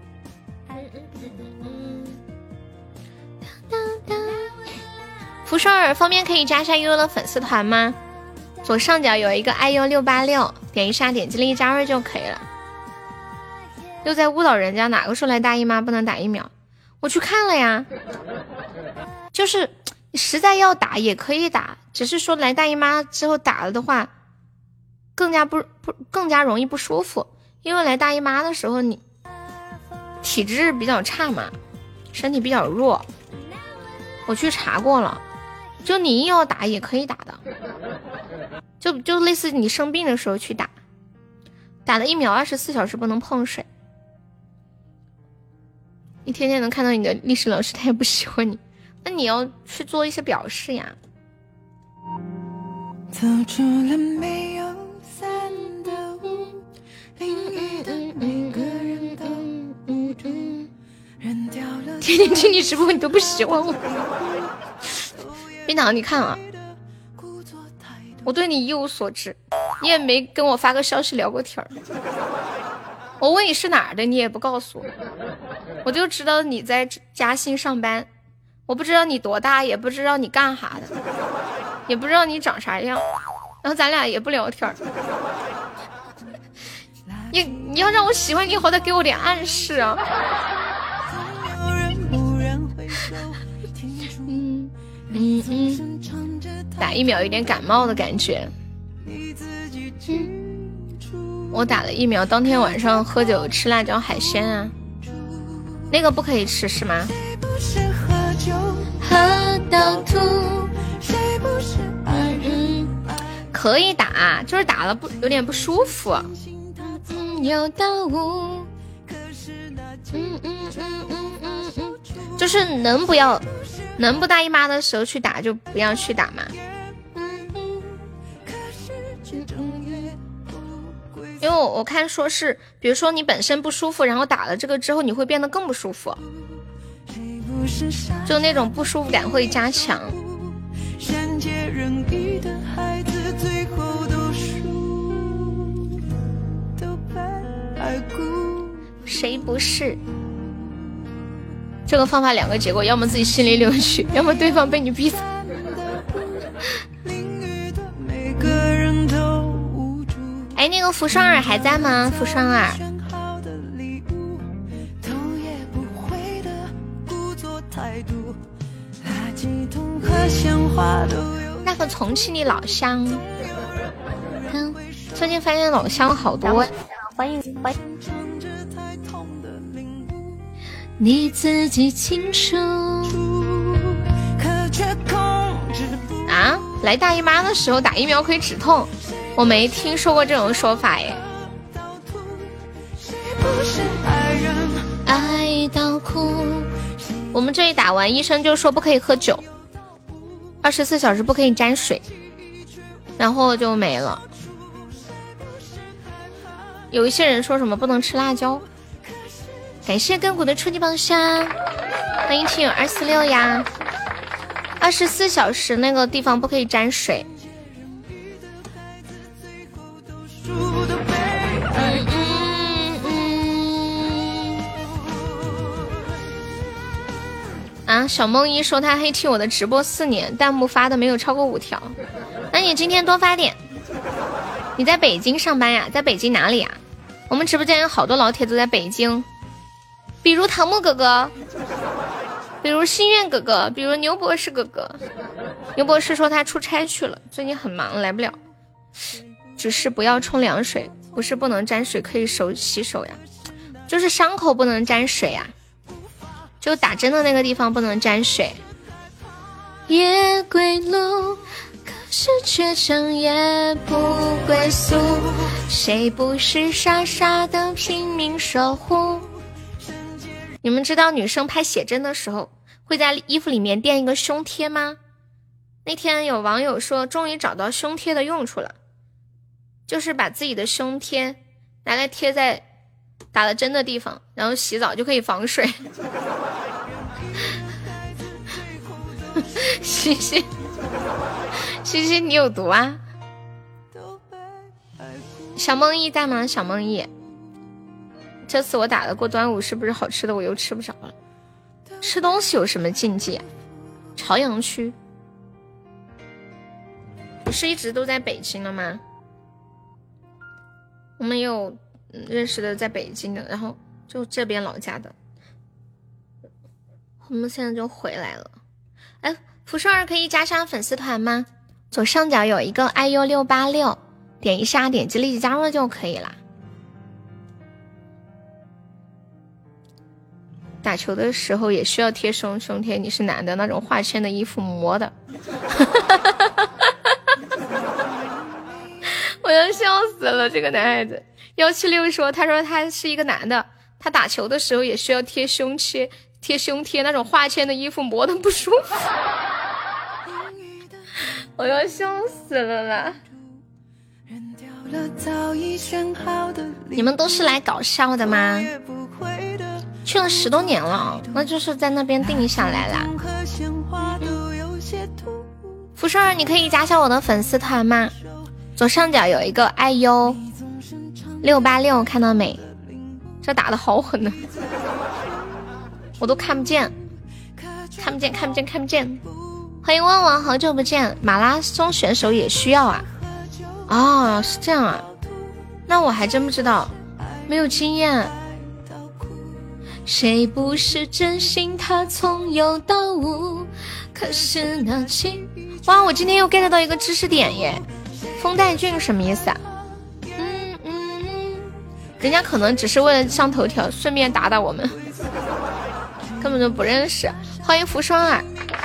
福寿尔方便可以加一下悠悠的粉丝团吗？左上角有一个 i u 六八六，点一下，点击立即加入就可以了。又在误导人家，哪个说来大姨妈不能打疫苗？我去看了呀，就是你实在要打也可以打，只是说来大姨妈之后打了的话，更加不不更加容易不舒服，因为来大姨妈的时候你体质比较差嘛，身体比较弱。我去查过了，就你硬要打也可以打的，就就类似你生病的时候去打，打了疫苗二十四小时不能碰水。一天天能看到你的历史老师他也不喜欢你，那你要去做一些表示呀。走出了没有伞的雾，淋雨的每个人都无助，扔掉了天天听你直播你都不喜欢我。冰糖你看啊，我对你一无所知，你也没跟我发个消息聊过天儿，我问你是哪儿的你也不告诉我，我就知道你在嘉兴上班，我不知道你多大，也不知道你干啥的，也不知道你长啥样，然后咱俩也不聊天。你你要让我喜欢你，好歹给我点暗示啊。嗯嗯嗯，打疫苗有点感冒的感觉。我打了疫苗当天晚上喝酒吃辣椒海鲜啊，那个不可以吃是吗？喝到吐，嗯嗯，可以打，就是打了不有点不舒服。嗯，有到无，嗯嗯嗯嗯嗯嗯，就是能不要，能不大姨妈的时候去打就不要去打嘛。因为我我看说是，比如说你本身不舒服，然后打了这个之后，你会变得更不舒服，就那种不舒服感会加强。谁不是？这个方法两个结果，要么自己心里扭曲，要么对方被你逼死。哎，那个福双儿还在吗？福双儿，那个重庆的老乡，嗯，最近发现老乡好多。欢迎欢迎，你自己清楚。啊，来大姨妈的时候打疫苗可以止痛。我没听说过这种说法耶。爱到哭，我们这里打完医生就说不可以喝酒，二十四小时不可以沾水，然后就没了。有一些人说什么不能吃辣椒。感谢亘古的初级宝箱，欢迎听友二四六呀。二十四小时那个地方不可以沾水。啊，小梦一说他黑听我的直播四年，弹幕发的没有超过五条，那你今天多发点。你在北京上班呀？在北京哪里呀？我们直播间有好多老铁都在北京，比如唐木哥哥，比如心愿哥哥，比如牛博士哥哥。牛博士说他出差去了，最近很忙来不了，只是不要冲凉水，不是不能沾水，可以手洗手呀，就是伤口不能沾水呀，就打针的那个地方不能沾水。夜归路，可是却整夜不归宿，谁不是傻傻的拼命守护？ 你们知道女生拍写真的时候会在衣服里面垫一个胸贴吗？那天有网友说终于找到胸贴的用处了，就是把自己的胸贴拿来贴在打了针的地方，然后洗澡就可以防水。西西西西你有毒啊。小梦忆在吗？小梦忆，这次我打了过端午，是不是好吃的我又吃不着了？吃东西有什么禁忌啊？朝阳区不是一直都在北京了吗？我们有认识的在北京的，然后就这边老家的，我们现在就回来了。哎，福寿儿可以加上粉丝团吗？左上角有一个 I U 六八六，点一下，点击立即加入就可以啦。打球的时候也需要贴胸胸贴，你是男的那种画圈的衣服磨的。我要笑死了，这个男孩子。幺七六说，他说他是一个男的，他打球的时候也需要贴胸贴，贴胸贴那种画圈的衣服磨的不舒服。我要笑死了啦！你们都是来搞笑的吗？去了十多年了，那就是在那边定下来啦。嗯、福寿儿，你可以加下我的粉丝团吗？左上角有一个 I U 六八六，看到没？这打的好狠呢，我都看不见，看不见，看不见，看不见。欢迎旺旺，好久不见。马拉松选手也需要啊？哦，是这样啊，那我还真不知道，没有经验。谁不是真心他从有到无，可是那情。哇，我今天又 get 到一个知识点耶！风带菌什么意思啊？嗯嗯嗯，人家可能只是为了上头条，顺便打打我们，根本就不认识。欢迎福双儿，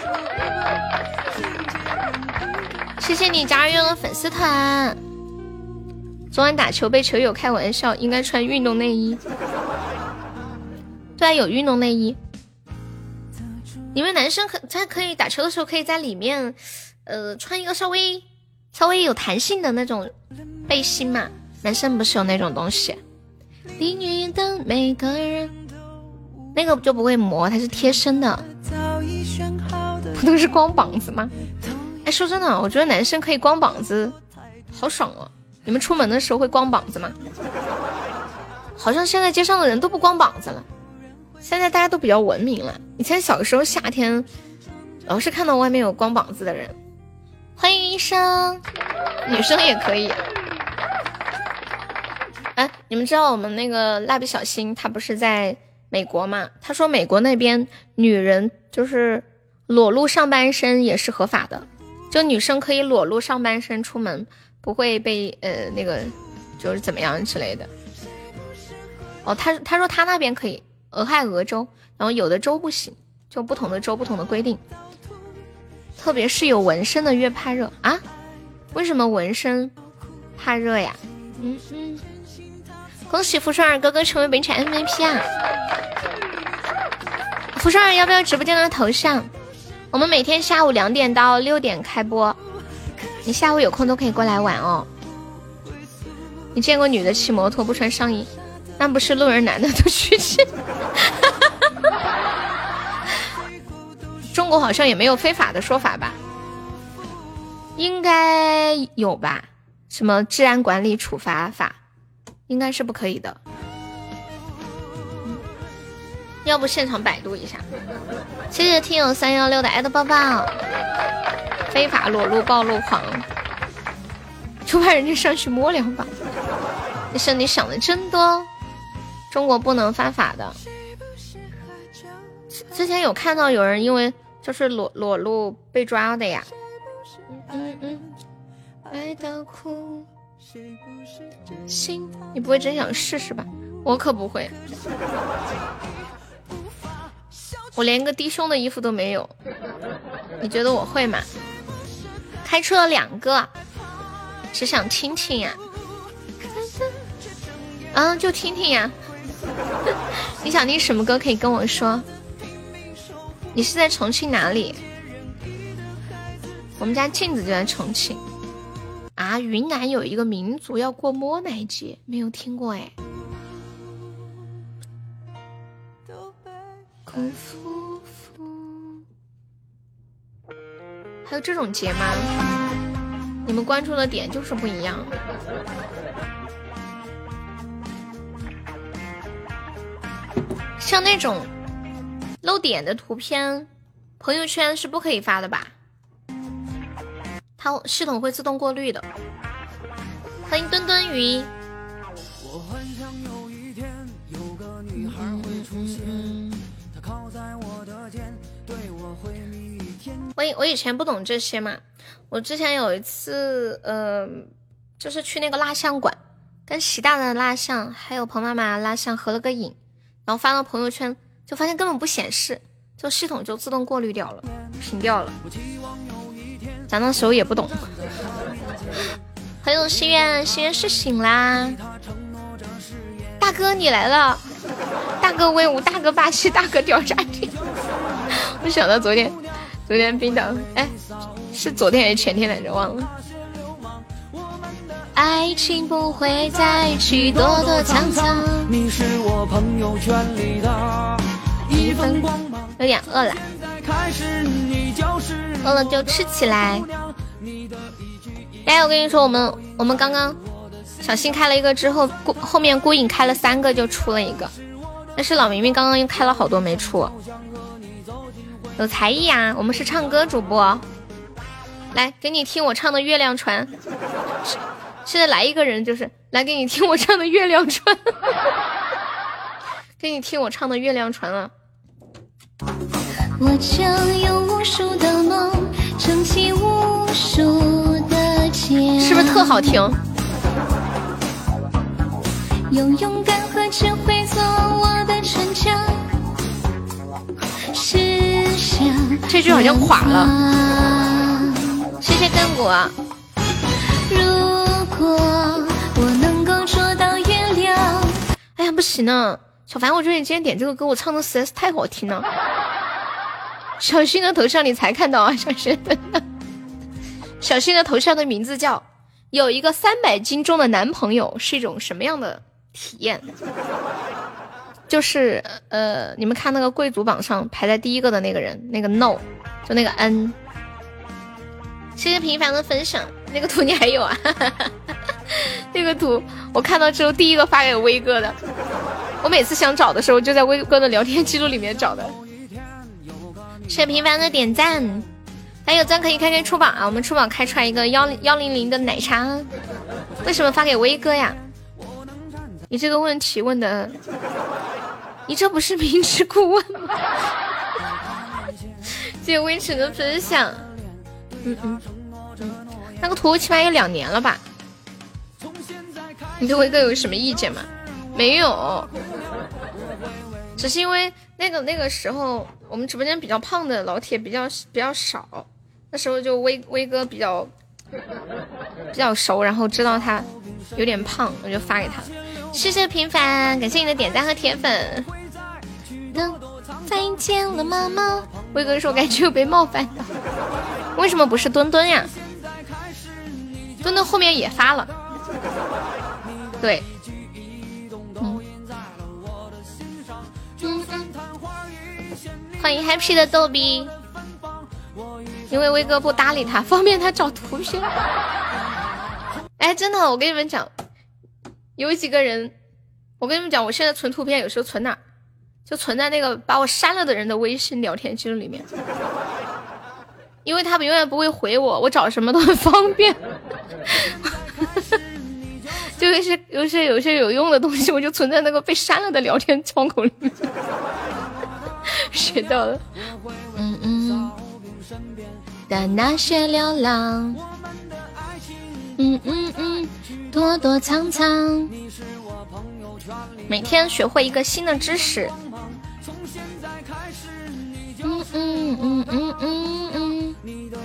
谢谢你加入了粉丝团。昨晚打球被球友开玩笑，应该穿运动内衣。对啊，有运动内衣。你们男生可他可以打球的时候可以在里面，呃，穿一个稍微稍微有弹性的那种背心嘛。男生不是有那种东西？淋雨的每个人，那个就不会磨，它是贴身的。不都是光膀子吗？哎，说真的，我觉得男生可以光膀子，好爽哦！你们出门的时候会光膀子吗？好像现在街上的人都不光膀子了。现在大家都比较文明了，以前小时候夏天老是看到外面有光膀子的人。欢迎医生，女生也可以。哎，你们知道我们那个蜡笔小新他不是在美国嘛？他说美国那边女人就是裸露上半身也是合法的，就女生可以裸露上半身出门，不会被呃那个就是怎么样之类的。哦，他他说他那边可以。俄亥俄州，然后有的州不行，就不同的州不同的规定。特别是有纹身的越怕热啊？为什么纹身怕热呀？嗯嗯，恭喜福寿儿哥哥成为本场 M V P 啊！福寿儿要不要直播间的头像？我们每天下午两点到六点开播，你下午有空都可以过来玩哦。你见过女的骑摩托不穿上衣？那不是路人男的都去骑。中国好像也没有非法的说法吧？应该有吧？什么治安管理处罚法，应该是不可以的。要不现场百度一下。谢谢听友三幺六的爱的抱抱。非法裸露暴露狂，就怕人家上去摸两把。医生，你想的真多。中国不能犯法的。之前有看到有人因为就是裸裸露被抓的呀。嗯嗯，爱到哭，心，你不会真想试试吧？我可不会，我连个低胸的衣服都没有。你觉得我会吗？开出了两个，只想听听呀。啊，就听听呀。 你想听什么歌可以跟我说？你是在重庆哪里？我们家镜子就在重庆。啊，云南有一个民族要过摸奶节，没有听过哎。功夫夫，还有这种节吗？你们关注的点就是不一样。像那种露点的图片，朋友圈是不可以发的吧？它系统会自动过滤的。欢迎墩墩鱼。我以我以前不懂这些嘛，我之前有一次，呃，就是去那个蜡像馆，跟习大大蜡像还有彭妈妈蜡像合了个影，然后发到朋友圈，就发现根本不显示，就系统就自动过滤掉了，屏掉了。咱那时候也不懂。欢迎心愿，心愿是醒啦！大哥你来了，大哥威武，大哥霸气，大哥屌炸天！我想到昨天，昨天冰岛，哎，是昨天还是前天来着？忘了。爱情不会再去躲躲藏藏。你是我朋友圈里的一份光芒。有点饿了，饿了就吃起来。哎，我跟你说，我们我们刚刚小新开了一个之后，后面孤影开了三个就出了一个，但是老明明刚刚又开了好多没出。有才艺啊，我们是唱歌主播，来给你听我唱的《月亮船》。现在来一个人，就是来给你听我唱的《月亮船》，给你听我唱的《月亮船》了。我将有无数的梦，撑起无数的肩，是不是特好听？用勇敢和智慧做我的逞强，是想这句好像垮了。谢谢干果。如果我能够捉到月亮，哎呀不行呢，小凡，我觉得你今天点这个歌，我唱的实在是太好听了。小新的头像你才看到啊，小新的小新的头像的名字叫有一个三百斤重的男朋友是一种什么样的体验？就是呃，你们看那个贵族榜上排在第一个的那个人，那个 no， 就那个 n。谢谢平凡的分享，那个图你还有啊？那个图我看到之后第一个发给威哥的，我每次想找的时候就在威哥的聊天记录里面找的。谢谢平凡的点赞，还有赞可以开开出榜啊！我们出榜开出来一个幺幺零零的奶茶，为什么发给威哥呀？你这个问题问的，你这不是明知故问吗？谢谢微尘的分享。嗯嗯嗯，那个图起码有两年了吧？你对威哥有什么意见吗？没有，只是因为那个那个时候我们直播间比较胖的老铁比较比较少，那时候就威威哥比较比较熟，然后知道他有点胖，我就发给他。谢谢平凡，感谢你的点赞和铁粉。能再见了妈妈。威哥说感觉有被冒犯的，为什么不是墩墩呀？墩墩后面也发了，对。嗯嗯嗯，欢迎 happy 的逗比，因为威哥不搭理他，方便他找图片。哎，真的，我跟你们讲，有几个人，我跟你们讲，我现在存图片有时候存哪，就存在那个把我删了的人的微信聊天记录里面，因为他们永远不会回我，我找什么都很方便。就有些有些有些有用的东西，我就存在那个被删了的聊天窗口里面。学到了，嗯嗯，的那些流浪，嗯嗯嗯，躲躲藏藏，每天学会一个新的知识。嗯嗯嗯嗯嗯嗯。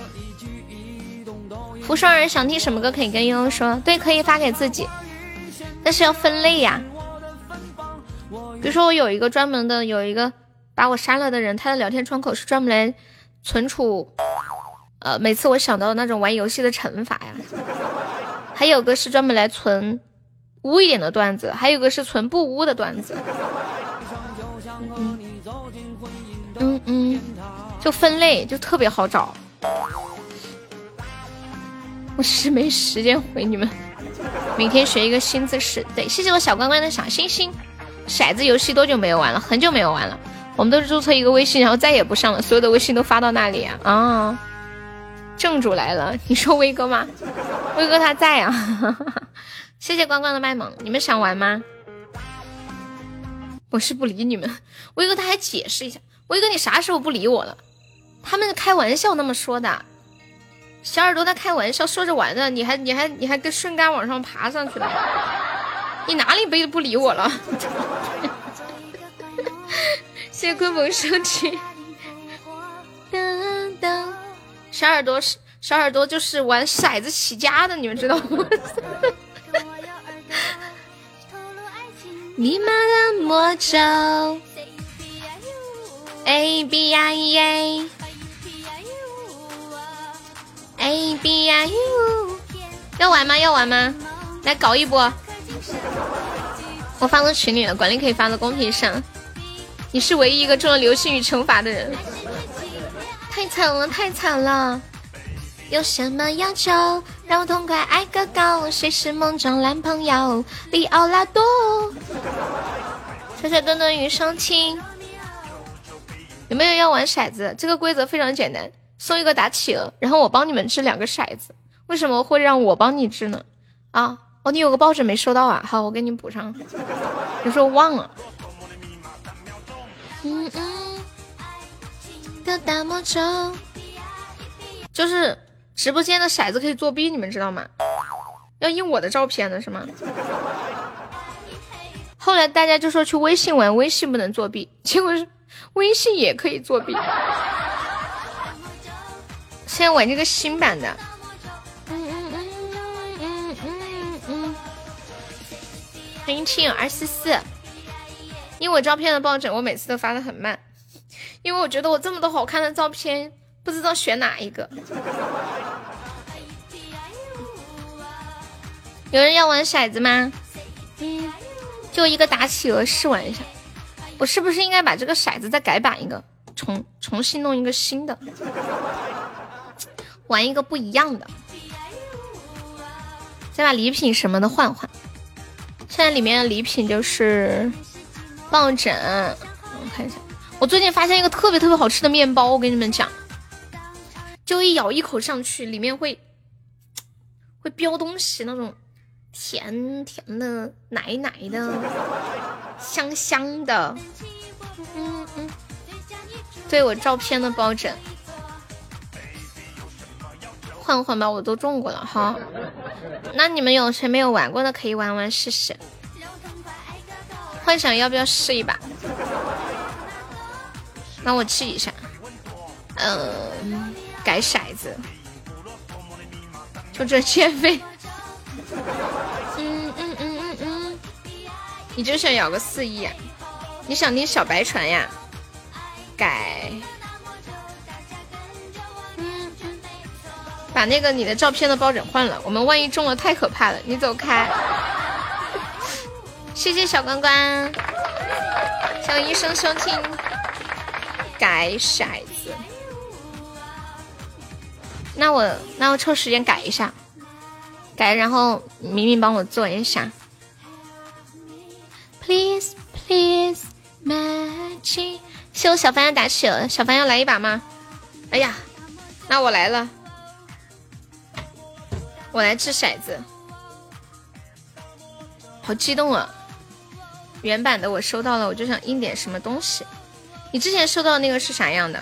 福双儿想听什么歌可以跟悠悠说，对，可以发给自己，但是要分类呀。 比如说我有一个专门的，有一个把我删了的人，他的聊天窗口是专门来存储，呃，每次我想到那种玩游戏的惩罚呀。还有个是专门来存污一点的段子，还有个是存不污的段子。嗯嗯嗯，就分类就特别好找。我是没时间回你们，每天学一个新姿势。对，谢谢我小关关的小星星。骰子游戏多久没有玩了？很久没有玩了。我们都是注册一个微信，然后再也不上了，所有的微信都发到那里啊。啊，正主来了，你说威哥吗？威哥他在啊。谢谢关关的卖萌，你们想玩吗？我是不理你们。威哥他还解释一下，威哥你啥时候不理我了？他们开玩笑那么说的。小耳朵在开玩笑，说着玩的，你还你还你还跟顺杆往上爬上去了，你哪里被不理我了？谢谢坤鹏收听。噔噔，小耳朵是小耳朵就是玩骰子起家的，你们知道吗？你妈的魔咒 A B I E A A B I U， 要玩吗？要玩吗？来搞一波！我发到群里了，管理可以发到公屏上。你是唯一一个中了流星雨惩罚的人，太惨了，太惨了！有什么要求？让我痛快爱个够！谁是梦中男朋友？里奥纳多。谢谢墩墩与收听。有没有要玩骰子？这个规则非常简单。送一个打企鹅，然后我帮你们掷两个骰子。为什么会让我帮你掷呢？啊，哦，你有个抱枕没收到啊？好，我给你补上。有时候忘了。嗯嗯，的大魔咒，就是直播间的骰子可以作弊，你们知道吗？要印我的照片的是吗？后来大家就说去微信玩，微信不能作弊，结果是微信也可以作弊。现在玩这个新版的，嗯嗯嗯嗯嗯嗯，零七二四四，因为我照片的抱枕我每次都发的很慢，因为我觉得我这么多好看的照片，不知道选哪一个。有人要玩骰子吗？嗯，就一个打企鹅试玩一下。我是不是应该把这个骰子再改版一个，重重新弄一个新的？玩一个不一样的，再把礼品什么的换换。现在里面的礼品就是抱枕，我看一下，我最近发现一个特别特别好吃的面包，我跟你们讲，就一咬一口上去，里面会会飙东西，那种甜甜的、奶奶的、香香的。嗯嗯，对我照片的抱枕。换换吧，我都中过了哈。那你们有谁没有玩过的可以玩玩试试。幻想要不要试一把？那我试一下。呃，改骰子，就这欠费。嗯嗯嗯嗯嗯，你就想咬个四亿啊？你想听小白船呀？改。把那个你的照片的抱枕换了，我们万一中了太可怕了，你走开。谢谢小关关，小医生收听。改骰子，那我那我抽时间改一下，改，然后明明帮我做一下。Please please magic， 谢我小帆要打起了，小帆要来一把吗？哎呀，那我来了。我来掷骰子，好激动啊！原版的我收到了，我就想印点什么东西。你之前收到的那个是啥样的？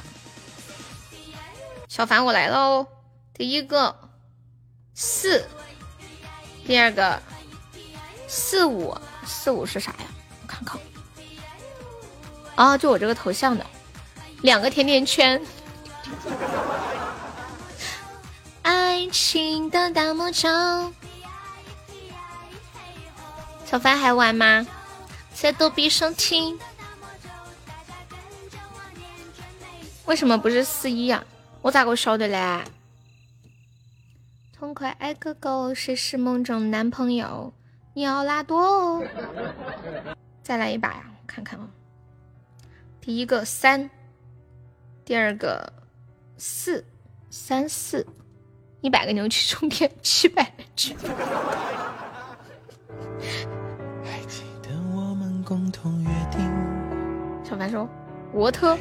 小凡，我来喽！第一个四，第二个四五，四五是啥呀？我看看。哦，就我这个头像的，两个甜甜圈。爱情的大魔咒，小凡还玩吗？ 谢逗比收听。为什么不是四一呀？我咋个晓得嘞？痛快爱个够，谁是梦中男朋友？你要拉多哦。再来一把呀，我看看啊。第一个三，第二个四，三四，一百个牛气冲天，七百人去。 还记得我们共同约定。 小凡说：“我特。”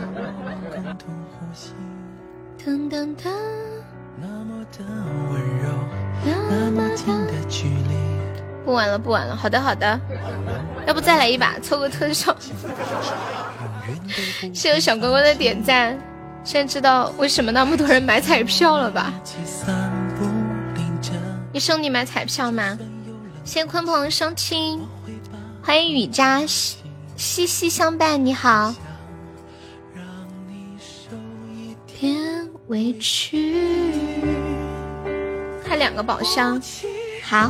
噔噔噔。 那么的温柔，那么近的距离。 不玩了，不玩了。好的，好的。要不再来一把，凑个特效。谢谢小哥哥的点赞。现在知道为什么那么多人买彩票了吧？医生，你买彩票吗？谢谢鲲鹏收听，欢迎雨家息息相伴。你好。别委屈。开两个宝箱，好，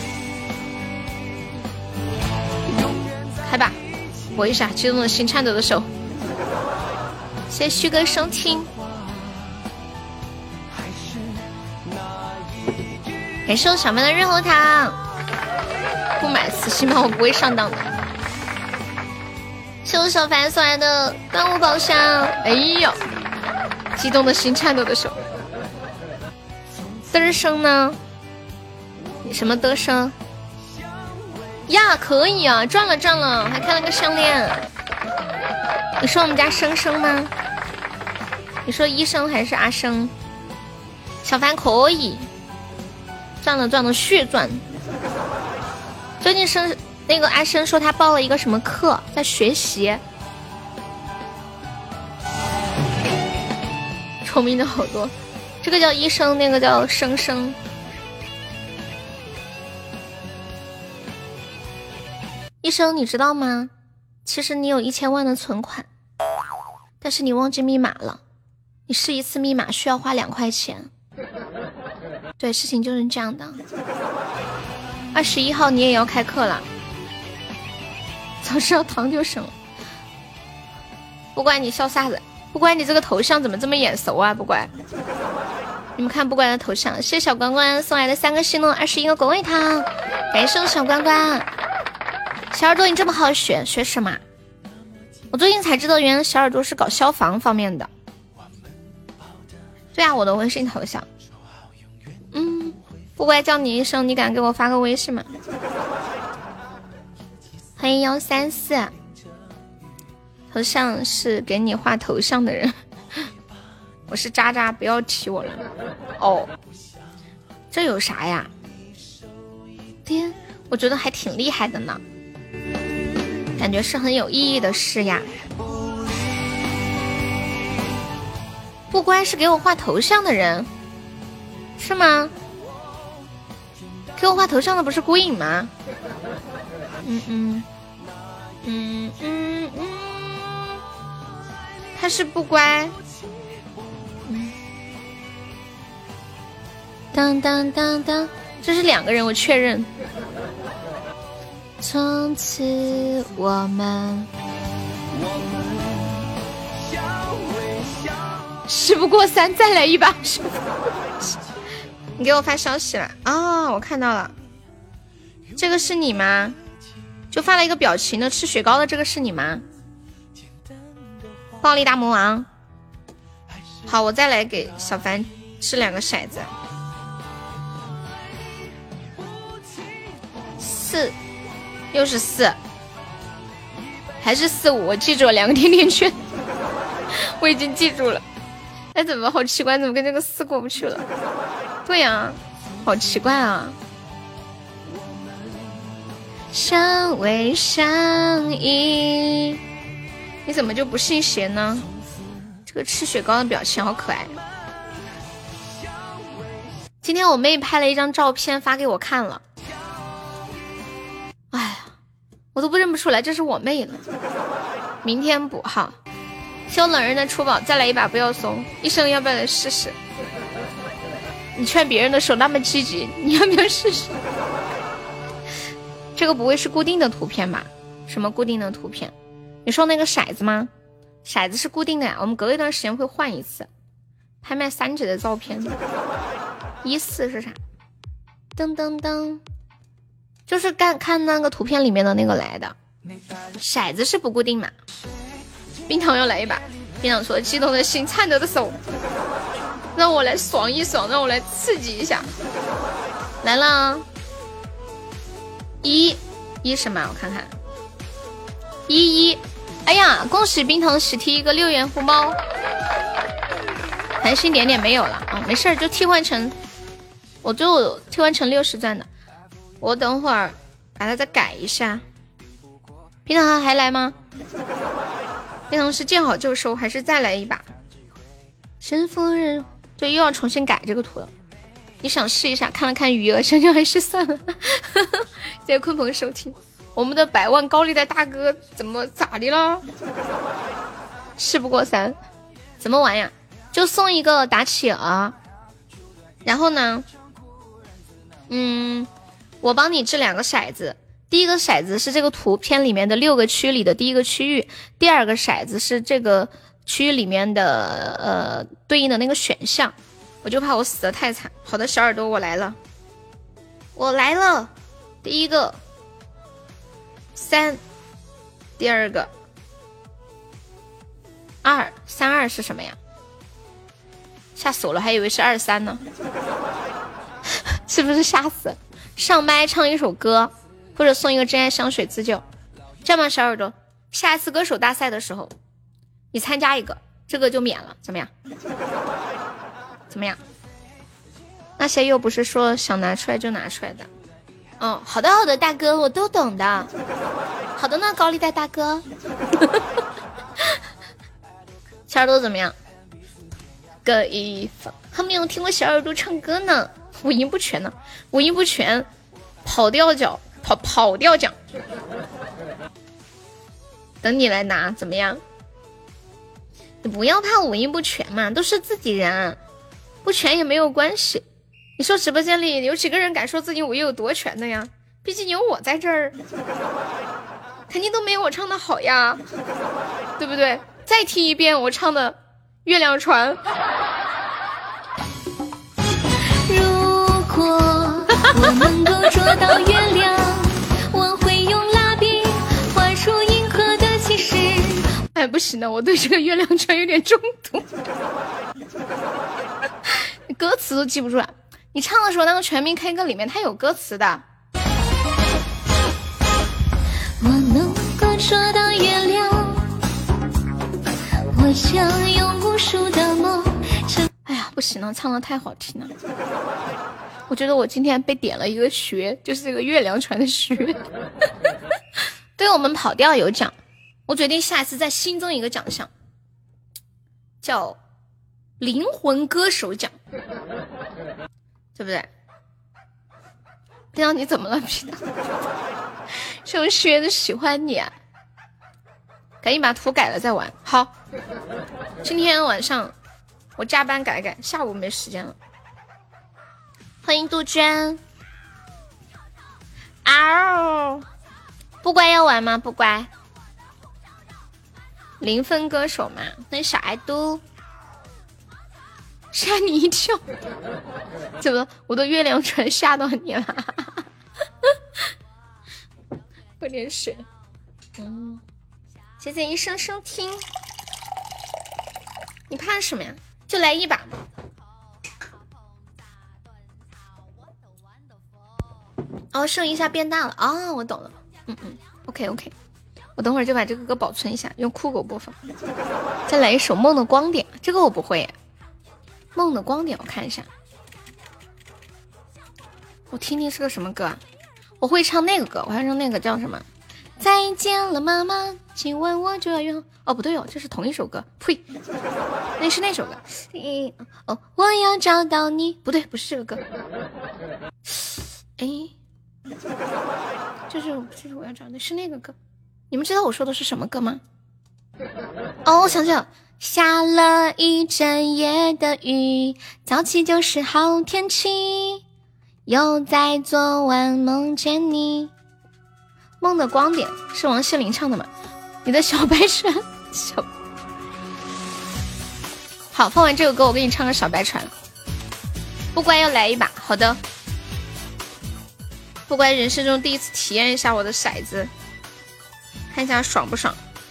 开吧，搏一下，激动的心颤抖的手。谢谢旭哥收听，感谢我小妹的润喉糖。不买磁吸吗？我不会上当的。谢我小凡送来的端午宝箱，哎呦，激动的心颤抖的手。嘚声呢？什么嘚声呀？可以啊，赚了赚了，还开了个项链。你说我们家生生吗？你说医生还是阿生？小凡可以，赚了赚了血赚。最近生那个阿生说他报了一个什么课，在学习。聪明的好多。这个叫医生，那个叫生生。医生，你知道吗？其实你有一千万的存款，但是你忘记密码了。你试一次密码需要花两块钱。对，事情就是这样的。二十一号你也要开课了，早知道糖就省了。不乖，你笑啥子？不乖，你这个头像怎么这么眼熟啊？不乖。你们看不乖的头像，谢谢小关关送来的三个星龙，二十一个果味糖，感谢我小关关。小耳朵，你这么好学，学什么？我最近才知道，原来小耳朵是搞消防方面的。对啊，我的微信头像。嗯，不乖叫你一声，你敢给我发个微信吗？欢迎幺三四，头像是给你画头像的人。我是渣渣，不要提我了。哦，这有啥呀？天，我觉得还挺厉害的呢，感觉是很有意义的事呀。不乖是给我画头像的人，是吗？给我画头像的不是孤影吗？嗯嗯嗯嗯嗯，他是不乖。当当当当，这是两个人，我确认。从此我们事不过三，再来一把。你给我发消息了啊、哦？我看到了，这个是你吗？就发了一个表情的，吃雪糕的，这个是你吗？暴力大魔王。好，我再来给小凡吃两个骰子。四，又是四，还是四五，我记住了，两个甜甜圈，我已经记住了。哎，怎么好奇怪，怎么跟这个四过不去了？对呀、啊，好奇怪啊！相偎相依，你怎么就不信邪呢？这个吃雪糕的表情好可爱。今天我妹拍了一张照片发给我看了。哎呀，我都不认不出来这是我妹了。明天补号，谢我冷人的出宝，再来一把不要松。医生要不要来试试？你劝别人的时候那么积极，你要不要试试？这个不会是固定的图片吧？ 什么固定的图片？你说那个骰子吗？骰子是固定的呀，我们隔一段时间会换一次。拍卖三姐的照片，一四是啥？噔噔噔，就是看看那个图片里面的那个来的。骰子是不固定嘛？冰糖要来一把，冰糖说激动的心，颤抖的手，让我来爽一爽，让我来刺激一下。来了，一一什么？我看看，一一，哎呀，恭喜冰糖喜提一个六元红包，繁星点点没有了啊，没事就替换成，我就替换成六十钻的，我等会儿把它再改一下。冰糖还来吗？冰糖是见好就收还是再来一把？神夫人就又要重新改这个图了。你想试一下？看了看余额，想想还是算了。谢谢鲲鹏收听。我们的百万高利贷大哥怎么咋的了？事不过三，怎么玩呀？就送一个打企鹅，然后呢，嗯，我帮你掷两个骰子。第一个骰子是这个图片里面的六个区里的第一个区域，第二个骰子是这个区域里面的呃对应的那个选项。我就怕我死得太惨。好的，小耳朵，我来了，我来了。第一个三，第二个二，三二是什么呀？吓死我了，还以为是二三呢。是不是吓死？上麦唱一首歌，或者送一个真爱香水自救。这样吧，小耳朵，下一次歌手大赛的时候，你参加一个，这个就免了，怎么样？怎么样？那些又不是说想拿出来就拿出来的。哦，好的好的，大哥，我都懂的。好的呢，高利贷大哥。小耳朵怎么样？个一方还没有听过小耳朵唱歌呢，五音不全呢，五音不全，跑调脚，跑跑调奖。等你来拿，怎么样？你不要怕五音不全嘛，都是自己人。不全也没有关系，你说直播间里有几个人敢说自己五音有多全的呀？毕竟有我在这儿，肯定都没有我唱的好呀，对不对？再听一遍我唱的《月亮船》。如果我能够捉到月亮，我会用蜡笔画出银河的启示。哎，不行了，我对这个《月亮船》有点中毒。歌词都记不住了，你唱的时候那个全民 K 歌里面它有歌词的。我能够捉到月亮，我想用无数的梦。哎呀，不行了，唱的太好听了。我觉得我今天被点了一个学，就是这个月亮船的学。对我们跑调有奖，我决定下一次再新增一个奖项，叫灵魂歌手奖，对不对？冰糖你怎么了？冰糖，是我学的喜欢你啊！赶紧把图改了再玩。好，今天晚上我加班改改，下午没时间了。欢迎杜鹃。嗷！不乖要玩吗？不乖。零分歌手嘛，那小爱都。吓你一跳，怎么我的月亮船吓到你了？喝点水。嗯，谢谢一生收听。你怕什么呀？就来一把嘛。哦，剩一下变大了啊、哦！我懂了。嗯嗯 ，OK OK， 我等会儿就把这个歌保存一下，用酷狗播放。再来一首《梦的光点》，这个我不会耶。梦的光点，我看一下，我听听是个什么歌啊？我会唱那个歌，我还唱那个叫什么？再见了妈妈，今晚我就要远。哦，不对哦，这是同一首歌，呸，那是那首歌。嗯，哦，我要找到你，不对，不是这个歌。哎，这是这是我要找的是那个歌，你们知道我说的是什么歌吗？哦，我想起了。下了一整夜的雨，早起就是好天气，又在昨晚梦见你， 梦的光点是王心凌唱的吗？你的小白船小好，放完这首歌我给你唱个小白船。不乖要来一把，好的。不乖人生中第一次体验一下我的骰子，看一下爽不爽。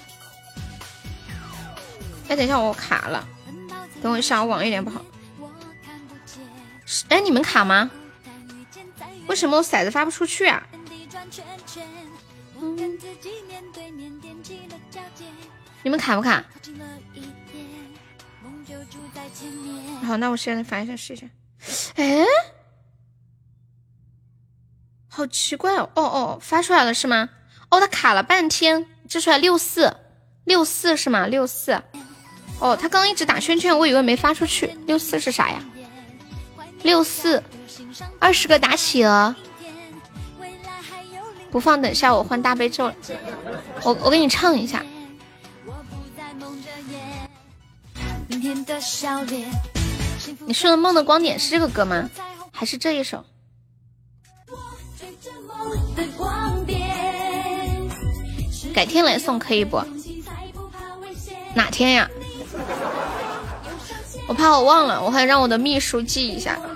哎，等一下我卡了，等我一下，我网有点不好。哎，你们卡吗？为什么我骰子发不出去啊？嗯、你们卡不卡？好，那我现在发一下试一下。哎，好奇怪哦！哦哦，发出来了是吗？哦，它卡了半天，这出来六四六四是吗？六四。哦，他刚刚一直打圈圈，我以为没发出去。六四是啥呀？六四，二十个打企鹅。不放，等下我换大悲咒了。我我给你唱一下。你说的梦的光点是这个歌吗？还是这一首？改天来送可以不？哪天呀？我怕我忘了，我还让我的秘书记一下。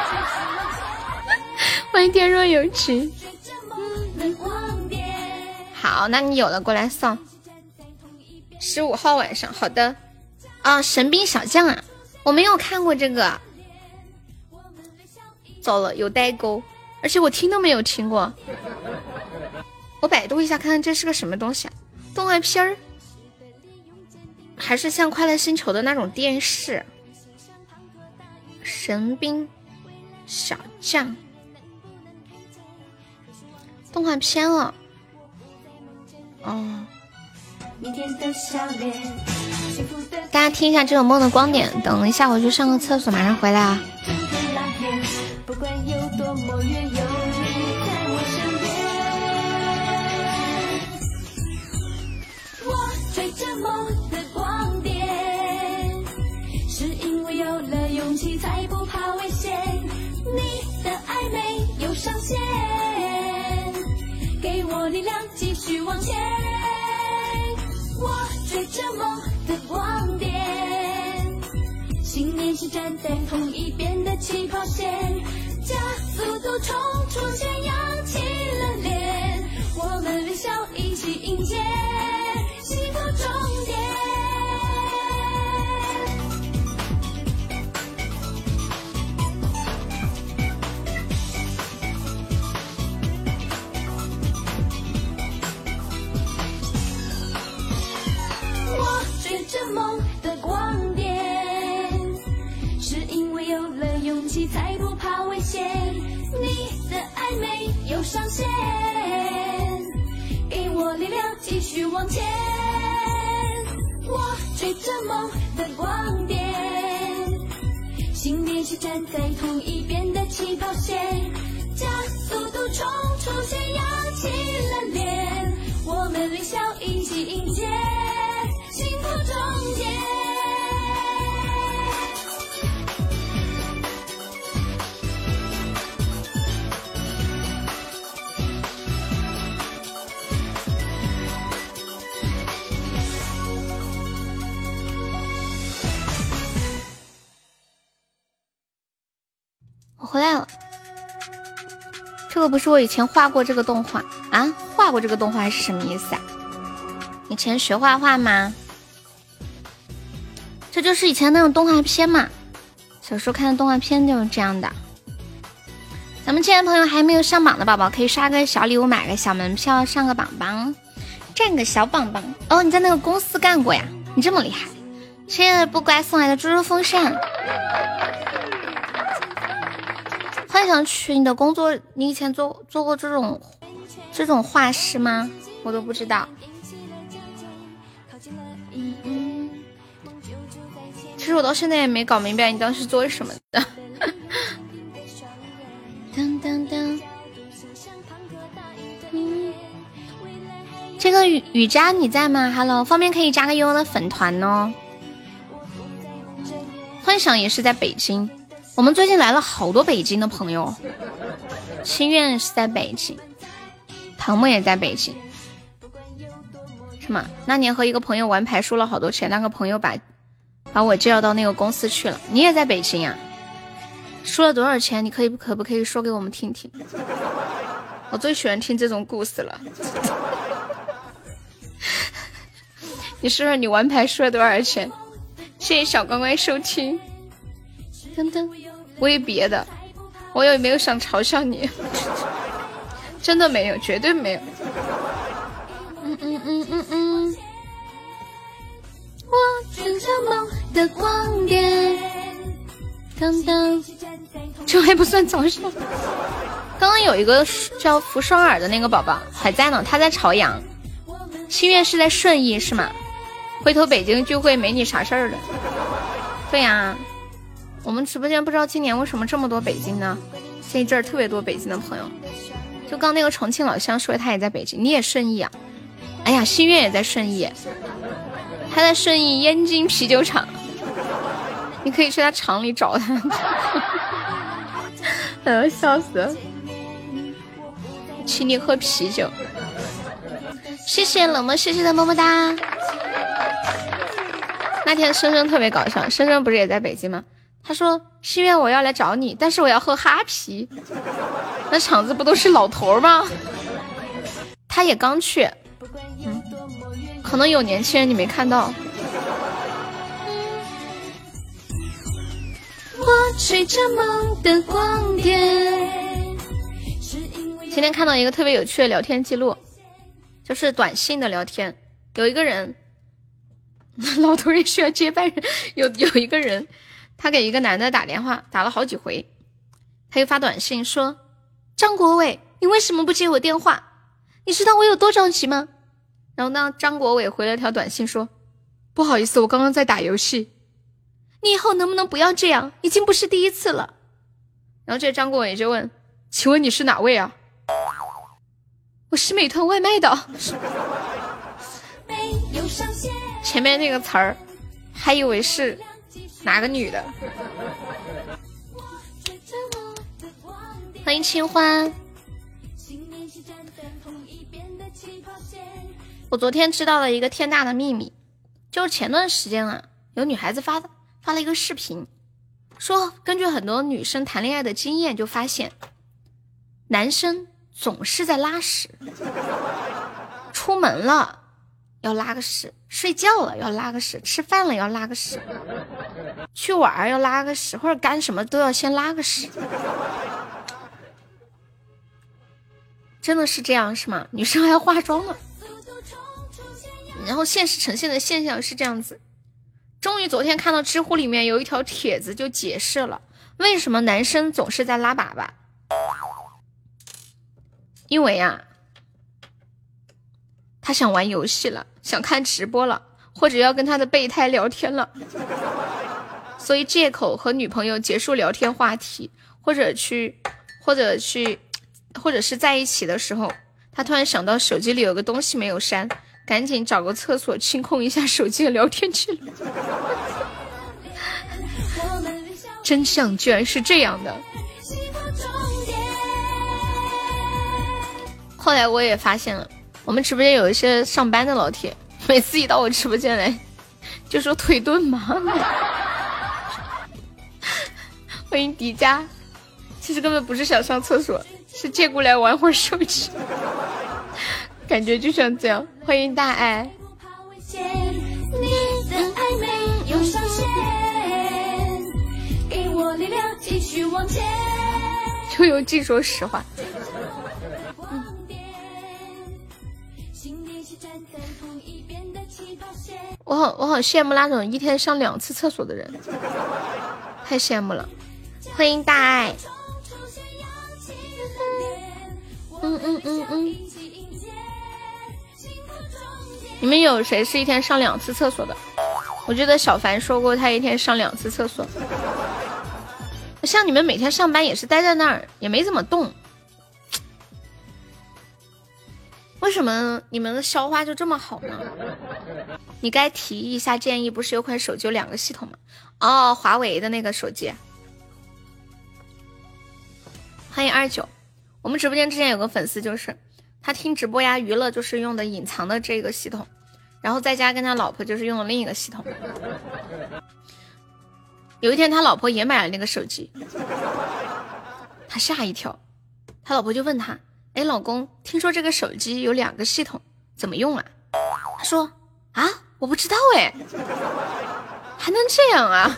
欢迎天若有情。好，那你有了过来送。十五号晚上，好的。啊，神兵小将啊，我没有看过这个。糟了，有代沟，而且我听都没有听过。我百度一下看看这是个什么东西啊？动画片儿，还是像快乐星球的那种电视？神兵小将动画片了。哦，大家听一下这首梦的光点，等一下我去上个厕所，马上回来啊。不管有多么远，有你在我身边。我追着梦的光点，是因为有了勇气才不怕危险。你的爱没有上限，给我力量继续往前。我追着梦的光点，信念是站在同一边的起跑线，加速度冲出线，扬起了脸，我们微笑一起迎接幸福终点。我追着梦的光点，是因为有了勇气才不怕危险。你的爱没有上限，给我力量继续往前。我追着梦的光点，信念是站在同一边的起跑线，加速度冲出线，扬起了脸，我们微笑一起迎接幸福终点。我回来了，这个不是我以前画过这个动画啊？画过这个动画是什么意思啊？以前学画画吗？这就是以前那种动画片嘛，小时候看的动画片就是这样的。咱们亲爱的朋友还没有上榜的宝宝，可以刷个小礼物，买个小门票，上个榜榜，占个小榜榜。哦，你在那个公司干过呀？你这么厉害！谢谢不乖送来的猪猪风扇。幻想曲，你的工作，你以前做做过这种这种画师吗？我都不知道。嗯嗯，其实我到现在也没搞明白你当时做什么的。当当当，嗯，这个雨雨渣你在吗 ？Hello， 方便可以加个悠悠的粉团哦。幻想也是在北京。我们最近来了好多北京的朋友，心愿是在北京， 唐默也在北京。什么？那年和一个朋友玩牌输了好多钱，那个朋友把把我介绍到那个公司去了。你也在北京呀？输了多少钱？你可以可不可以说给我们听听？我最喜欢听这种故事了。你说说你玩牌输了多少钱？谢谢小乖乖收听。噔噔，我也别的，我有没有想嘲笑你？真的没有，绝对没有。嗯嗯嗯嗯嗯。我乘着梦的光点。当当，这还不算嘲笑。刚刚有一个叫福双耳的那个宝宝还在呢，他在朝阳。心愿是在顺义是吗？回头北京聚会没你啥事儿了。对呀、啊，我们直播间不知道今年为什么这么多北京呢？这一阵儿特别多北京的朋友。就刚那个重庆老乡说他也在北京，你也顺义啊？哎呀，心愿也在顺义，他在顺义燕京啤酒厂。你可以去他厂里找他。哎呦，笑死了！请你喝啤酒。谢谢冷漠谢谢的么么哒。那天生生特别搞笑，生生不是也在北京吗？他说心愿我要来找你，但是我要喝哈啤。那厂子不都是老头吗？他也刚去、嗯、可能有年轻人你没看到。我追着梦的光点。今天看到一个特别有趣的聊天记录，就是短信的聊天。有一个人，老头也需要接班人。有有一个人，他给一个男的打电话，打了好几回，他又发短信说：“张国伟，你为什么不接我电话？你知道我有多着急吗？”然后呢，张国伟回了条短信说：“不好意思，我刚刚在打游戏。你以后能不能不要这样？已经不是第一次了。”然后这张国伟就问：“请问你是哪位啊？”“我是美团外卖的。”前面那个词儿还以为是哪个女的。欢迎清欢。我昨天知道了一个天大的秘密，就是前段时间啊，有女孩子发的发了一个视频，说根据很多女生谈恋爱的经验，就发现男生总是在拉屎，出门了要拉个屎，睡觉了要拉个屎，吃饭了要拉个屎，去玩要拉个屎，或者干什么都要先拉个屎。真的是这样是吗？女生还要化妆呢。然后现实呈现的现象是这样子。终于昨天看到知乎里面有一条帖子就解释了为什么男生总是在拉粑粑。因为啊，他想玩游戏了，想看直播了，或者要跟他的备胎聊天了，所以借口和女朋友结束聊天话题，或者去或者去或者是在一起的时候，他突然想到手机里有个东西没有删，赶紧找个厕所清空一下手机的聊天记录。真相居然是这样的。后来我也发现了，我们直播间有一些上班的老铁，每次一到我直播间来就说腿顿嘛。欢迎迪迦，其实根本不是想上厕所，是借过来玩会儿手机，感觉就像这样。欢迎大爱。悠悠记说实话，嗯，我好我好羡慕那种一天上两次厕所的人，太羡慕了。欢迎大爱。嗯嗯嗯嗯，你们有谁是一天上两次厕所的？我觉得小凡说过他一天上两次厕所。像你们每天上班也是待在那儿，也没怎么动，为什么你们的消化就这么好呢？你该提一下建议，不是有款手机有两个系统吗？哦，华为的那个手机。欢迎二九。我们直播间之前有个粉丝，就是他听直播呀娱乐就是用的隐藏的这个系统，然后在家跟他老婆就是用的另一个系统。有一天他老婆也买了那个手机，他吓一跳，他老婆就问他，哎，老公，听说这个手机有两个系统，怎么用啊？他说啊，我不知道哎，还能这样啊？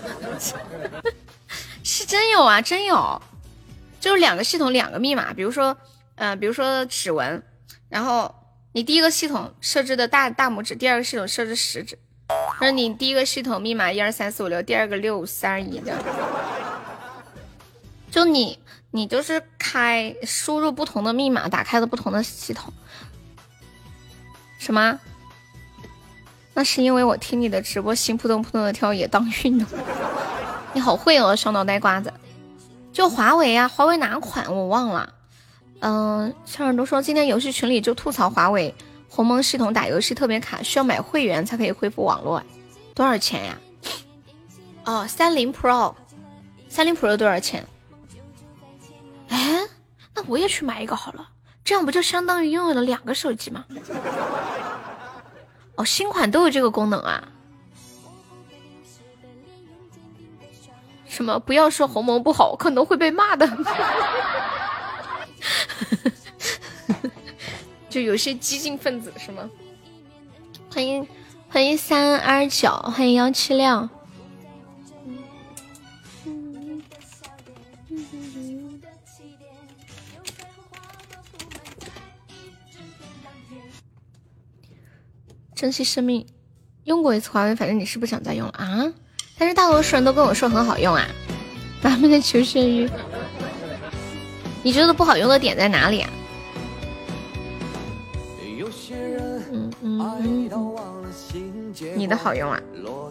是真有啊，真有，就是两个系统两个密码，比如说呃，比如说指纹，然后你第一个系统设置的大大拇指，第二个系统设置食指，那你第一个系统密码一二三四五六，第二个六五四二一这样，就你你就是开输入不同的密码，打开了不同的系统。什么？那是因为我听你的直播心扑通扑通的跳也当运动。你好会哦，小脑袋瓜子。就华为啊，华为哪款我忘了。嗯、呃，小耳朵说今天游戏群里就吐槽华为鸿蒙系统打游戏特别卡，需要买会员才可以恢复网络，多少钱呀？哦，三菱 Pro， 三菱 Pro 多少钱？哎，那我也去买一个好了，这样不就相当于拥有了两个手机吗？哦，新款都有这个功能啊。什么？不要说鸿蒙不好，可能会被骂的。就有些激进分子是吗？欢迎欢迎三二九，欢迎幺七六。珍惜生命，用过一次华为，反正你是不想再用了啊？但是大多数人都跟我说很好用啊。咱们的求生欲，你觉得不好用的点在哪里啊？嗯嗯嗯嗯，你的好用啊？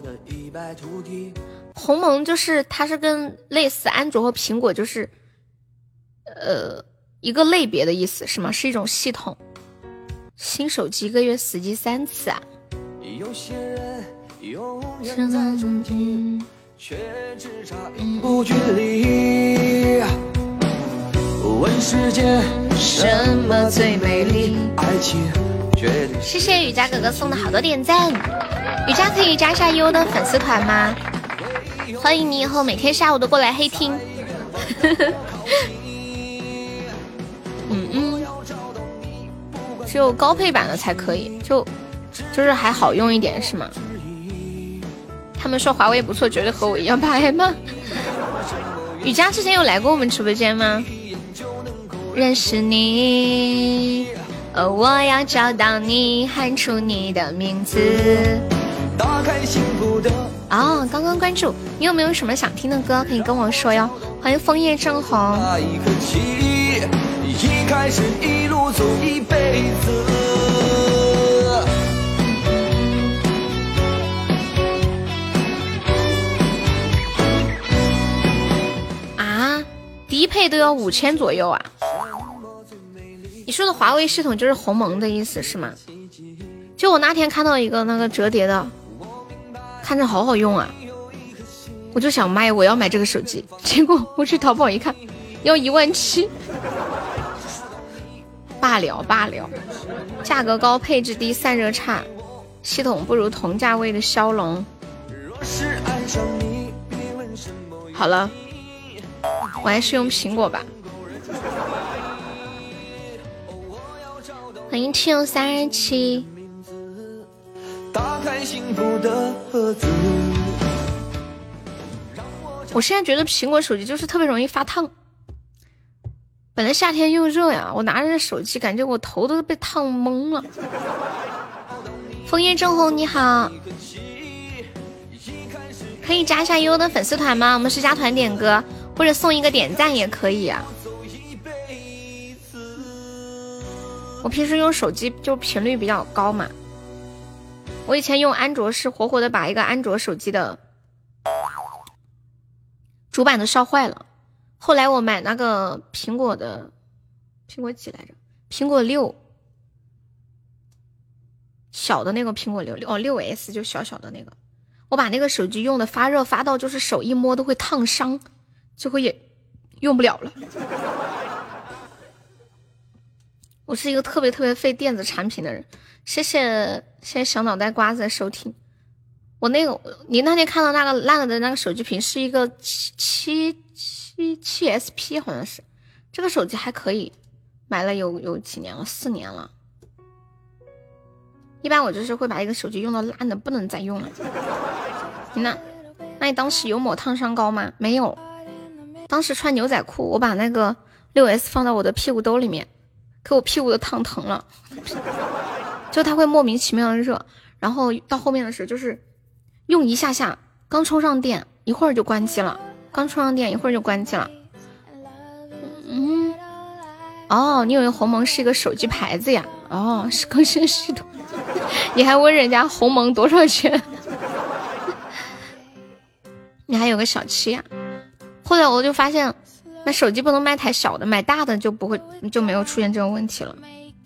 鸿蒙就是它是跟类似安卓和苹果就是呃一个类别的意思是吗？是一种系统。新手机一个月死机三次啊！有些人永远在中间，却只差一步距离。问世间什么最美丽？爱情绝对。谢谢雨佳哥哥送的好多点赞，雨佳可以加下优的粉丝团吗？欢迎你以后每天下午都过来黑听。嗯嗯。只有高配版的才可以，就就是还好用一点是吗？他们说华为不错，觉得和我一样拍吗？雨佳之前有来过我们直播间吗？认识你，哦，我要找到你，喊出你的名字。哦，刚刚关注，你有没有什么想听的歌可以跟我说哟？欢迎枫叶正红。一开始一路走一辈子，啊，低配都要五千左右啊！你说的华为系统就是鸿蒙的意思是吗？就我那天看到一个那个折叠的，看着好好用啊，我就想买，我要买这个手机，结果我去淘宝一看，要一万七。罢了罢了，价格高配置低散热差，系统不如同价位的骁龙。好了，我还是用苹果吧。欢迎七六三二七。我现在觉得苹果手机就是特别容易发烫。本来夏天又热呀，我拿着这手机感觉我头都被烫懵了。枫叶正红你好，可以加一下悠悠的粉丝团吗？我们是加团点歌，或者送一个点赞也可以啊。我平时用手机就频率比较高嘛，我以前用安卓是活活的把一个安卓手机的主板都烧坏了。后来我买那个苹果的，苹果几来着？苹果六，小的那个苹果六哦六 S 就小小的那个，我把那个手机用的发热发到就是手一摸都会烫伤，最后也用不了了。 我是一个特别特别费电子产品的人。谢谢谢谢小脑袋瓜子的收听。我那个你那天看到那个烂了的那个手机屏是一个七七七七 S P 好像是，这个手机还可以，买了有有几年了，四年了。一般我就是会把一个手机用到烂的不能再用了。你那那你当时有抹烫伤膏吗？没有，当时穿牛仔裤，我把那个六 S 放到我的屁股兜里面，可我屁股都烫疼了，就它会莫名其妙的热，然后到后面的时候就是用一下下，刚充上电一会儿就关机了，刚充上电一会儿就关机了。嗯，哦，你以为鸿蒙是一个手机牌子呀？哦，是更新系统。你还问人家鸿蒙多少钱？你还有个小七呀、啊？后来我就发现，那手机不能买太小的，买大的就不会就没有出现这种问题了。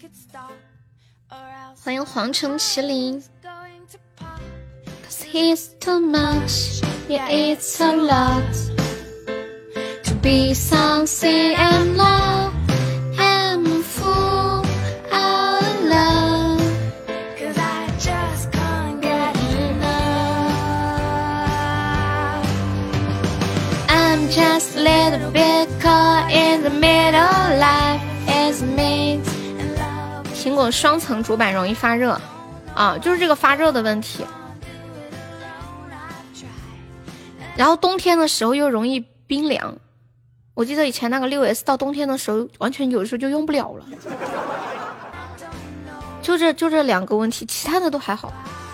欢迎皇城麒麟。It's too much, yeah, it's a lot to be something I'm not. I'm a fool out of love, 'cause I just can't get enough. I'm just a little bit caught in the middle, life is made. 苹果双层主板容易发热啊，就是这个发热的问题。然后冬天的时候又容易冰凉，我记得以前那个 六 S 到冬天的时候完全有的时候就用不了了，就这就这两个问题，其他的都还好。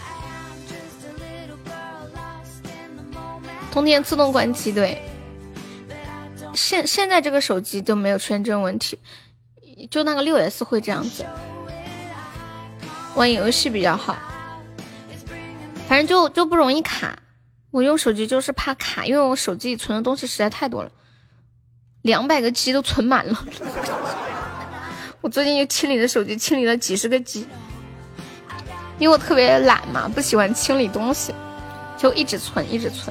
冬天自动关机，对，现现在这个手机都没有出现这种问题，就那个 六 S 会这样子。玩游戏比较好，反正就就不容易卡。我用手机就是怕卡，因为我手机里存的东西实在太多了，两百个 G 都存满了。我最近又清理的手机清理了几十个 G， 因为我特别懒嘛，不喜欢清理东西，就一直存一直存。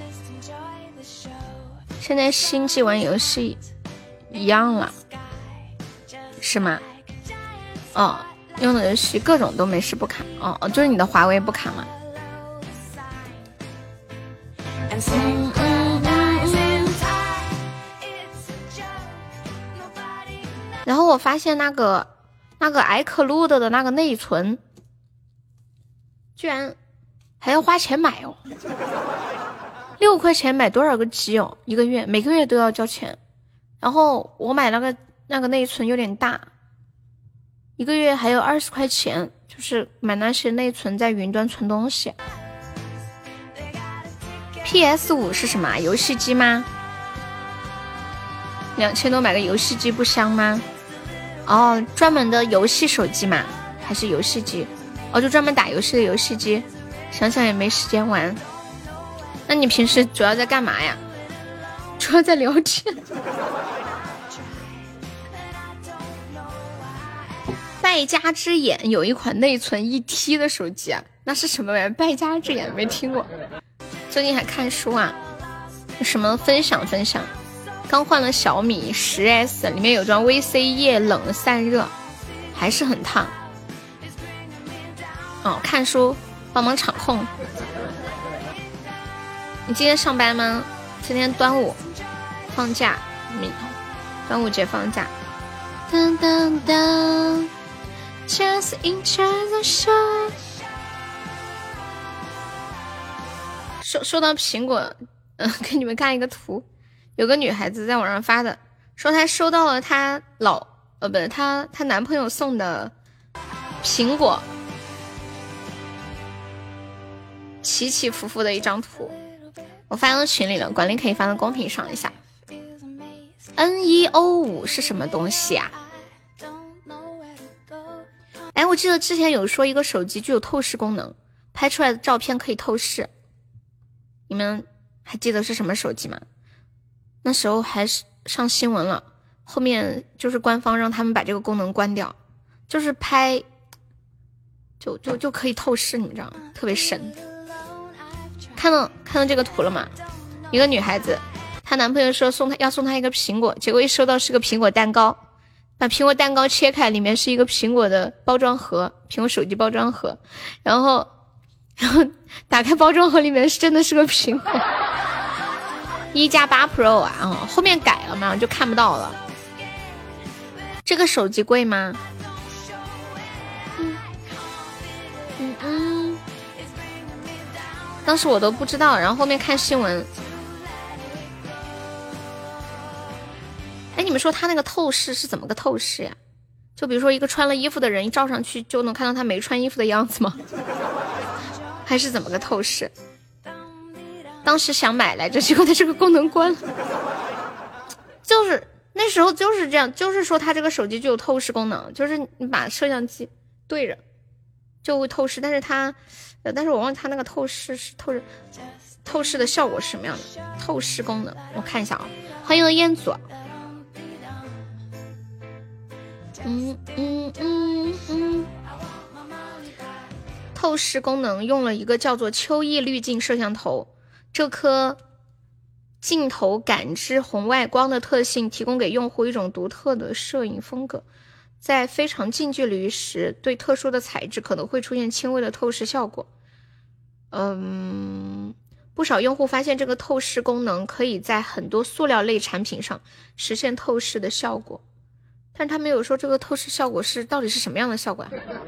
现在星际玩游戏一样了，是吗？哦，用的游戏各种都没事不卡。哦哦，就是你的华为不卡吗？嗯嗯嗯嗯、然后我发现那个那个 iCloud 的那个内存居然还要花钱买哦，六块钱买多少个 G 哦？一个月每个月都要交钱。然后我买那个那个内存有点大，一个月还有二十块钱，就是买那些内存在云端存东西。P S 五 是什么？游戏机吗？两千多买个游戏机不香吗？哦，专门的游戏手机嘛，还是游戏机？哦，就专门打游戏的游戏机。想想也没时间玩。那你平时主要在干嘛呀？主要在聊天。败家之眼有一款内存一 T 的手机啊，那是什么玩意儿？败家之眼没听过。最近还看书啊，有什么分享分享？刚换了小米十 S， 里面有装 V C 液冷散热，还是很烫。哦，看书帮忙场控。你今天上班吗？今天端午放假，端午节放假。当当当 ，Just enjoy the show。说说到苹果，嗯、呃，给你们看一个图，有个女孩子在网上发的，说她收到了她老呃不是她她男朋友送的苹果，起起伏伏的一张图，我发到群里了，管理可以发到公屏上一下。N E O 五 是什么东西啊？哎，我记得之前有说一个手机具有透视功能，拍出来的照片可以透视。你们还记得是什么手机吗？那时候还是上新闻了，后面就是官方让他们把这个功能关掉，就是拍就就就可以透视，你知道吗？特别神。看到看到这个图了吗？一个女孩子，她男朋友说送她要送她一个苹果，结果一收到是个苹果蛋糕， 把苹果蛋糕切开，里面是一个苹果的包装盒，苹果手机包装盒，然后然后打开包装盒，里面是真的是个苹果。一加八 Pro 啊，哦，后面改了嘛，就看不到了。这个手机贵吗？嗯嗯嗯，当时我都不知道，然后后面看新闻。哎，你们说他那个透视是怎么个透视呀？就比如说一个穿了衣服的人一照上去就能看到他没穿衣服的样子吗？还是怎么个透视？当时想买来着，结果它这个功能关了。就是那时候就是这样，就是说它这个手机就有透视功能，就是你把摄像机对着就会透视，但是它，呃，但是我忘记它那个透视是透视透视的效果是什么样的？透视功能，我看一下啊。欢迎彦祖。嗯嗯嗯嗯。透视功能用了一个叫做秋意滤镜摄像头。这颗镜头感知红外光的特性，提供给用户一种独特的摄影风格。在非常近距离时，对特殊的材质可能会出现轻微的透视效果。嗯，不少用户发现这个透视功能可以在很多塑料类产品上实现透视的效果，但他没有说这个透视效果是到底是什么样的效果啊？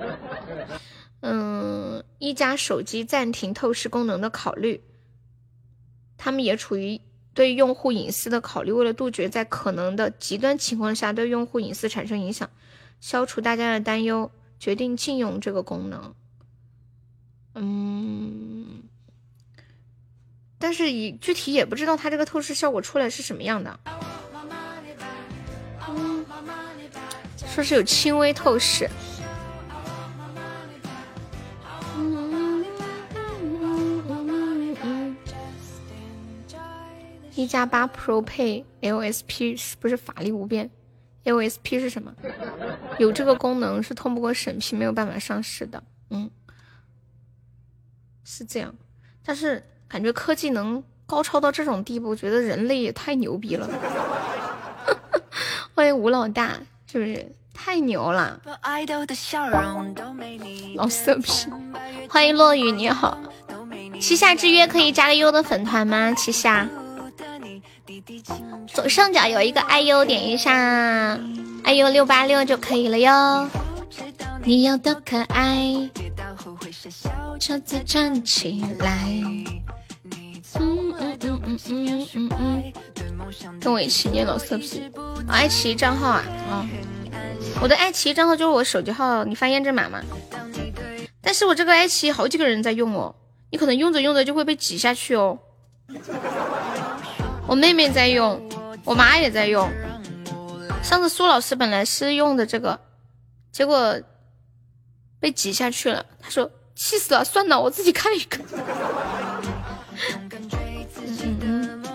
嗯，一加手机暂停透视功能的考虑。他们也处于对用户隐私的考虑，为了杜绝在可能的极端情况下对用户隐私产生影响，消除大家的担忧，决定禁用这个功能。嗯，但是以具体也不知道它这个透视效果出来是什么样的。嗯，说是有轻微透视。一加八 Pro 配 L S P 不是法力无边 ，L S P 是什么？有这个功能是通不过审批，没有办法上市的。嗯，是这样。但是感觉科技能高超到这种地步，我觉得人类也太牛逼了。欢迎吴老大，是不是太牛了？老色批。欢迎落雨，你好。旗下之约可以加个优的粉团吗？旗下。左上角有一个爱优，点一下爱优六八六就可以了哟。你有多可爱，车子站起来。嗯嗯嗯嗯嗯嗯嗯，跟我一起念老色批。哦、爱奇艺账号啊，哦，我的爱奇艺账号就是我手机号，你发验证码吗？但是我这个爱奇艺好几个人在用哦，你可能用着用着就会被挤下去哦。我妹妹在用，我妈也在用。上次苏老师本来是用的这个，结果被挤下去了。他说气死了，算了，我自己看一个。嗯, 嗯,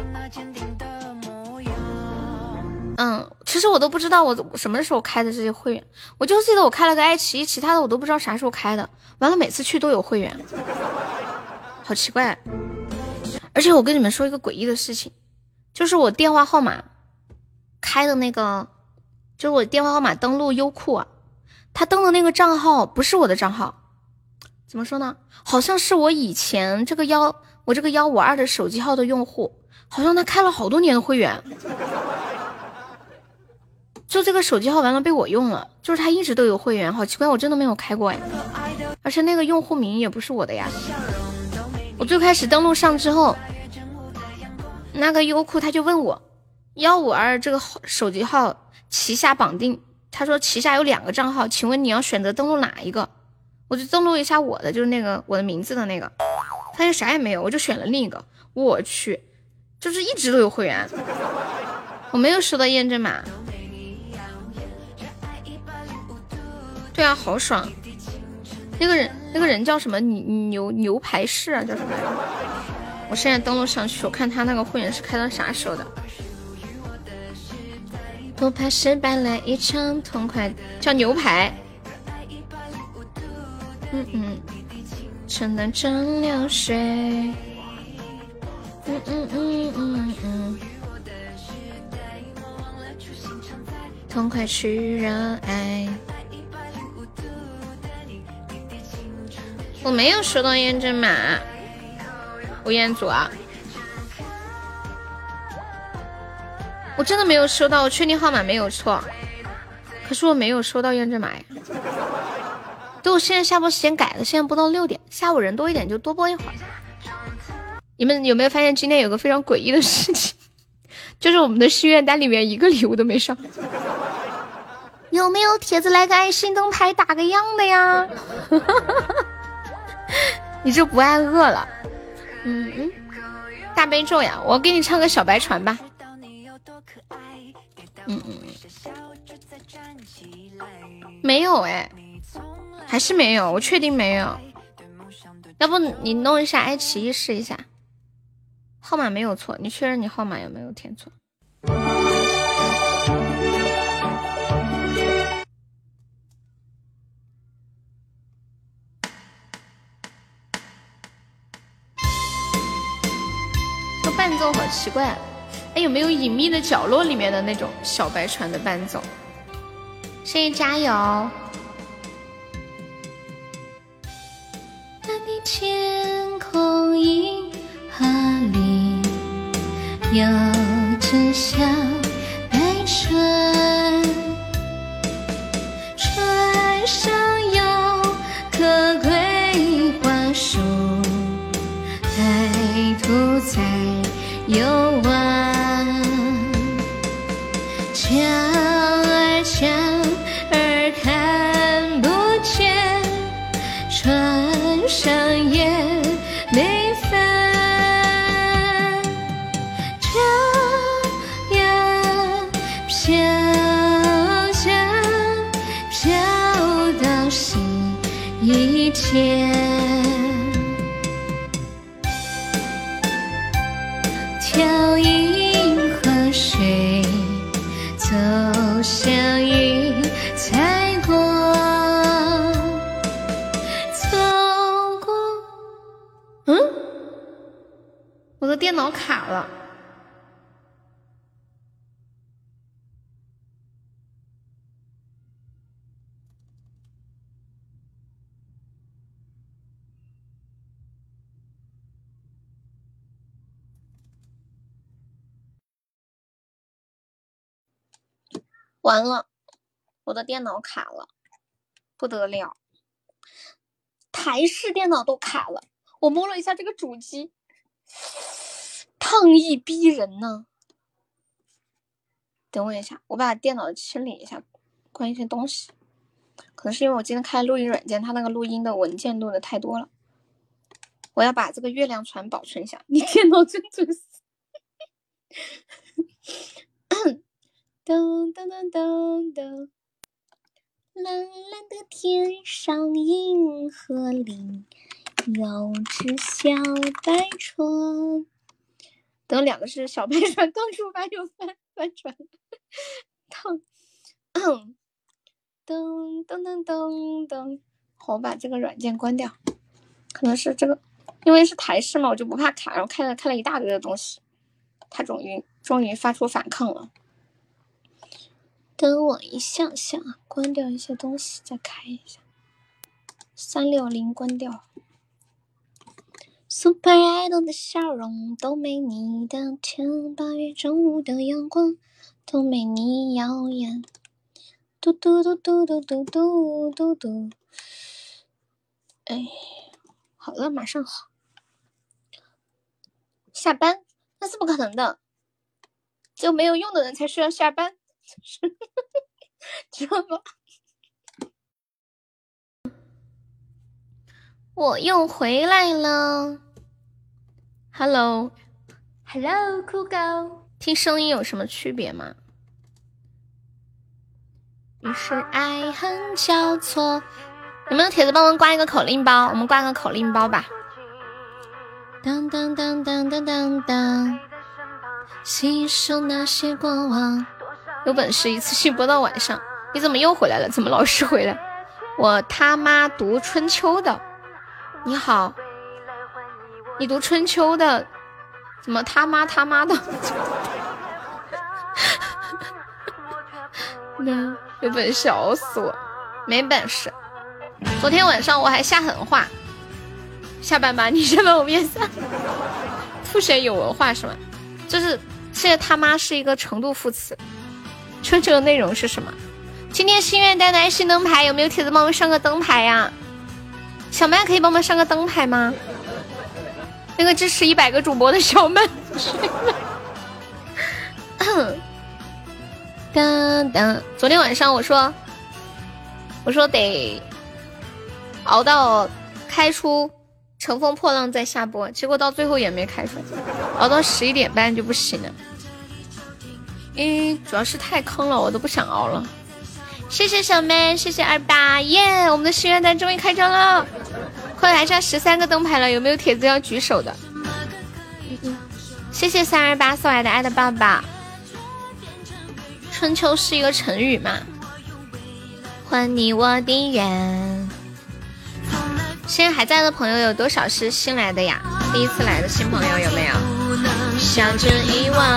嗯，其实我都不知道我什么时候开的这些会员，我就记得我开了个爱奇艺，其他的我都不知道啥时候开的。完了，每次去都有会员，好奇怪。而且我跟你们说一个诡异的事情，就是我电话号码开的那个，就是我电话号码登录优酷啊，他登的那个账号不是我的账号，怎么说呢？好像是我以前这个幺我这个幺五二的手机号的用户，好像他开了好多年的会员，就这个手机号完了被我用了，就是他一直都有会员，好奇怪，我真的没有开过哎，而且那个用户名也不是我的呀。我最开始登录上之后，那个优酷他就问我幺五二这个手机号旗下绑定，他说旗下有两个账号，请问你要选择登录哪一个？我就登录一下我的，就是那个我的名字的那个，发现啥也没有，我就选了另一个。我去，就是一直都有会员，我没有收到验证码。对啊，好爽。那个人那个人叫什么牛牛排式啊，叫什么来着？我现在登录上去，我看他那个会员是开到啥时候的。不怕失败，来一场痛快，叫牛排。嗯嗯，承担蒸馏水。嗯嗯嗯嗯嗯。 痛快去热爱。我没有收到验证码，吴彦祖啊，我真的没有收到，我确定号码没有错，可是我没有收到验证码呀。对，我现在下播时间改了，现在播到六点，下午人多一点就多播一会儿。你们有没有发现今天有个非常诡异的事情，就是我们的心愿单里面一个礼物都没上。有没有帖子来个爱心灯牌打个样的呀？你这不爱饿了？嗯嗯，大悲咒呀，我给你唱个小白船吧。嗯嗯，没有哎，还是没有，我确定没有。要不你弄一下爱奇艺试一下，号码没有错，你确认你号码有没有填错？这个伴奏好奇怪啊！哎，有没有隐秘的角落里面的那种小白船的伴奏？谢谢加油！那你天空银河里有只小白船，船上有棵桂花树，白兔在游玩，墙儿墙儿看不见，船上也没帆，飘呀飘呀飘到西一天，跳银河水，走向云彩光，走过。嗯，我的电脑卡了。完了，我的电脑卡了，不得了，台式电脑都卡了。我摸了一下这个主机，烫意逼人呢。等我一下，我把电脑清理一下，关一些东西。可能是因为我今天开录音软件，它那个录音的文件录的太多了。我要把这个月亮船保存一下。你电脑真准时。噔噔噔噔噔，蓝蓝的天上银河里有只小白船。等两个是小白船，刚出发就翻翻船。噔噔噔噔噔噔，好，我把这个软件关掉。可能是这个，因为是台式嘛，我就不怕卡。然后开了开了一大堆的东西，它终于终于发出反抗了。等我一下下，关掉一些东西，再开一下。三六零关掉。Super Idol 的笑容都没你的甜，八月正午的阳光都没你耀眼。嘟嘟嘟嘟嘟嘟嘟嘟嘟。哎，好了，马上好。下班？那是不可能的，只有没有用的人才需要下班。知道吗？我又回来了 ，Hello，Hello， 酷狗，听声音有什么区别吗？于是爱恨交错，有没有铁子帮我们挂一个口令包？我们挂个口令包吧。当当当当当当当，吸收那些过往。有本事一次性播到晚上。你怎么又回来了？怎么老是回来？我他妈读春秋的。你好，你读春秋的，怎么他妈他妈的？啦有本事笑死我，没本事。昨天晚上我还下狠话，下班吧，你下班我面子。复学有文化是吗？就是现在他妈是一个程度副词。春秋的内容是什么？今天心愿单的爱心灯牌有没有帖子帮我们上个灯牌呀？小曼可以帮我们上个灯牌吗？那个支持一百个主播的小曼。当当，昨天晚上我说，我说得熬到开出乘风破浪再下播，结果到最后也没开出，熬到十一点半就不行了。因为主要是太坑了，我都不想熬了。谢谢小妹，谢谢二八，耶！我们的心愿单终于开张了，快还差十三个灯牌了，有没有帖子要举手的？谢谢三二八送来的爱的抱抱。春秋是一个成语嘛？还你我的愿。现在还在的朋友有多少是新来的呀？第一次来的新朋友有没有？笑着遗忘，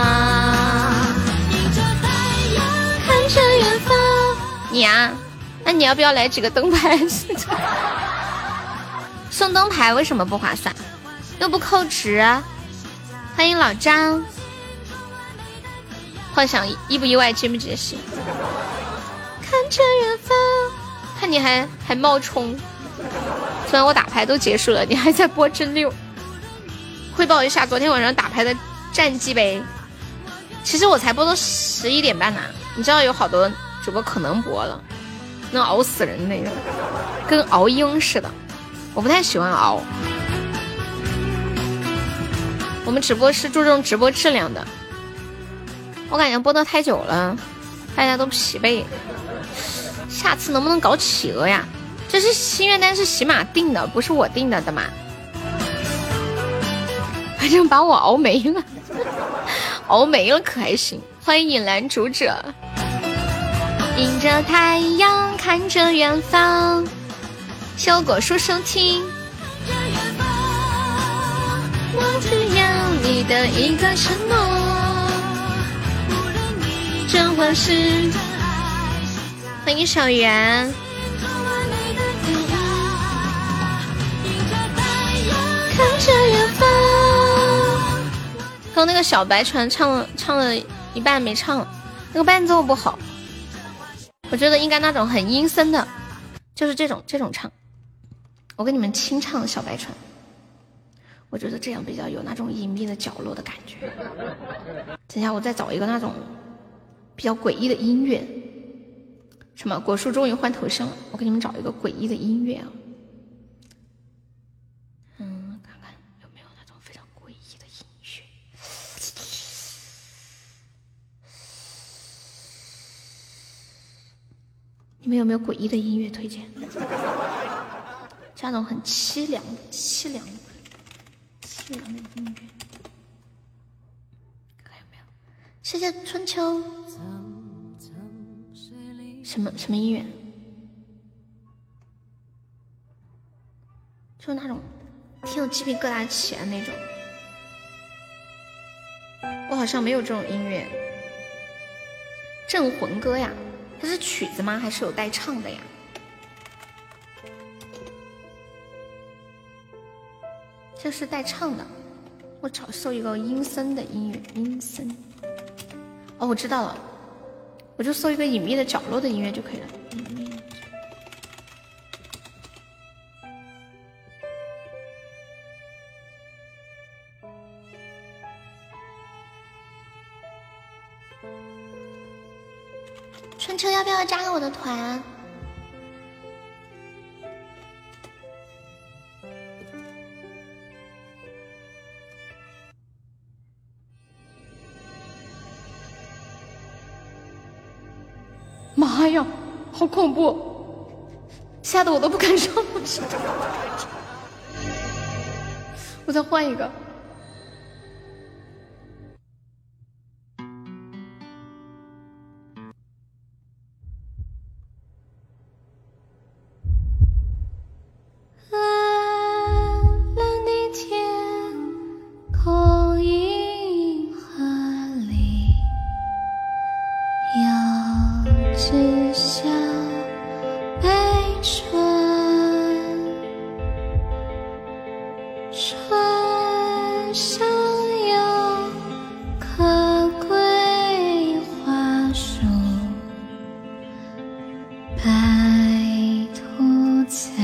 看着远方。你啊，那你要不要来几个灯牌？送灯牌为什么不划算？又不扣值。欢迎老张。幻想意不意外，接不接戏？看着远方，看你还还冒充。虽然我打牌都结束了，你还在播真六。汇报一下昨天晚上打牌的战绩呗。其实我才播到十一点半呢、啊，你知道有好多主播可能播了，能熬死人那种，跟熬鹰似的。我不太喜欢熬。我们直播是注重直播质量的。我感觉播得太久了，大家都疲惫。下次能不能搞企鹅呀？这是心愿单是喜马定的，不是我定的的嘛？反正把我熬没了，熬没了可还行。欢迎引来主者，迎着太阳，看着远方。小果树收听。我只要你的一个承诺。真欢是欢迎小圆，看着远方。刚那个小白船唱了唱了一半没唱，那个伴奏不好，我觉得应该那种很阴森的，就是这种这种唱。我给你们清唱小白船，我觉得这样比较有那种隐秘的角落的感觉。等一下我再找一个那种比较诡异的音乐。什么果树终于换头像了，我给你们找一个诡异的音乐啊。嗯，看看有没有那种非常诡异的音乐。你们有没有诡异的音乐推荐？这种很凄凉的凄凉的凄凉的音乐，看有没有？谢谢春秋。什么什么音乐？就那种听了鸡皮疙瘩起来那种。我好像没有这种音乐。镇魂歌呀，它是曲子吗？还是有带唱的呀？这是带唱的。我找搜一个阴森的音乐，阴森。哦，我知道了。我就搜一个隐秘的角落的音乐就可以了。隐秘春秋要不要加个我的团？妈呀，好恐怖，吓得我都不敢上了。我再换一个。蓝蓝的天空银河里有只想悲春，春上有棵桂花树，白兔在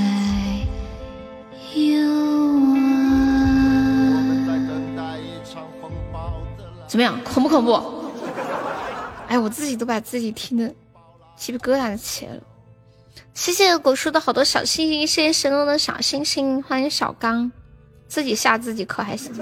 幽庵。怎么样，恐不恐怖？哎，我自己都把自己听得鸡皮疙瘩都起来了。谢谢果叔的好多小星星，谢谢神龙的小星星，欢迎小刚，自己吓自己可还行。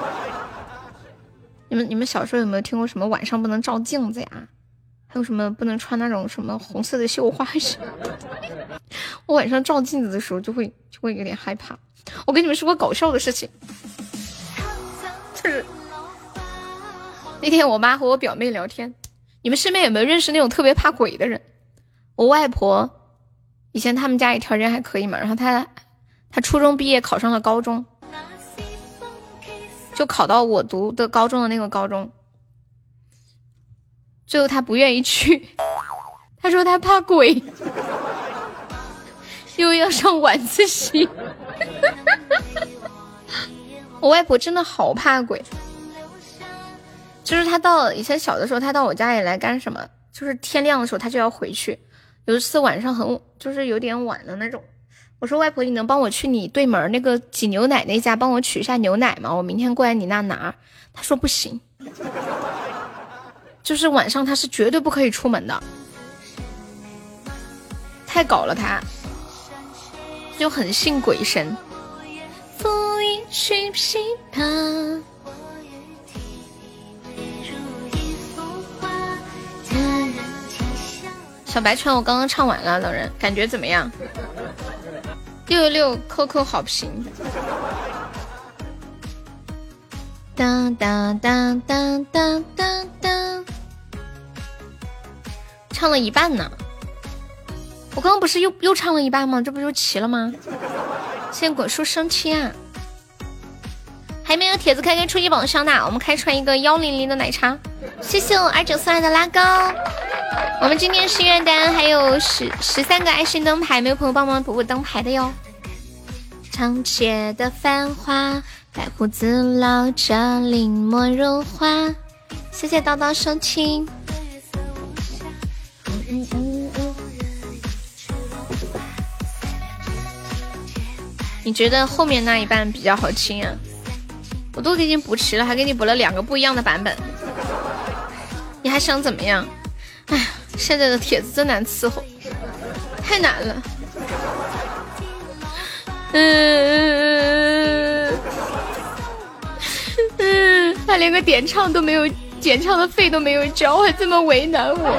你们你们小时候有没有听过什么晚上不能照镜子呀？还有什么不能穿那种什么红色的绣花衣？我晚上照镜子的时候就会就会有点害怕。我跟你们说个搞笑的事情，就是那天我妈和我表妹聊天，你们身边有没有认识那种特别怕鬼的人？我外婆以前他们家里条件还可以嘛，然后她她初中毕业考上了高中，就考到我读的高中的那个高中，最后她不愿意去，她说她怕鬼，因为要上晚自习。我外婆真的好怕鬼，就是她到以前小的时候，她到我家里来干什么？就是天亮的时候她就要回去。有一次晚上很就是有点晚的那种，我说外婆，你能帮我去你对门那个挤牛奶那家帮我取一下牛奶吗？我明天过来你那拿。她说不行，就是晚上她是绝对不可以出门的，太搞了她，就很信鬼神。风一去琵琶，小白船我刚刚唱完了，老人感觉怎么样？六六六扣扣好评。当当当当当当当，唱了一半呢。我刚刚不是又又唱了一半吗？这不就齐了吗？谢谢果树生气啊！还没有帖子开开初级宝箱的，我们开出来一个幺零零的奶茶。谢谢我二九送来的拉高。我们今天心愿单还有十十三个爱心灯牌，没有朋友帮忙补补灯牌的哟。长街的繁华，白胡子老者临摹如画。谢谢叨叨收听。嗯嗯嗯嗯。你觉得后面那一半比较好听啊？我都已经补齐了，还给你补了两个不一样的版本，你还想怎么样？哎，现在的帖子真难伺候，太难了。嗯嗯，他连个点唱都没有，点唱的费都没有交，还这么为难我，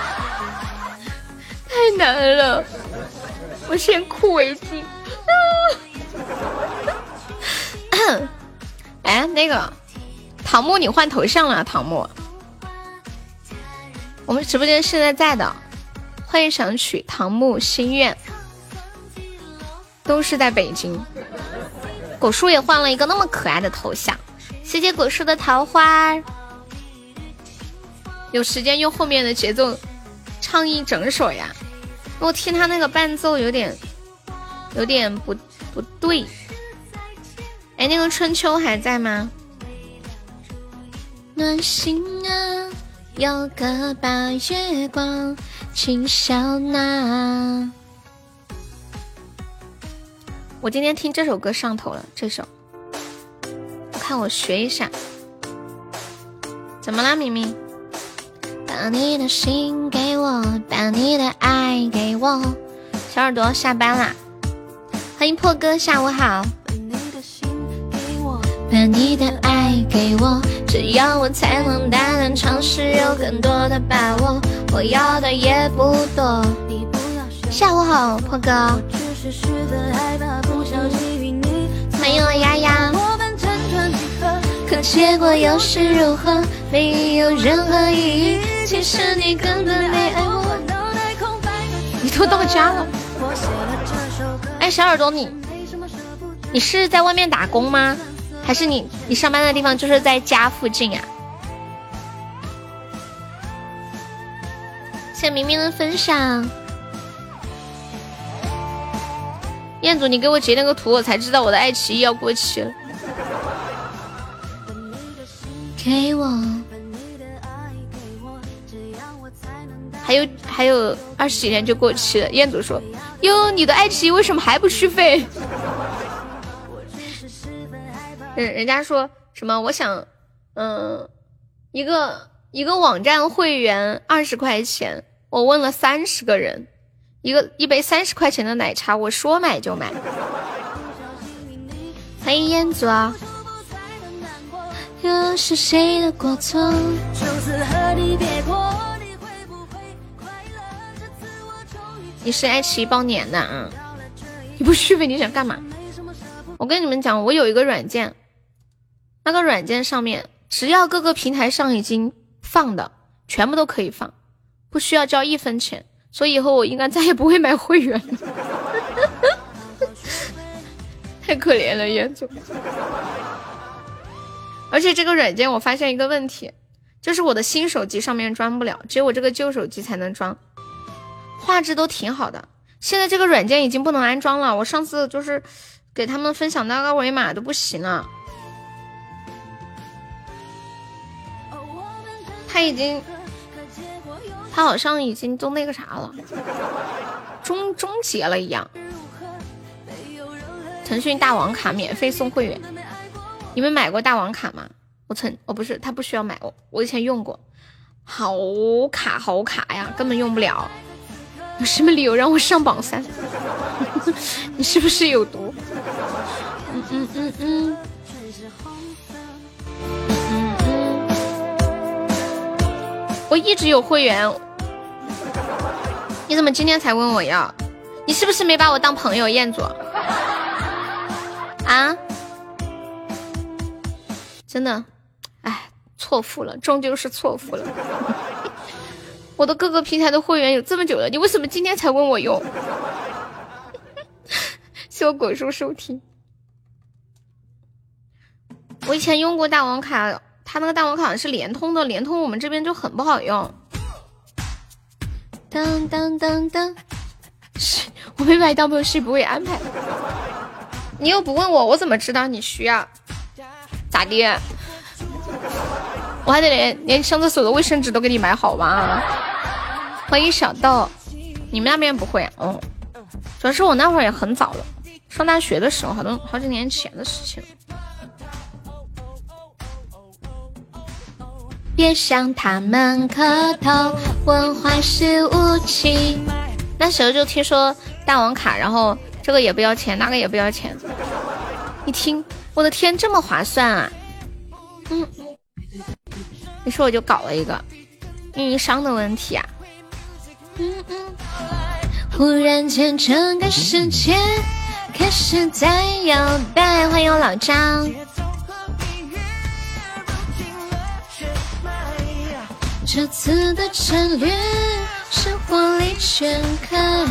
太难了，我先哭为敬。哎，那个唐木，你换头像了，唐木。我们直播间现在在的，欢迎赏曲唐木心愿，都是在北京。果树也换了一个那么可爱的头像，谢谢果树的桃花。有时间用后面的节奏唱一整首呀，我听他那个伴奏有点有点不不对。哎，那个春秋还在吗？暖心啊，有个八月光，轻笑纳。我今天听这首歌上头了，这首，我看我学一下。怎么啦，明明？把你的心给我，把你的爱给我。小耳朵下班啦，欢迎破哥，下午好。把你的爱给我，只要我才能大胆尝试，有更多的把握。我要的也不多。下午好，破哥。欢迎我丫丫。可结果又是如何？没有任何意义。其实你根本没爱我。你都到家了。哎，小耳朵，你你是在外面打工吗？还是你你上班的地方就是在家附近呀？ 谢谢明明的分享。彦祖，你给我截那个图，我才知道我的爱奇艺要过期了。给我，还有还有二十几天就过期了。彦祖说：“哟，你的爱奇艺为什么还不续费？”人人家说什么？我想，嗯，一个一个网站会员二十块钱，我问了三十个人。一个一杯三十块钱的奶茶，我说买就买。欢迎彦祖啊！又是谁的过错？你是爱奇艺包年的啊？你不续费你想干嘛？我跟你们讲，我有一个软件，那个软件上面只要各个平台上已经放的，全部都可以放，不需要交一分钱。所以以后我应该再也不会买会员了。太可怜了彦祖。而且这个软件我发现一个问题，就是我的新手机上面装不了，只有我这个旧手机才能装，画质都挺好的。现在这个软件已经不能安装了，我上次就是给他们分享那个二维码都不行了，他已经他好像已经都那个啥了，终终结了一样。腾讯大王卡免费送会员，你们买过大王卡吗？我曾哦不是，他不需要买，我我以前用过，好卡好卡呀，根本用不了。有什么理由让我上榜三？你是不是有毒？嗯嗯嗯嗯。我一直有会员，你怎么今天才问我要？你是不是没把我当朋友，彦祖？啊？真的，哎，错付了，终究是错付了。我的各个平台的会员有这么久了，你为什么今天才问我用？谢我果叔收听。我以前用过大王卡。他那个大王卡是联通的，联通我们这边就很不好用。当当当当，是我没买到朋友是不会安排。你又不问我，我怎么知道你需要？咋的？我还得连连上厕所的卫生纸都给你买好吗？欢迎小豆，你们那边不会啊？哦，主要是我那会儿也很早了，上大学的时候，好多好几年前的事情。别向他们磕头，文化是武器。那时候就听说大王卡，然后这个也不要钱，那个也不要钱。一听，我的天，这么划算啊！嗯，于是我就搞了一个运营商的问题啊。嗯嗯。忽然间，整个世界开始在摇摆。欢迎我老张。这次的战略是火力全开。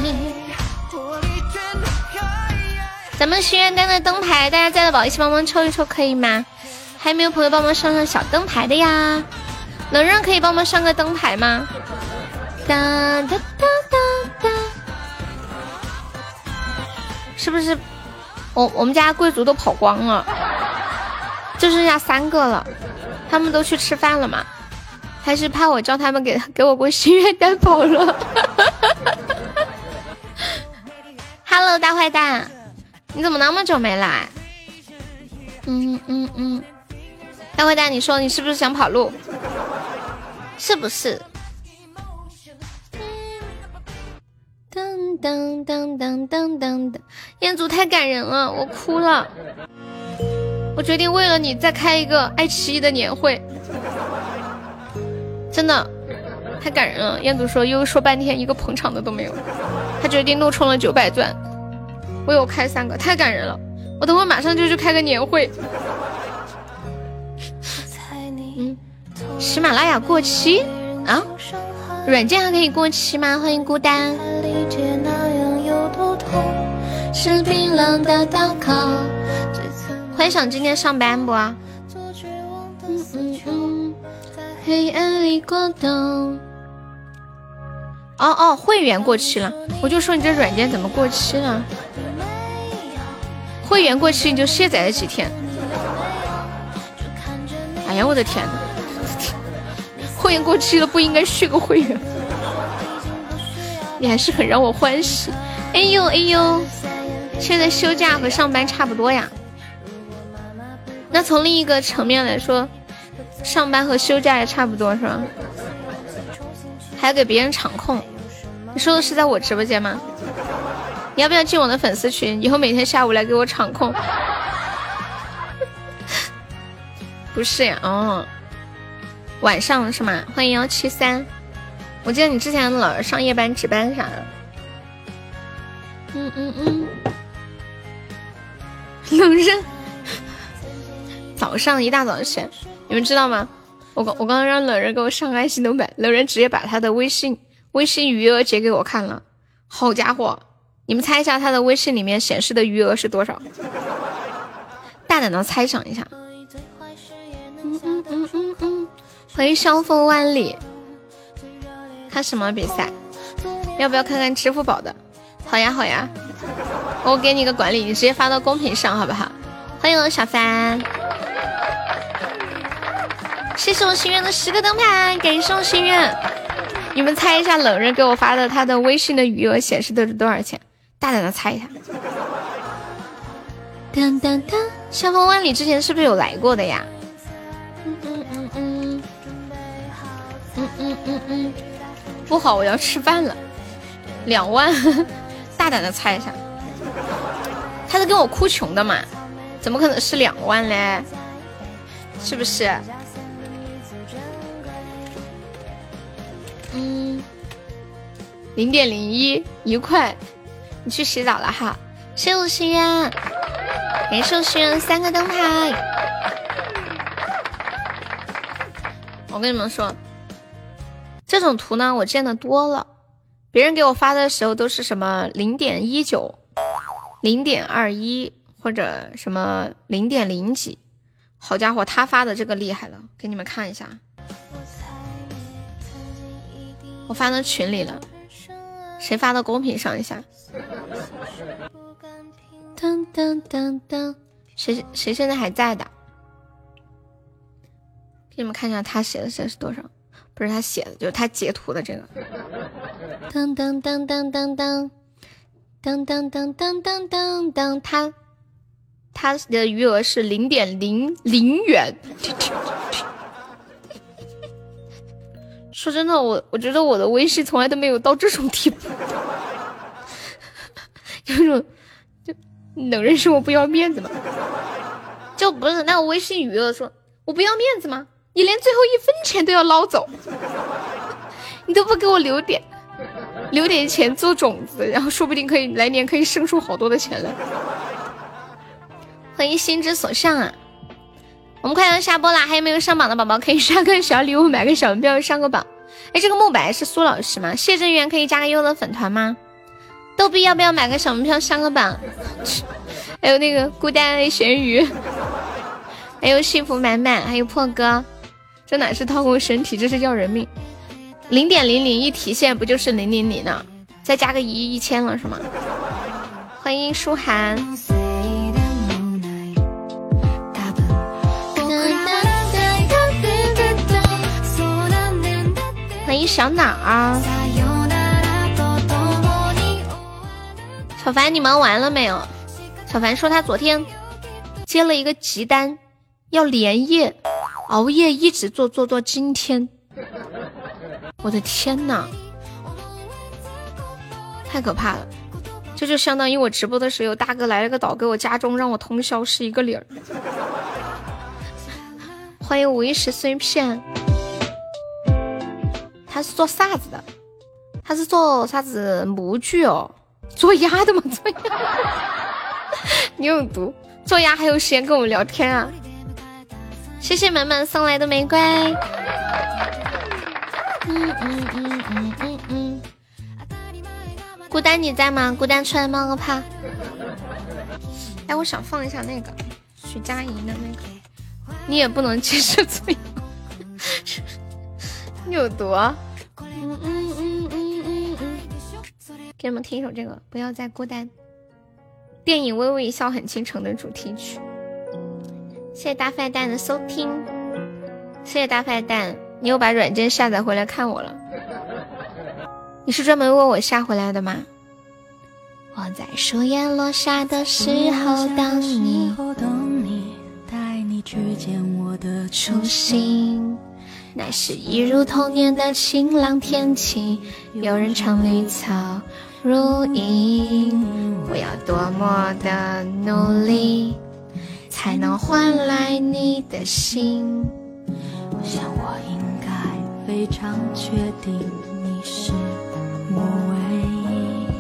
咱们心愿单的灯牌，大家在的宝一起帮忙抽一抽可以吗？还没有朋友帮忙上上小灯牌的呀？能人可以帮忙上个灯牌吗？哒哒哒哒哒，是不是我我们家贵族都跑光了，就剩下三个了，他们都去吃饭了吗？还是怕我叫他们给给我过心愿单跑了。Hello 大坏蛋，你怎么那么久没来？嗯嗯嗯，大坏蛋，你说你是不是想跑路？是不是？噔噔噔噔噔噔噔，彦祖太感人了，我哭了。我决定为了你再开一个爱奇艺的年会。真的太感人了，彦祖说又说半天一个捧场的都没有，他决定怒充了九百钻，我有开三个，太感人了，我等会马上就去开个年会。嗯，喜马拉雅过期啊？软件还可以过期吗？欢迎孤单。是冰冷的刀口。幻想今天上班不啊？嗯嗯嗯。黑暗里过冬， 哦哦，会员过期了，我就说你这软件怎么过期了？会员过期你就卸载了几天？哎呀，我的天哪！会员过期了不应该续个会员？你还是很让我欢喜。哎呦哎呦，现在休假和上班差不多呀。那从另一个层面来说，上班和休假也差不多是吧？还要给别人场控。你说的是在我直播间吗？你要不要进我的粉丝群？以后每天下午来给我场控。不是呀，哦，晚上是吗？欢迎幺七三。我记得你之前老是上夜班值班啥的。嗯嗯嗯。冷人。早上一大早先，你们知道吗？我刚我刚刚让冷人给我上爱心动版，冷人直接把他的微信微信余额截给我看了。好家伙，你们猜一下他的微信里面显示的余额是多少？大胆的猜想一下。嗯嗯嗯嗯嗯，欢迎香风万里。看什么比赛？要不要看看支付宝的？好呀好呀，我给你个管理，你直接发到公屏上好不好？欢迎小帆。谢谢我心愿的十个灯牌，感谢我心愿。你们猜一下冷人给我发的他的微信的余额显示的是多少钱？大胆的猜一下。噔噔噔，香风万里之前是不是有来过的呀？嗯嗯嗯嗯嗯嗯嗯嗯，不好，我要吃饭了。两万，大胆的猜一下。他是跟我哭穷的嘛？怎么可能是两万嘞？是不是？嗯，零点零一一块，你去洗澡了哈。谢谢我心愿，感谢我心愿三个灯牌。我跟你们说，这种图呢我见的多了，别人给我发的时候都是什么零点一九、零点二一或者什么零点零几。好家伙，他发的这个厉害了，给你们看一下。我发到群里了，谁发到公屏上一下？噔噔噔噔，谁谁现在还在的？给你们看一下他写的这是多少？不是他写的，就是他截图的这个。噔噔噔噔噔噔噔噔噔噔噔噔噔，他他的余额是零点零零元。说真的，我我觉得我的微信从来都没有到这种地步，有种就能认识我不要面子吗？就不是那我微信余额说我不要面子吗？你连最后一分钱都要捞走，你都不给我留点留点钱做种子，然后说不定可以来年可以生出好多的钱来。欢迎心之所向啊！我们快要下播啦，还有没有上榜的宝宝可以刷个小礼物，买个小门票上个榜。哎，这个慕白是苏老师吗？谢正元可以加个优的粉团吗？逗比要不要买个小门票上个榜？还有那个孤单咸鱼，还有幸福满满，还有破哥，这哪是掏空身体，这是要人命。零点零零一提现不就是零零零呢？再加个一一千了是吗？欢迎舒涵。欢迎小脑儿，小凡你忙完了没有？小凡说他昨天接了一个急单，要连夜熬夜一直做做做今天。我的天哪，太可怕了！这就相当于我直播的时候，大哥来了个岛给我加钟，让我通宵是一个理儿。欢迎无意识碎片。他是做啥子的？他是做啥子模具哦？做鸭的吗？做鸭？你有毒！做鸭还有时间跟我们聊天啊？谢谢满满送来的玫瑰。嗯嗯嗯嗯嗯嗯。孤单你在吗？孤单出来冒个泡。哎，我想放一下那个徐佳莹的那个。你也不能接受做鸭。你有毒啊！嗯嗯嗯嗯嗯给你们听一首这个，不要再孤单。电影《微微一笑很倾城》的主题曲。谢谢大坏蛋的收听，谢谢大坏蛋，你又把软件下载回来看我了。你是专门为我下回来的吗？我在树叶落下的时候等你，带你去见我的初心。那是一如童年的晴朗天气，有人唱绿草如茵。我要多么的努力，才能换来你的心。我想我应该非常确定你是我唯一。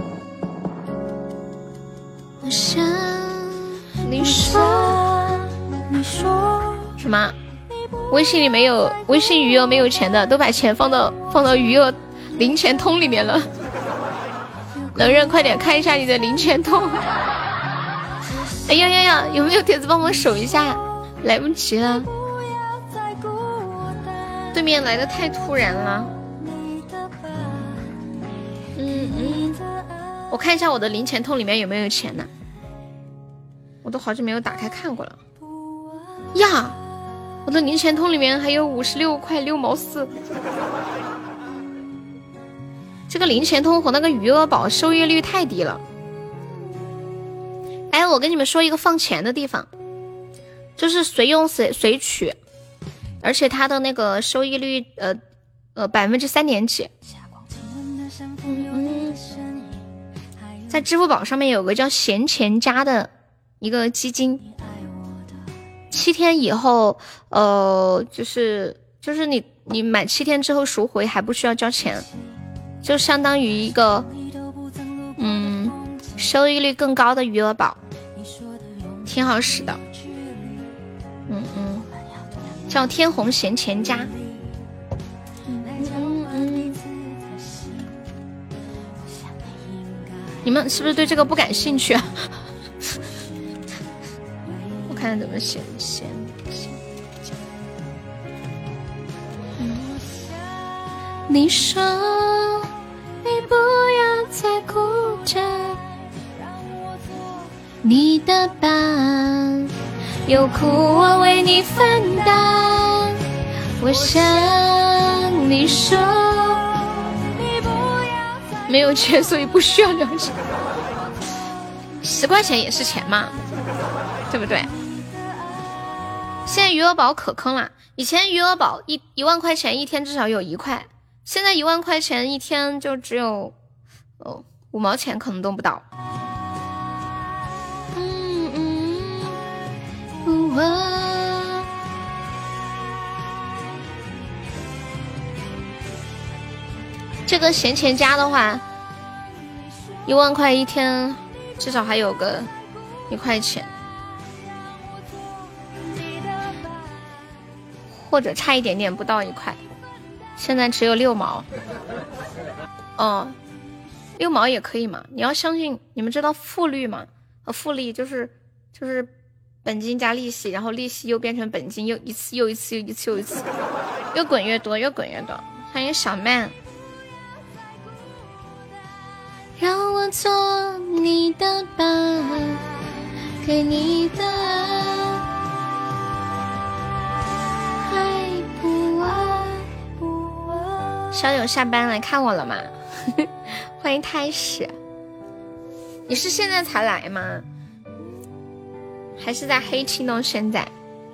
我想你说你说什么？微信里没有，微信余额没有钱的，都把钱放到放到余额零钱通里面了。冷人快点看一下你的零钱通。哎呀呀呀，有没有帖子帮忙守一下？来不及了，对面来的太突然了。嗯嗯，我看一下我的零钱通里面有没有钱呢？我都好久没有打开看过了。呀，我的零钱通里面还有五十六块六毛四。这个零钱通和那个余额宝收益率太低了。哎，我跟你们说一个放钱的地方，就是随用随随取，而且它的那个收益率呃呃百分之三点几。嗯，在支付宝上面有个叫闲钱家的一个基金，七天以后呃就是就是你你满七天之后赎回还不需要交钱，就相当于一个嗯收益率更高的余额宝，挺好使的。嗯嗯，叫天虹闲钱家。嗯嗯，你们是不是对这个不感兴趣啊？我看看怎么写写。你说你不要再哭着，你的伴有苦我为你分担。我想你说你不要没有钱，所以不需要了解。十块钱也是钱嘛，对不对？现在余额宝可坑了，以前余额宝一一万块钱一天至少有一块，现在一万块钱一天就只有哦五毛钱，可能都不到。嗯嗯，我这个闲钱家的话，一万块一天至少还有个一块钱，或者差一点点不到一块，现在只有六毛。哦，六毛也可以嘛，你要相信。你们知道复利吗？呃，复利就是就是本金加利息，然后利息又变成本金，又一次又一次又一次又一次，越滚越多，越滚越多。欢迎小曼。让我做你的伴，给你的爱不爱不爱。小友下班来看我了吗？欢迎太史。你是现在才来吗？还是在黑气呢？现在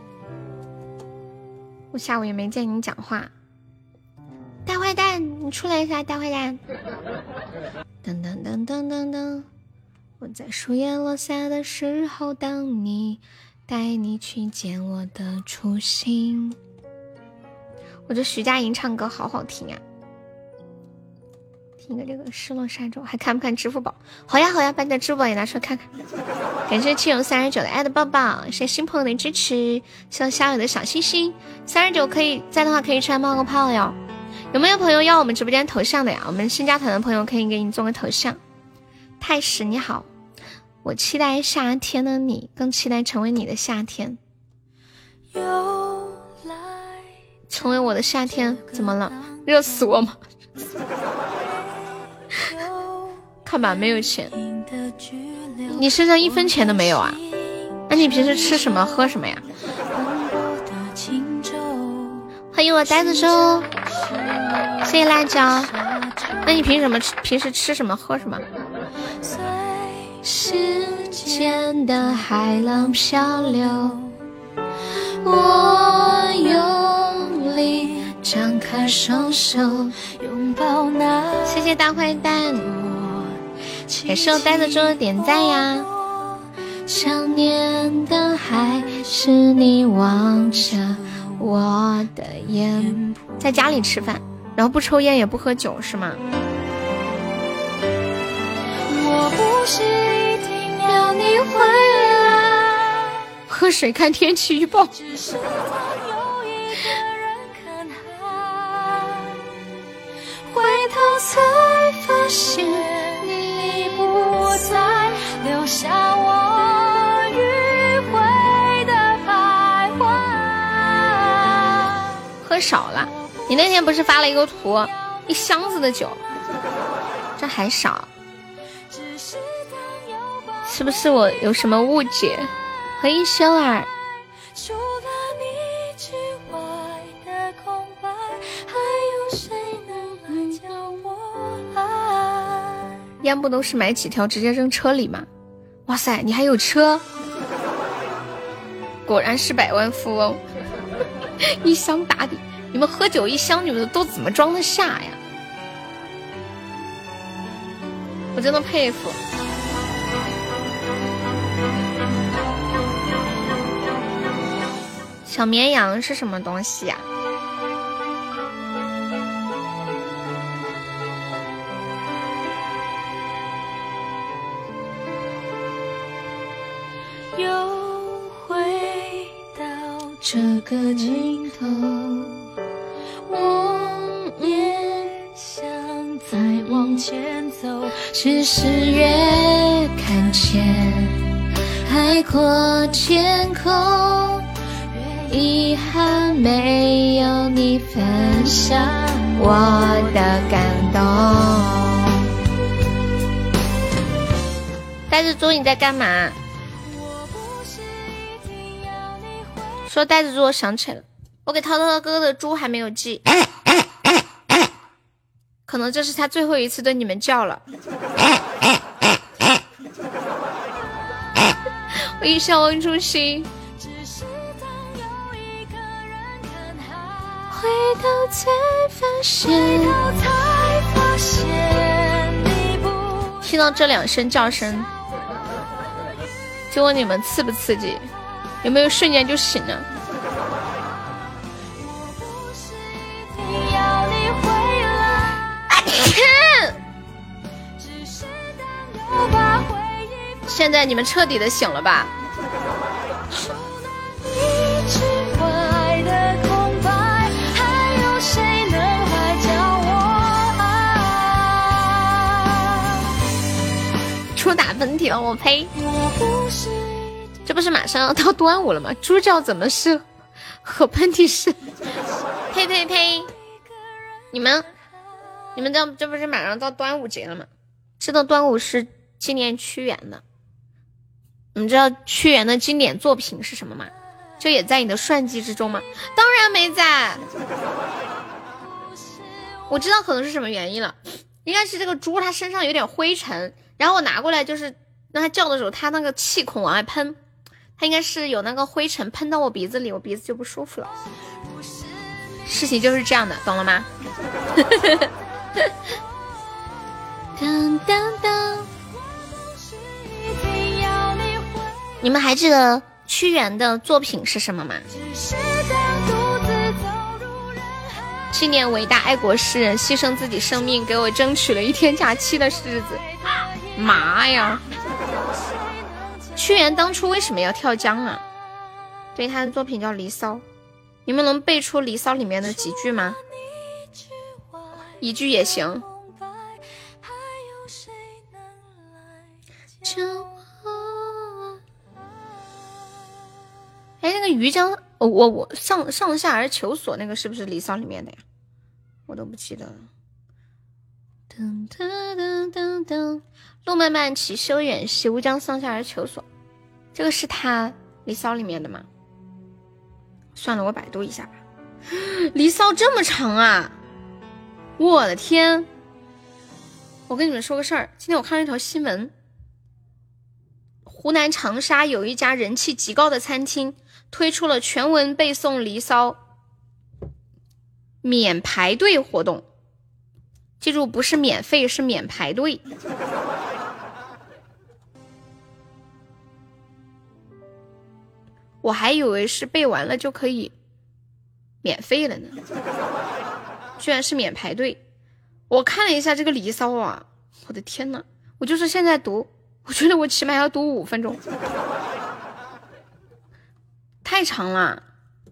我下午也没见你讲话。大坏蛋，你出来一下，大坏蛋。噔噔噔噔噔噔，我在树叶落下的时候等你，带你去见我的初心。我觉得徐佳莹唱歌好好听啊，听个这个失落沙洲。还看不看支付宝？好呀好呀，把你的支付宝也拿出来看看。感谢七友三十九的爱的抱抱，谢谢新朋友的支持，谢谢小友的小心心。三十九可以在的话可以出来冒个泡哟。有没有朋友要我们直播间头像的呀？我们新加团的朋友可以给你做个头像。太史你好，我期待夏天的你，更期待成为你的夏天。成为我的夏天怎么了？热死我吗？ 看吧，没有钱，你身上一分钱都没有啊？那你平时吃什么喝什么呀？欢迎我呆子猪，谢谢辣椒。那你凭什么吃？平时吃什么喝什么？时间的海浪漂流，我用力张开双手拥抱那。谢谢大坏蛋，也是我呆子猪的点赞呀。想念的还是你望着我的眼，在家里吃饭，然后不抽烟也不喝酒是吗？我不是一定要你回来，喝水看天气预报。只是当有一个人看海，回头才发现你已不在，留下我迂回的徘徊。喝少了，你那天不是发了一个图，一箱子的酒，这还少。是不是我有什么误解？何一修儿，除了你之外的空白，还有谁能来教我爱？烟不都是买几条直接扔车里吗？哇塞，你还有车，果然是百万富翁。一箱打底，你们喝酒一箱你们都怎么装得下呀？我真的佩服。小绵羊是什么东西呀？又回到这个尽头，我也想再往前走，只是越看见海阔天空，遗憾没有你分享我的感动。呆子猪你在干嘛？说呆子猪我想起来了，我给涛涛哥哥的猪还没有寄，可能这是他最后一次对你们叫了。我一笑问初心，回头才发现，听到这两声叫声，就问你们刺不刺激，有没有瞬间就醒了？现在你们彻底的醒了吧？猪打喷嚏了，我呸！这不是马上要到端午了吗？猪叫怎么是和喷嚏是？呸呸呸！你们你们这这不是马上到端午节了吗？知道端午是纪念屈原的。你们知道屈原的经典作品是什么吗？这也在你的算计之中吗？当然没在。我知道可能是什么原因了，应该是这个猪它身上有点灰尘，然后我拿过来就是让它叫的时候，它那个气孔往外喷，它应该是有那个灰尘喷到我鼻子里，我鼻子就不舒服了。事情就是这样的，懂了吗？当当当，你们还记得屈原的作品是什么吗？纪念伟大爱国诗人牺牲自己生命给我争取了一天假期的日子。妈呀！屈原当初为什么要跳江啊？对，他的作品叫《离骚》，你们能背出《离骚》里面的几句吗？一句也行。哎，那个鱼江，我我我上上下而求索那个是不是《离骚》里面的呀？我都不记得了。 噔噔噔噔噔，路漫漫其修远兮，吾将上下而求索。这个是他离骚里面的吗？算了，我百度一下吧。离骚这么长啊！我的天！我跟你们说个事儿，今天我看了一条新闻，湖南长沙有一家人气极高的餐厅推出了全文背诵离骚免排队活动，记住不是免费，是免排队。我还以为是背完了就可以免费了呢，居然是免排队。我看了一下这个离骚啊，我的天哪！我就是现在读，我觉得我起码要读五分钟，太长了。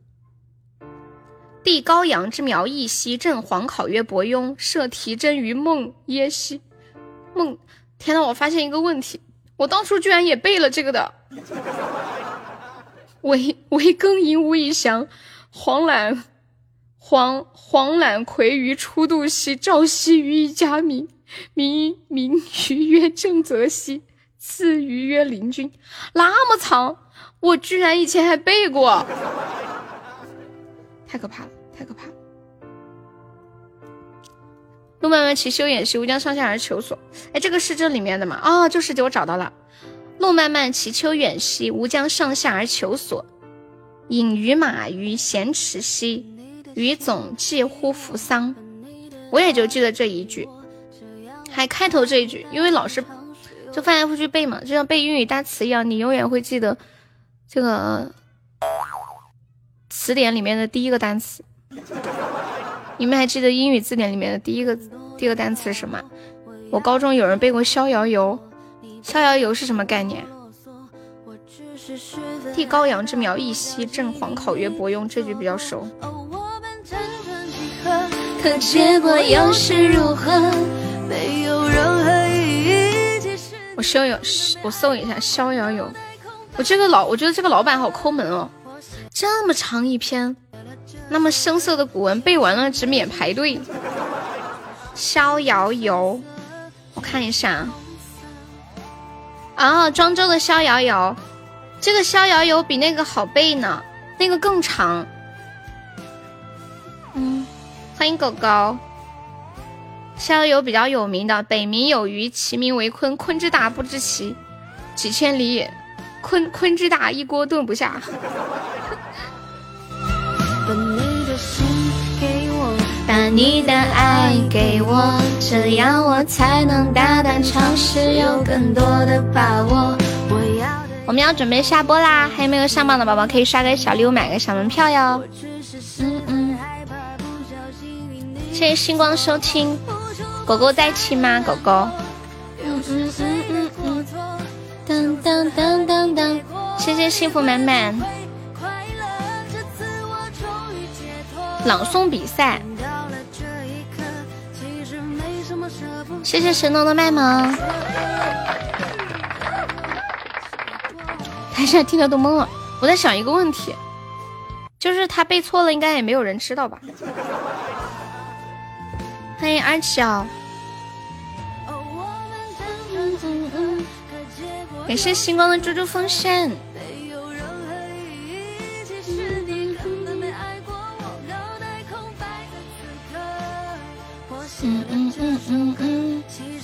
帝高阳之苗裔兮，正黄考曰伯庸，设题真于孟耶兮。孟，天哪！我发现一个问题，我当初居然也背了这个的。为为庚寅吾以降，黄览黄黄览葵于初度兮，赵羲于一家民，民民于曰正则兮，次于曰邻君。那么长，我居然以前还背过，太可怕了，太可怕了。路漫漫其修远兮，吾将上下而求索。哎，这个是这里面的吗？哦，就是，我找到了。路漫漫其丘远兮，吾将上下而求索。隐于马于咸池兮，于总寄乎扶桑。我也就记得这一句，还开头这一句，因为老师就翻来覆去背嘛，就像背英语单词一样，你永远会记得这个词典里面的第一个单词。你们还记得英语字典里面的第一个第一个单词是什么？我高中有人背过逍遥游，逍遥游是什么概念？帝高阳之苗裔兮，正黄考曰伯庸，这句比较熟。可结果又是如何？没有任何意义。我逍遥，我搜一下逍遥游。我这个老，我觉得这个老板好抠门哦，这么长一篇，那么生涩的古文背完了只免排队。逍遥游，我看一下啊，庄周的逍遥游。这个逍遥游比那个好背呢，那个更长。嗯，欢迎狗狗。逍遥游比较有名的，北冥有鱼，其名为鲲。鲲之大，不知其几千里也。鲲鲲之大，一锅炖不下。把你的心给我，把你的爱给我，这样我才能大胆尝试，有更多的把握。我要。我们要准备下播啦，还有没有上榜的宝宝可以刷个小礼物买个小门票哟。嗯嗯，谢谢星光收听。狗狗在听吗？狗狗。嗯嗯嗯嗯嗯。噔噔噔噔噔，谢谢幸福满满。朗诵比赛。谢谢神农的卖萌。他现在听得都懵了。我在想一个问题，就是他背错了，应该也没有人知道吧？欢迎二七哦，感谢星光的猪猪风扇。嗯嗯嗯嗯嗯。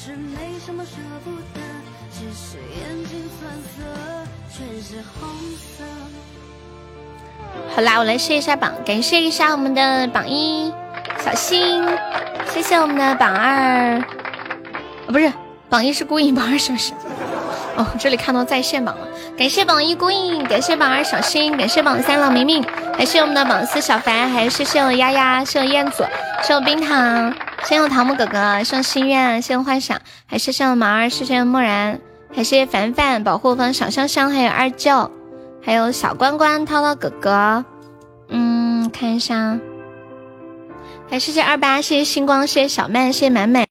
好啦，我来试一下榜，感谢一下我们的榜一小新，谢谢我们的榜二，啊、哦、不是，榜一是孤影，榜二是不是？哦，这里看到在线榜了，感谢榜一孤影，感谢榜二小新，感谢榜三老明明，感谢我们的榜四小凡，还有谢谢我丫丫，谢谢我彦祖，谢谢我冰糖，谢谢我桃木哥哥，谢谢我心愿，谢谢我幻想，还谢谢我毛儿，谢谢我漠然。还谢谢凡凡、保护方、小香香，还有二舅，还有小关关、涛涛哥哥。嗯，看一下，还谢谢二八，谢谢星光，谢谢小曼，谢谢满满。